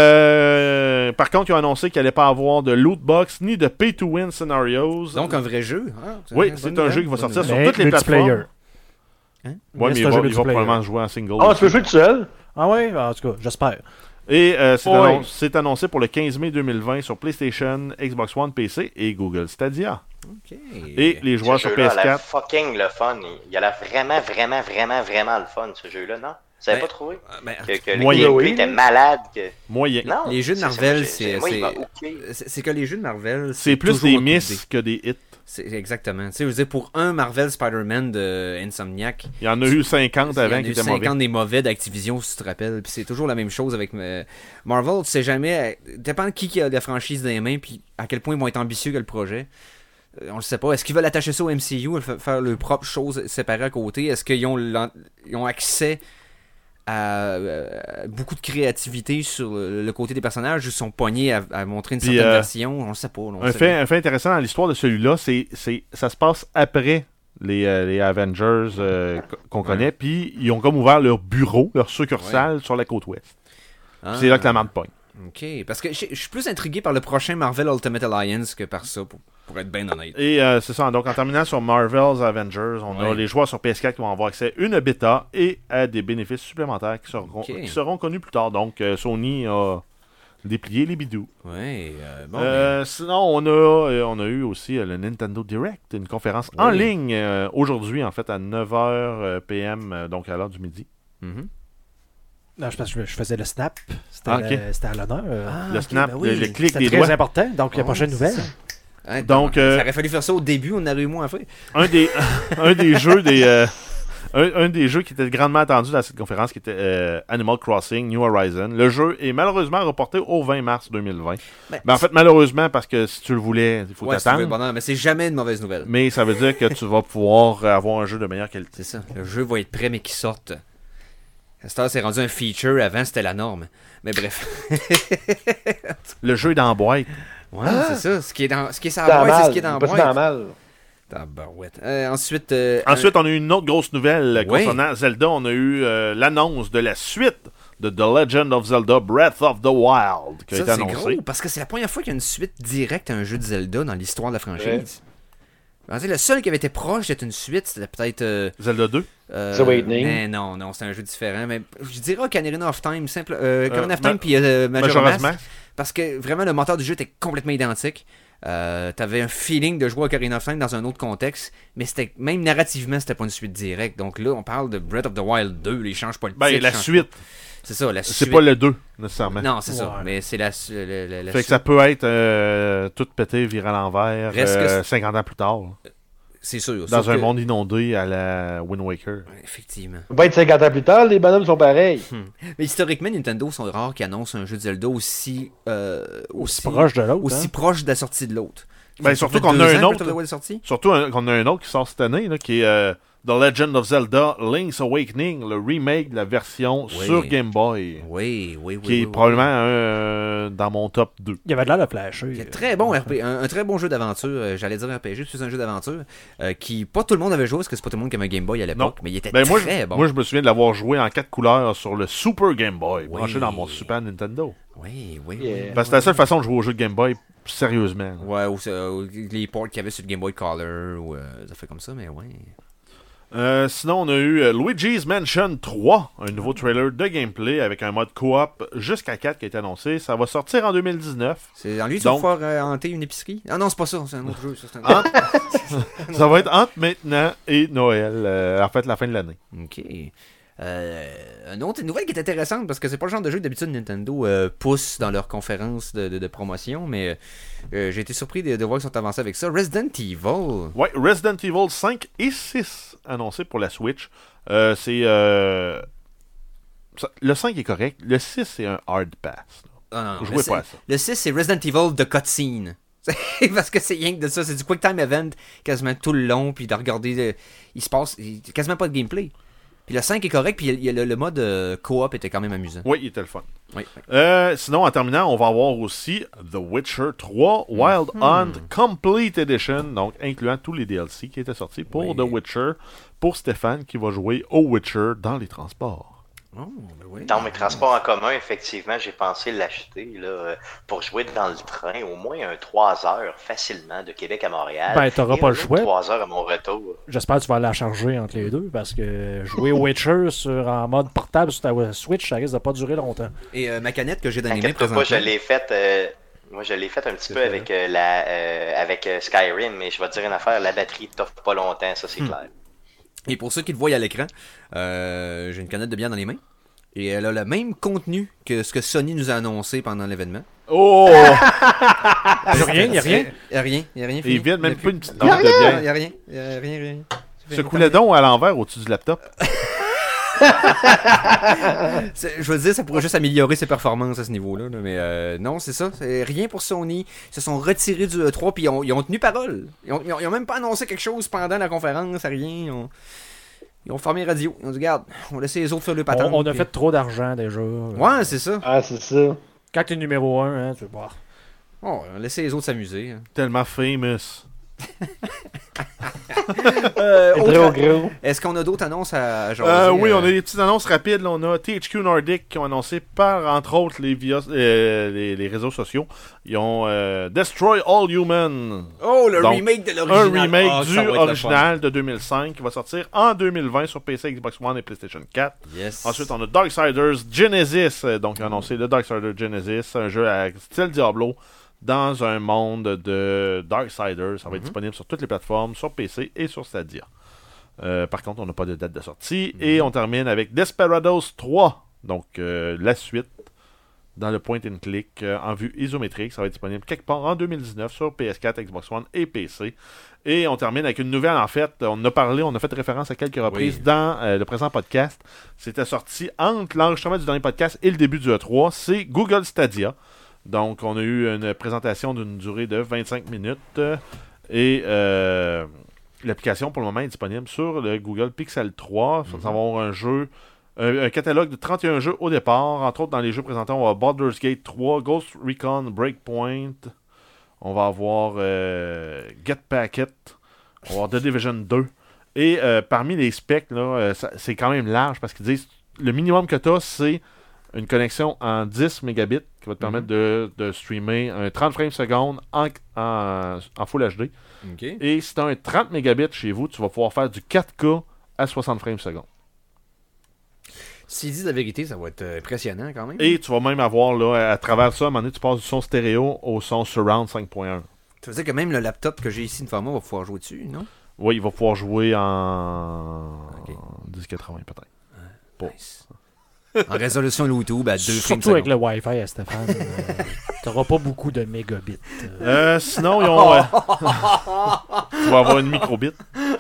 Euh, par contre, ils ont annoncé qu'il n'allait pas avoir de loot box ni de pay to win scenarios. Donc, un vrai jeu. Ah, Oui, bonne c'est un nouvelle, jeu qui va bonne sortir nouvelle. sur Mais toutes les multiplayer. plateformes. Hein? Ouais, mais c'est il un va, jeu il va multiplayer. probablement jouer en single. Ah, aussi. tu peux jouer tout seul? Ah ouais, en tout cas, j'espère. Et euh, c'est, Ouais. annon- c'est annoncé pour le quinze mai deux mille vingt sur PlayStation, Xbox One, P C et Google Stadia. OK. Et les joueurs Ce sur jeu-là P S a l'air quatre. fucking le fun. Il a l'air vraiment, vraiment, vraiment, vraiment le fun, ce jeu-là, non? Vous avez Ben, pas trouvé? Ah, ben, Que, que le Moyen. gameplay Oui. était malade. Que... Moyen. Non, Les jeux de c'est- Marvel, moi, c'est- moi, il c'est- m'a hooké. c'est c'est que les jeux de Marvel, C'est plus toujours des un coup de miss dé. que des hits. C'est exactement. Tu sais, je veux dire, pour un Marvel Spider-Man de Insomniac, Il y en a eu cinquante il y en avant a qui eu étaient mauvais. cinquante des mauvais d'Activision, si tu te rappelles. Puis c'est toujours la même chose avec euh, Marvel. Tu sais jamais. euh, Dépend de qui qui a la franchise dans les mains, puis à quel point ils vont être ambitieux que le projet. Euh, on le sait pas. Est-ce qu'ils veulent attacher ça au M C U, fa- faire leurs propres choses séparées à côté? Est-ce qu'ils ont, l'en- ils ont accès à euh, beaucoup de créativité sur le, le côté des personnages ou ils sont pognés à, à montrer une Puis, certaine euh, version? On le sait pas. là, on Un le sait fait, un fait intéressant dans l'histoire de celui-là, c'est, c'est ça se passe après les, euh, les Avengers euh, qu'on Ouais. connaît, puis ils ont comme ouvert leur bureau, leur succursale sur la côte ouest. Ah. Puis c'est là que la merde pogne. Ok, parce que je je suis plus intrigué par le prochain Marvel Ultimate Alliance que par ça, pour, pour être bien honnête. Et euh, c'est ça. Donc, en terminant sur Marvel's Avengers, on a Ouais. les joueurs sur P S quatre qui vont avoir accès à une bêta et à des bénéfices supplémentaires qui seront, Ok. qui seront connus plus tard. Donc, euh, Sony a déplié les bidous. Ouais, euh, bon. Euh, Sinon, on a, euh, on a eu aussi euh, le Nintendo Direct, une conférence en Oui. ligne euh, aujourd'hui, en fait, à neuf heures P M, euh, donc à l'heure du midi. mais- Mhm. Non, je pense que je faisais le snap. C'était, Ah, ok. le- c'était à l'honneur. Ah, le ok, snap, ben oui. le, le clic C'était des très doigts. important. Donc, la Ouais, prochaine c'est nouvelle. ça. Hein, Donc, non, euh, ça aurait fallu faire ça au début, on aurait eu moins à faire. Un des, un des jeux des... euh, un, un des jeux qui était grandement attendu dans cette conférence, qui était euh, Animal Crossing New Horizons. Le jeu est malheureusement reporté au vingt mars deux mille vingt. Ben, ben en fait, malheureusement, parce que si tu le voulais, il faut ouais, t'attendre. Bon, non, mais c'est jamais une mauvaise nouvelle. Mais ça veut dire que tu vas pouvoir avoir un jeu de meilleure qualité. C'est ça. Le jeu va être prêt, mais qu'il sorte. Cette heure, c'est rendu un feature. Avant, c'était la norme. Mais bref. Le jeu est dans la boîte. Ouais, ah! c'est ça. Ce qui est dans, ce qui est sur la boîte, mal. c'est ce qui est dans la boîte. Pas dans mal. Tabarouette. Euh, ensuite, euh, ensuite un... on a eu une autre grosse nouvelle oui. concernant Zelda. On a eu euh, l'annonce de la suite de The Legend of Zelda Breath of the Wild qui a ça, été c'est annoncé. Gros, parce que c'est la première fois qu'il y a une suite directe à un jeu de Zelda dans l'histoire de la franchise. Ouais. Le seul qui avait été proche d'être une suite, c'était peut-être... Euh, Zelda deux. Euh, The Awakening. Mais non, non, c'est un jeu différent. Mais je dirais Ocarina of Time, simple. Euh, Ocarina euh, of Time ma- puis euh, Majora's Majora's Mask. Mask. Parce que vraiment, le moteur du jeu était complètement identique. Euh, t'avais un feeling de jouer à Ocarina of Time dans un autre contexte, mais c'était même narrativement, c'était pas une suite directe. Donc là, on parle de Breath of the Wild deux, ils changent pas le titre. Ben, la changent suite. Pas. C'est ça, la suite. C'est pas le deux, nécessairement. Non, c'est Ouais. ça, mais c'est la, la, la, la Fait suite. que ça peut être euh, tout pété, viré à l'envers, Reste que euh, c'est- cinquante ans plus tard. C'est sûr. Dans sauf un que- monde inondé à la Wind Waker. Ouais, effectivement. Va être cinquante ans plus tard, les bonhommes sont pareils. Mais historiquement, Nintendo sont rares qui annoncent un jeu de Zelda aussi... Euh, Aussi proche de l'autre. Aussi hein. proche de la sortie de l'autre. Ben, Ça surtout fait qu'on deux a un ans que autre. Breath of the Wild est sorti. Surtout un- qu'on a un autre qui sort cette année, là, qui est euh, The Legend of Zelda Link's Awakening, le remake de la version Oui. sur Game Boy. Oui, oui, oui. Qui est oui, probablement un, euh, dans mon top deux. Il y avait de l'air de flasher. oui. Un très bon R P, un, un très bon jeu d'aventure. euh, J'allais dire R P G, c'est un jeu d'aventure euh, qui pas tout le monde avait joué parce que c'est pas tout le monde qui avait un Game Boy à l'époque, mais il était Ben, moi, très je, bon. moi, je me souviens de l'avoir joué en quatre couleurs sur le Super Game Boy, Oui. branché dans mon Super Nintendo. Oui, oui, Yeah. oui. Parce que c'était la seule façon de jouer au jeu de Game Boy, sérieusement. Ouais, ou, ça- ou les ports qu'il y avait sur le Game Boy Color ou euh, ça fait comme ça, mais ouais. Euh, sinon, on a eu euh, Luigi's Mansion trois, un nouveau trailer de gameplay avec un mode coop jusqu'à quatre qui a été annoncé. Ça va sortir en deux mille dix-neuf. C'est en lui, tu vas Donc- pouvoir euh, hanter une épicerie. Ah non, c'est pas ça, c'est un autre jeu. Ça, c'est un... Entre- ça va être entre maintenant et Noël, euh, en fait, la fin de l'année. Ok. Euh, une autre nouvelle qui est intéressante parce que c'est pas le genre de jeu que d'habitude Nintendo euh, pousse dans leurs conférences de, de, de promotion, mais euh, j'ai été surpris de, de voir qu'ils sont avancés avec ça. Resident Evil. Ouais, Resident Evil cinq et six annoncés pour la Switch. Euh, c'est. Euh... ça- le cinq est correct. Le six, c'est un hard pass. Ah, non, non, Jouez le, pas à six- ça. le six, c'est Resident Evil de cutscene. Parce que c'est rien que de ça, c'est du quick time event quasiment tout le long, puis de regarder, euh, il se passe il- quasiment pas de gameplay. Puis le cinq est correct, puis il y a le, le mode euh, coop était quand même amusant. Oui, il était le fun. Oui, oui. Euh, sinon, en terminant, on va avoir aussi The Witcher trois Wild Hunt Complete Edition, donc incluant tous les D L C qui étaient sortis pour Oui. The Witcher, pour Stéphane qui va jouer au Witcher dans les transports. Oh, ben oui. Dans mes transports en commun, effectivement, j'ai pensé l'acheter là, euh, pour jouer dans le train au moins un trois heures facilement de Québec à Montréal. Ben, t'auras Et pas un le autre choix. trois heures à mon retour. J'espère que tu vas la charger entre les deux parce que jouer au Witcher sur, en mode portable sur ta Switch, ça risque de pas durer longtemps. Et euh, ma canette que j'ai dans les mains T'inquiète pas, présentement. je l'ai faite. euh, moi, je l'ai faite un petit peu avec euh, la euh, avec euh, Skyrim, mais je vais te dire une affaire, la batterie t'offre pas longtemps, ça c'est clair. Et pour ceux qui le voient à l'écran, euh, j'ai une canette de bière dans les mains. Et elle a le même contenu que ce que Sony nous a annoncé pendant l'événement. Oh! Y'a rien, y'a rien. Il n'y a rien, il n'y a rien. Et fini. ils viennent même Il y a pas plus- une petite Non, coupe de il n'y bière. a rien, il n'y a rien, rien. Ce coulait donc à l'envers au-dessus du laptop. C'est- Je veux dire, ça pourrait juste améliorer ses performances à ce niveau-là. là, Mais euh, non, c'est ça. C'est rien pour Sony. Ils se sont retirés du E trois puis ils ont, ils ont tenu parole. Ils ont, ils ont- ils ont même pas annoncé quelque chose pendant la conférence, rien. Ils ont, ils ont fermé la radio. Ils ont dit, regarde, on va laisser les autres faire le patente. On, on a puis- fait trop d'argent déjà. Ouais, c'est ça. Ah, c'est ça. Quand t'es numéro un, hein, tu vas voir. Oh, on va laisser les autres s'amuser. hein. Tellement famous. Euh, C'est autre- trop gros. Est-ce qu'on a d'autres annonces à jaser? Euh, oui, euh? on a des petites annonces rapides. Là. On a T H Q Nordic qui ont annoncé par, entre autres, les, via- euh, les, les réseaux sociaux. Ils ont euh, Destroy All Human. Oh, le Donc, remake de Un l'original. remake Ah, du ça va être le original de deux mille cinq qui va sortir en deux mille vingt sur P C, Xbox One et PlayStation quatre. fun. Yes. Ensuite, on a Darksiders Genesis. euh, Donc, ils ont annoncé le Darksiders Genesis, un jeu à style Diablo dans un monde de Darksiders. Ça va être Mhm. disponible sur toutes les plateformes, sur P C et sur Stadia. Euh, par contre, on n'a pas de date de sortie. Et on termine avec Desperados trois, donc euh, la suite dans le point and click euh, en vue isométrique. Ça va être disponible quelque part en deux mille dix-neuf sur P S quatre, Xbox One et P C. Et on termine avec une nouvelle, en fait. On en a parlé, on a fait référence à quelques reprises oui. dans euh, le présent podcast. C'était sorti entre l'enregistrement du dernier podcast et le début du E trois. C'est Google Stadia. Donc, on a eu une présentation d'une durée de vingt-cinq minutes. Et euh, l'application, pour le moment, est disponible sur le Google Pixel trois. Mm-hmm. Ça va avoir un jeu... Un, un catalogue de trente et un jeux au départ. Entre autres, dans les jeux présentés, on va avoir Baldur's Gate trois, Ghost Recon Breakpoint. On va avoir euh, Get Packet. On va avoir The Division deux. Et euh, parmi les specs, là, euh, ça, c'est quand même large parce qu'ils disent le minimum que tu as, c'est une connexion en dix mégabits qui va te permettre mm-hmm. de, de streamer un trente frames secondes en, en, en Full H D. Okay. Et si tu as un trente mégabits chez vous, tu vas pouvoir faire du quatre K à soixante frames secondes. S'ils disent la vérité, ça va être impressionnant quand même. Et tu vas même avoir, là, à travers ça, à un moment donné, tu passes du son stéréo au son surround cinq point un. Ça veut dire que même le laptop que j'ai ici devant moi va pouvoir jouer dessus, non? Oui, il va pouvoir jouer en, okay. en dix quatre-vingts peut-être. Ah, nice. En résolution YouTube à deux frames surtout avec le Wi-Fi à Stéphane. euh, T'auras pas beaucoup de mégabits. Euh. Euh, sinon, ils ont... Euh, tu vas avoir une microbit.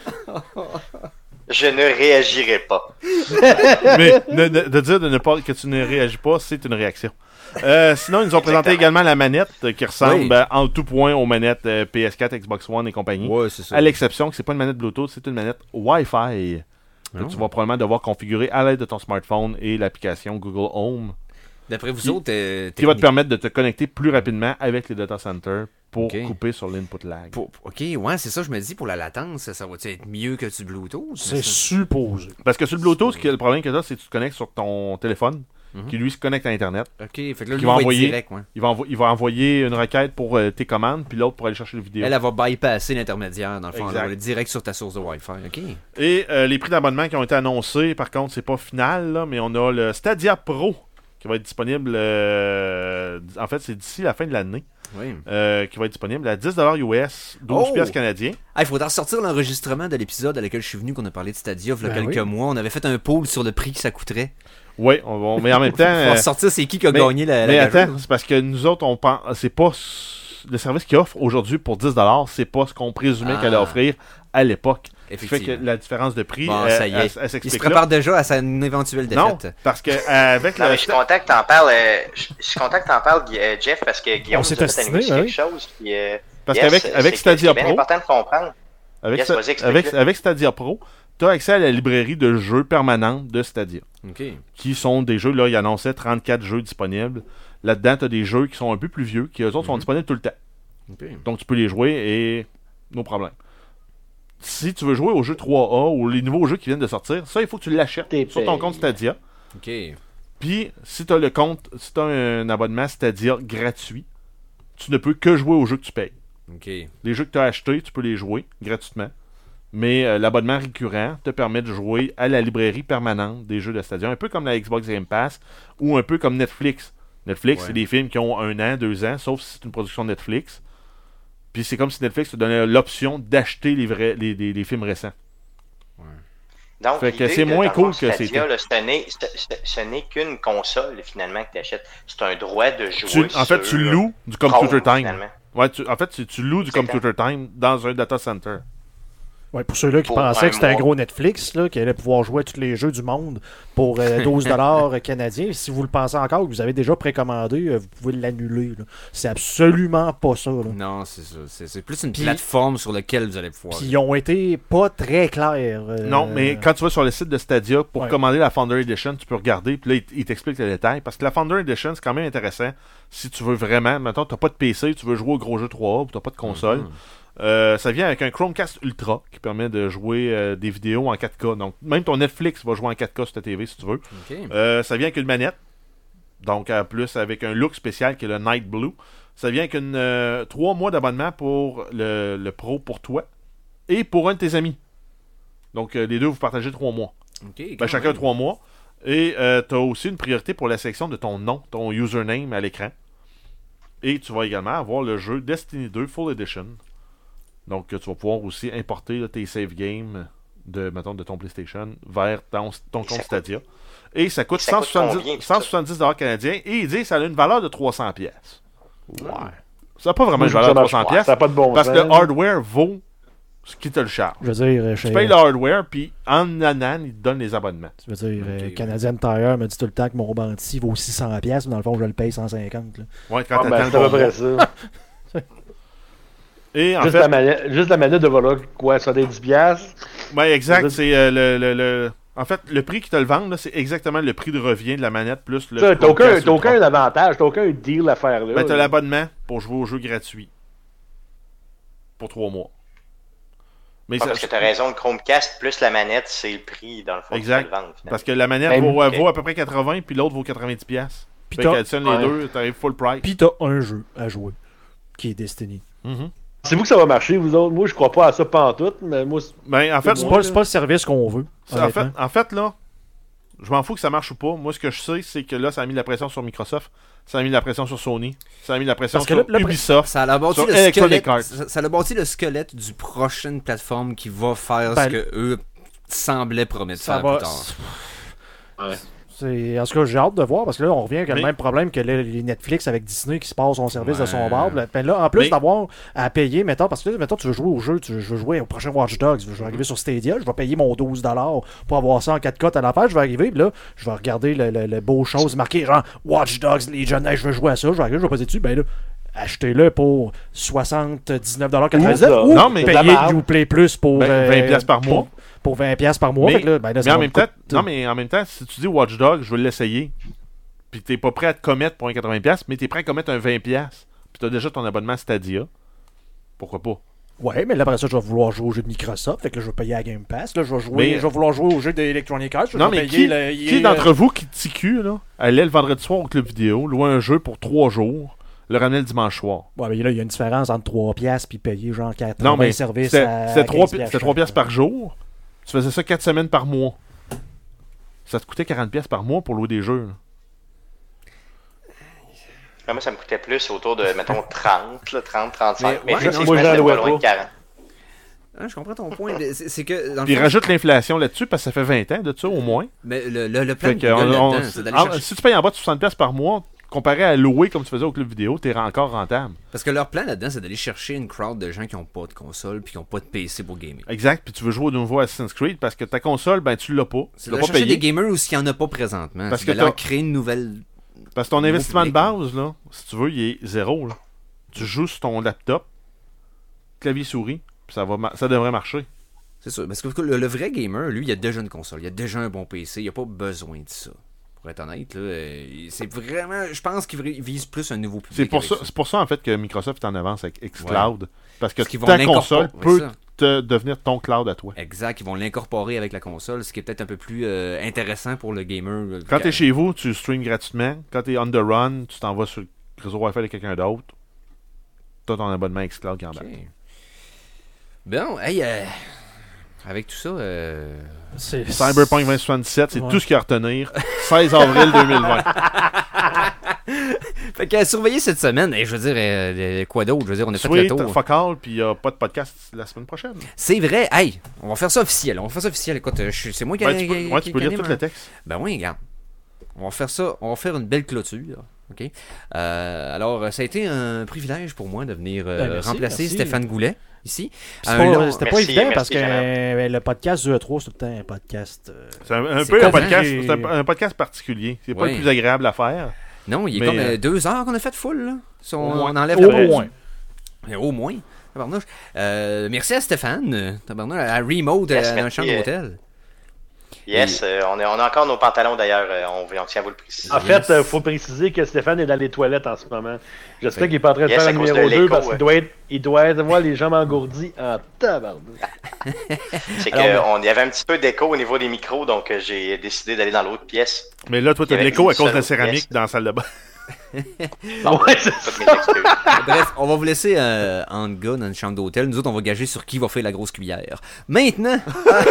Je ne réagirai pas. Mais ne, ne, de dire de ne pas, que tu ne réagis pas, c'est une réaction. Euh, sinon, ils nous ont présenté également la manette euh, qui ressemble oui. ben, en tout point aux manettes euh, P S quatre, Xbox One et compagnie. Ouais, c'est ça. À l'exception que c'est pas une manette Bluetooth, c'est une manette Wi-Fi que tu vas probablement devoir configurer à l'aide de ton smartphone et l'application Google Home. D'après vous qui, autres, euh, qui va te permettre de te connecter plus rapidement avec les data centers pour okay. couper sur l'input lag. Pour, ok, ouais, c'est ça, je me dis, pour la latence, ça va-tu être mieux que du Bluetooth? C'est supposé. Parce que sur le Bluetooth, c'est... le problème que tu as, c'est que tu te connectes sur ton téléphone, mm-hmm. qui lui se connecte à Internet. Ok, fait que là, lui va, va envoyer, direct, ouais. il, va envo- il va envoyer une requête pour euh, tes commandes, puis l'autre pour aller chercher le vidéo. Elle, elle va bypasser l'intermédiaire, dans le fond. Exact. Elle va aller direct sur ta source de Wi-Fi. Ok. Et euh, les prix d'abonnement qui ont été annoncés, par contre, c'est pas final, là, mais on a le Stadia Pro qui va être disponible, euh, en fait, c'est d'ici la fin de l'année. Oui. Euh, qui va être disponible à dix dollars U S, douze oh! piastres canadiens. Ah, il faudra ressortir l'enregistrement de l'épisode à lequel je suis venu, qu'on a parlé de Stadia il y a ben quelques oui. mois. On avait fait un poll sur le prix que ça coûterait. Oui, on va, mais en même temps... Il faut ressortir c'est qui qui a mais, gagné la, la Mais gageuse. attends, c'est parce que nous autres, on pense, c'est pas... Le service qu'ils offrent aujourd'hui pour dix dollars, c'est pas ce qu'on présumait ah. qu'elle allait offrir à l'époque. Ce qui fait que la différence de prix, bon, elle, ça y est. Elle, elle, elle s'explique. Il se prépare là. déjà à sa éventuelle défaite. Non, parce que euh, avec non, la... mais je suis content que t'en parles, euh, je, je suis content que t'en parles, euh, Jeff, parce que Guillaume nous a fait animer quelque oui. chose. Puis, euh, parce yes, qu'avec avec Stadia Pro, c'est important de comprendre. Avec, yes, sta- avec, avec Stadia Pro, tu as accès à la librairie de jeux permanente de Stadia. Okay. Qui sont des jeux, là, il annonçait trente-quatre jeux disponibles. Là-dedans, tu as des jeux qui sont un peu plus vieux, qui eux autres mm-hmm. sont disponibles tout le temps. Okay. Donc tu peux les jouer et no problème. Si tu veux jouer aux jeux trois A ou les nouveaux jeux qui viennent de sortir, ça il faut que tu l'achètes T'es sur ton compte Stadia. OK. Puis si tu as le compte, si tu as un abonnement Stadia gratuit, tu ne peux que jouer aux jeux que tu payes. OK. Les jeux que tu as achetés, tu peux les jouer gratuitement. Mais euh, l'abonnement récurrent te permet de jouer à la librairie permanente des jeux de Stadia, un peu comme la Xbox Game Pass ou un peu comme Netflix. Netflix, ouais. c'est des films qui ont un an, deux ans, sauf si c'est une production de Netflix. Puis c'est comme si Netflix te donnait l'option d'acheter les, vrais, les, les, les films récents. Ouais. Donc, fait que c'est moins cool que c'est. Ce n'est, ce n'est qu'une console finalement que tu achètes. C'est un droit de jouer. Tu, en fait, tu loues du computer time. Ouais, tu, en fait, tu, tu loues du c'est computer quand? time dans un data center. Ouais, pour ceux-là qui pour pensaient que c'était mois. un gros Netflix, là, qui allait pouvoir jouer à tous les jeux du monde pour euh, douze dollars canadiens, si vous le pensez encore, que vous avez déjà précommandé, euh, vous pouvez l'annuler. Là. C'est absolument pas ça. Là. Non, c'est ça. C'est, c'est plus une Pis, plateforme sur laquelle vous allez pouvoir... Puis ils ont été pas très clairs. Euh... Non, mais quand tu vas sur le site de Stadia, pour ouais. commander la Founder Edition, tu peux regarder, puis là, il, il t'explique les détails. Parce que la Founder Edition, c'est quand même intéressant. Si tu veux vraiment, maintenant, tu n'as pas de P C, tu veux jouer au gros jeu trois A, tu n'as pas de console. Mm-hmm. Euh, ça vient avec un Chromecast Ultra qui permet de jouer euh, des vidéos en quatre K. Donc, même ton Netflix va jouer en quatre K sur ta T V si tu veux. Okay. Euh, ça vient avec une manette. Donc, en plus, avec un look spécial qui est le Night Blue. Ça vient avec une euh, trois mois d'abonnement pour le, le Pro pour toi et pour un de tes amis. Donc, euh, les deux, vous partagez trois mois. Okay, ben, chacun trois mois. Et euh, tu as aussi une priorité pour la section de ton nom, ton username à l'écran. Et tu vas également avoir le jeu Destiny deux Full Edition. Donc, tu vas pouvoir aussi importer là, tes save games de, mettons, de ton PlayStation vers ton, ton compte Stadia. Et ça coûte Ça coûte cent soixante-dix combien, tout cent soixante-dix dollars canadiens. Et ils disent que ça a une valeur de trois cents pièces. Ouais. Ça n'a pas vraiment une valeur de trois cents pièces. Ça n'a pas de bon Parce sens. que le hardware vaut ce qui te le charge. Je veux dire, Tu chez, payes le hardware, puis en anan, ils te donnent les abonnements. je veux dire Ok, euh, ouais. Canadian Tire me dit tout le temps que mon Banti vaut six cents pièces, mais dans le fond, je le paye cent cinquante. Là. Ouais, quand Ah, ben, t'attends c'est à le peu bon près mois. ça. Et en Juste, fait, la manette, juste la manette de valoir quoi, ça des dix piastres. ouais, exact, Juste- c'est euh, le, le, le... En fait, le prix qu'ils te le vendent, là, c'est exactement le prix de revient de la manette plus le... Ça, T'as aucun, Chromecast t'as aucun Ultra. avantage, t'as aucun deal à faire là. Ben, t'as là. l'abonnement pour jouer au jeu gratuit. Pour trois mois. Mais Ah, ça- parce que t'as raison, le Chromecast plus la manette, c'est le prix, dans le fond, Exact. qu'ils te le vendent, finalement. Parce que la manette Ben, vaut, ok. vaut à peu près quatre-vingts, puis l'autre vaut quatre-vingt-dix piastres. Puis Fait t'as- qu'additionne les Ouais. deux, t'arrives full price. Puis t'as un jeu à jouer, qui est Destiny. Mhm. C'est vous que ça va marcher, vous autres. Moi, je crois pas à ça pantoute, mais moi, c'est- Ben, en fait, C'est moi, pas, c'est pas le service qu'on veut. ça, en, fait, honnêtement. en fait, là, je m'en fous que ça marche ou pas. Moi, ce que je sais, c'est que là, ça a mis de la pression sur Microsoft, ça a mis de la pression sur Sony, ça a mis de la pression Parce que sur là, là, Ubisoft. Ça a bâti Sur le Electronic squelette. Arts. Ça, ça a bâti le squelette du prochaine plateforme qui va faire Ben, ce que eux semblaient promettre Ça faire va. plus tard. C'est, en tout cas, j'ai hâte de voir parce que là, on revient avec Mais- le même problème que les, les Netflix avec Disney qui se passe son service de son Ouais. bar. Là, ben là, en plus Mais- d'avoir à payer, mettons, parce que là, mettons, tu veux jouer au jeu, tu veux, je veux jouer au prochain Watch Dogs, je veux arriver sur Stadia, je vais payer mon douze dollars pour avoir ça en quatre K à l'affaire, je vais arriver, puis là, je vais regarder le, le, le beau chose marqué genre Watch Dogs Legion, hey, je veux jouer à ça, je vais arriver, je vais passer dessus, ben là, achetez-le pour soixante-dix-neuf dollars quatre-vingt-dix Ouh, ou non, mais- de la payer merde. Uplay Plus pour Ben, euh, vingt piastres par pour- mois. Pour vingt piastres par mois. Mais, Fait que là, ben là, mais ça en va même me temps, coûter- non, mais en même temps, si tu dis Watch Dogs, je veux l'essayer, puis t'es pas prêt à te commettre pour un quatre-vingts piastres, mais t'es prêt à commettre un vingt piastres, puis t'as déjà ton abonnement Stadia, pourquoi pas? Ouais, mais là, après ça, je vais vouloir jouer au jeu de Microsoft. Fait que là, je vais payer à Game Pass. Là, je vais jouer, Mais- je vais vouloir jouer au jeu d'Electronic Arts. Non, je vais mais payer qui, le- qui il- d'entre vous qui T Q, là, allait le vendredi soir au club vidéo, louer un jeu pour trois jours, le ramener le dimanche soir? Ouais, mais là, il y a une différence entre trois piastres puis payer genre quatre Non, mais services c'était à c'était trois quinze piastres c'était trois chaque. piastres par jour. Tu faisais ça quatre semaines par mois. Ça te coûtait quarante piastres par mois pour louer des jeux. là. Ah, moi, ça me coûtait plus autour de, mettons, trente, là, trente, trente-cinq. Mais Mais, ouais, effectivement, moi, j'en c'était louais pas loin pas. de quarante. Ah, je comprends ton point. mais C'est c'est que dans le Puis fond, rajoute l'inflation là-dessus parce que ça fait vingt ans de ça au moins. mais le, le, le plan Fait de que Google on- on- là-dedans, c'est d'aller en- chercher. si tu payes en bas de soixante piastres par mois, comparé à louer comme tu faisais au club vidéo, t'es encore rentable. Parce que leur plan là-dedans, c'est d'aller chercher une crowd de gens qui n'ont pas de console puis qui n'ont pas de P C pour gamer. Exact, puis tu veux jouer au nouveau Assassin's Creed parce que ta console, ben tu l'as pas. C'est Tu de l'as pas chercher payé. des gamers où il n'y en a pas présentement. Parce C'est que de leur t'as- créer une nouvelle. Parce que ton Nouveau investissement de public. base, là, si tu veux, il est zéro. Là. Tu joues sur ton laptop, clavier souris, puis ça, va ma- ça devrait marcher. C'est ça. Parce que le, le vrai gamer, lui, il a déjà une console. Il a déjà un bon P C. Il n'a pas besoin de ça. Pour être honnête, là, euh, c'est vraiment. Je pense qu'il vri- vise plus un nouveau public. C'est pour, avec ça, c'est pour ça, en fait, que Microsoft est en avance avec xCloud. Parce que Parce qu'ils vont ta l'incorporer, console ouais, peut ça. te devenir ton cloud à toi. Exact, ils vont l'incorporer avec la console, ce qui est peut-être un peu plus euh, intéressant pour le gamer. euh, Quand que- t'es chez vous, tu streams gratuitement. Quand t'es on the run, tu t'en vas sur le réseau Wi-Fi de quelqu'un d'autre. T'as ton abonnement xCloud qui Ok. embarque. Bon, hey, euh, avec tout ça, euh, C'est- Cyberpunk vingt soixante-dix-sept, c'est Ouais. tout ce qu'il y a à retenir. seize avril deux mille vingt. fait qu'à surveiller cette semaine, et je veux dire, euh, quoi d'autre? Je veux dire, on a fait le Sweet, tour. fuck all, puis il n'y a pas de podcast la semaine prochaine. C'est vrai, hey, on va faire ça officiel. On va faire ça officiel. Écoute, euh, je- c'est moi qui Ben, tu peux, qui- ouais, qui- tu peux qui lire anime, tout le hein. texte. Ben oui, regarde. On va faire ça, on va faire une belle clôture. OK? Euh, alors, ça a été un privilège pour moi de venir euh, Ben, merci, remplacer merci. Stéphane Goulet ici. Puis c'est Un pas- long- C'était pas Merci, évident merci, parce que Jeannette. euh, le podcast du E trois, c'est tout le temps un podcast. euh, C'est un, un C'est peu un comme podcast, j'ai- c'est un, un podcast particulier. C'est pas Ouais. le plus agréable à faire. Non, il est Mais, comme euh, euh, deux heures qu'on a fait full. Là. Si on, Au moins. on enlève Au la moins. Mais au moins. Tabarnouche. Euh, merci à Stéphane, euh, tabarnouche, à Remote, Yes, euh, dans un merci, chambre euh, d'hôtel. Yes, euh, on, a, on a encore nos pantalons d'ailleurs, euh, on, on tient à vous le préciser. En fait, il faut préciser que Stéphane est dans les toilettes en ce moment. J'espère Fait- qu'il n'est pas en train de Yes, faire à un cause de numéro deux l'écho, parce qu'il ouais. doit être, il doit avoir les jambes engourdies en tabarnak. C'est Alors, qu'il y avait un petit peu d'écho au niveau des micros, donc euh, j'ai décidé d'aller dans l'autre pièce. Mais là, toi, t'as Il y de avait l'écho à une cause de la seule céramique pièce. dans la salle de bain. Ouais, c'est ça. Toutes mes excuses. Bref, on va vous laisser euh, en gars dans une chambre d'hôtel. Nous autres, on va gager sur qui va faire la grosse cuillère. Maintenant...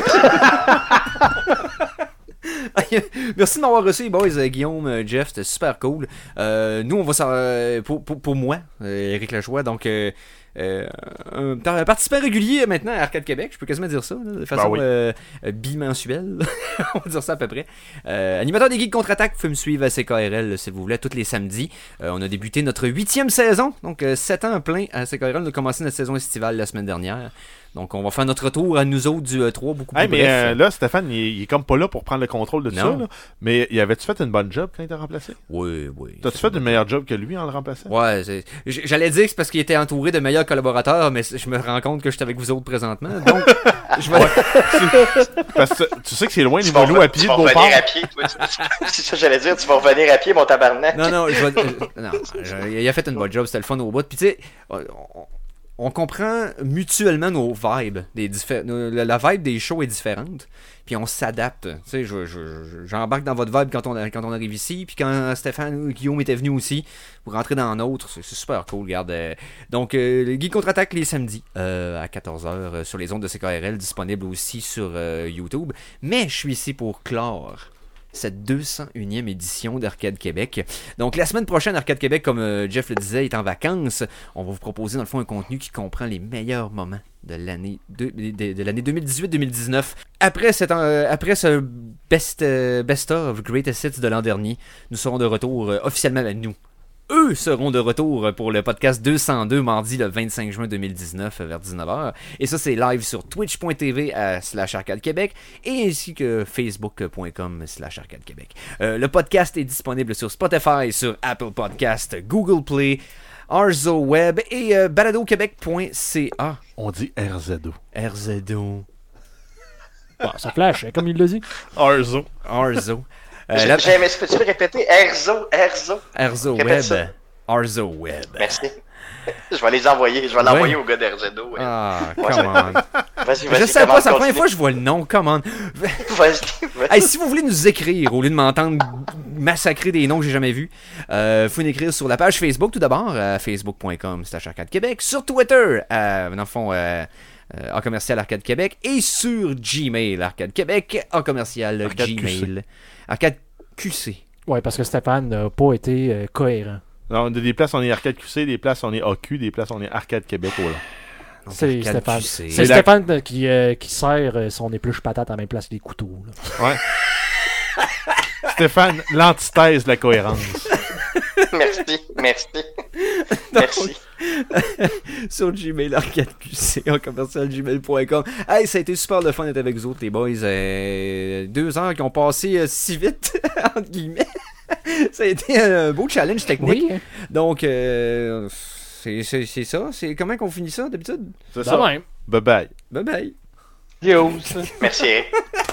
Merci de m'avoir reçu, les boys. Euh, Guillaume, euh, Jeff, c'était super cool. Euh, nous, on va s'en... euh, pour, pour, pour moi, euh, Éric Lajoie, donc... Euh, euh, un, un participant régulier maintenant à Arcade Québec, je peux quasiment dire ça, là, de façon Ben oui. euh, euh, bimensuelle. On va dire ça à peu près. Euh, animateur des Geeks Contre-Attaque, vous pouvez me suivre à C K R L si vous voulez, tous les samedis. Euh, on a débuté notre huitième saison, donc euh, sept ans plein à C K R L. On a commencé notre saison estivale la semaine dernière. Donc, on va faire notre retour à nous autres du E trois, beaucoup plus Hey, mais bref. euh, là, Stéphane, il est, il est comme pas là pour prendre le contrôle de tout Non. ça. Là. Mais y avait-tu fait une bonne job quand il t'a remplacé? Oui, oui. T'as-tu fait une meilleure job que lui en le remplaçant? Ouais, c'est- j- j'allais dire que c'est parce qu'il était entouré de meilleurs collaborateurs, mais je me rends compte que je suis avec vous autres présentement. Donc, je vais... Parce que tu sais que c'est loin Tu les vas, moineaux à reven- pied tu de vas Beauport. revenir à pied, toi. C'est ça que j'allais dire, tu vas revenir à pied, mon tabarnak. Non, non, je vais... euh, non, je- il a fait une bonne job, c'était le fun au bout. Puis tu sais, on, on comprend mutuellement nos vibes. Des diffé- nos- la, la vibe des shows est différente. Puis on s'adapte. Tu sais, je, je, je- j'embarque dans votre vibe quand on, quand on arrive ici. Puis quand Stéphane ou Guillaume était venu aussi, pour rentrer dans l'autre, c'est, c'est super cool. Regarde. euh. Donc, euh, le Geek Contre-Attaque les samedis euh, à quatorze heures euh, sur les ondes de C K R L, disponible aussi sur euh, YouTube. Mais je suis ici pour clore cette deux cent unième édition d'Arcade Québec. Donc la semaine prochaine, Arcade Québec, comme euh, Jeff le disait, est en vacances. On va vous proposer dans le fond un contenu qui comprend les meilleurs moments de l'année, de, de, de l'année deux mille dix-huit deux mille dix-neuf. Après, cette, euh, après ce best, euh, best of Greatest Hits de l'an dernier, nous serons de retour euh, officiellement à nous. Eux seront de retour pour le podcast deux cent deux mardi le vingt-cinq juin deux mille dix-neuf vers dix-neuf heures. Et ça, c'est live sur twitch point t v à slash arcade québec et ainsi que facebook point com slash arcade québec. Euh, le podcast est disponible sur Spotify, sur Apple Podcast, Google Play, Arzo Web et euh, balado québec point c a. On dit R Z O. R Z O. Bon, ça flash, hein, comme il l'a dit. Arzo. Arzo. Euh, J'ai- la- j'ai aimé, peux-tu répéter? Erzo, Erzo. Arzo Répète Web. ça. Arzo Web. Merci. Je vais les envoyer, je vais l'envoyer au gars d'R Z O. Ouais. Ah, Ouais, come on. Vas-y, Je vas-y, sais pas, commence, c'est la première continue. fois que je vois le nom, come on. Vas-y, vas-y. Hey, si vous voulez nous écrire, au lieu de m'entendre massacrer des noms que j'ai jamais vus, euh, faut nous écrire sur la page Facebook tout d'abord, à facebook point com slash arcade québec, sur Twitter, euh, dans le fond, euh, euh, en commercial Arcade Québec, et sur Gmail, Arcade Québec, en commercial Arcade Gmail. Arcade Q C. Ouais, parce que Stéphane n'a pas été euh, cohérent. Non, des places, on est Arcade Q C, des places, on est A Q, des places, on est Arcade Québec. Voilà. Donc, C'est Arcade Stéphane. Q C. C'est la- Stéphane euh, qui, euh, qui sert euh, son épluche patate à la même place que les couteaux. là. Ouais. Stéphane, l'antithèse de la cohérence. Merci, merci. Merci. Sur Gmail, Arcade Q C, en commercial gmail point com. Hey, ça a été super le fun d'être avec vous autres, les boys. Euh, deux heures qui ont passé euh, si vite, entre guillemets. Ça a été un beau challenge technique. Oui, hein. Donc, euh, c'est, c'est, c'est ça. C'est comment qu'on finit ça d'habitude? C'est de ça. même. Bye bye. Bye bye. Dios. Merci, Eric.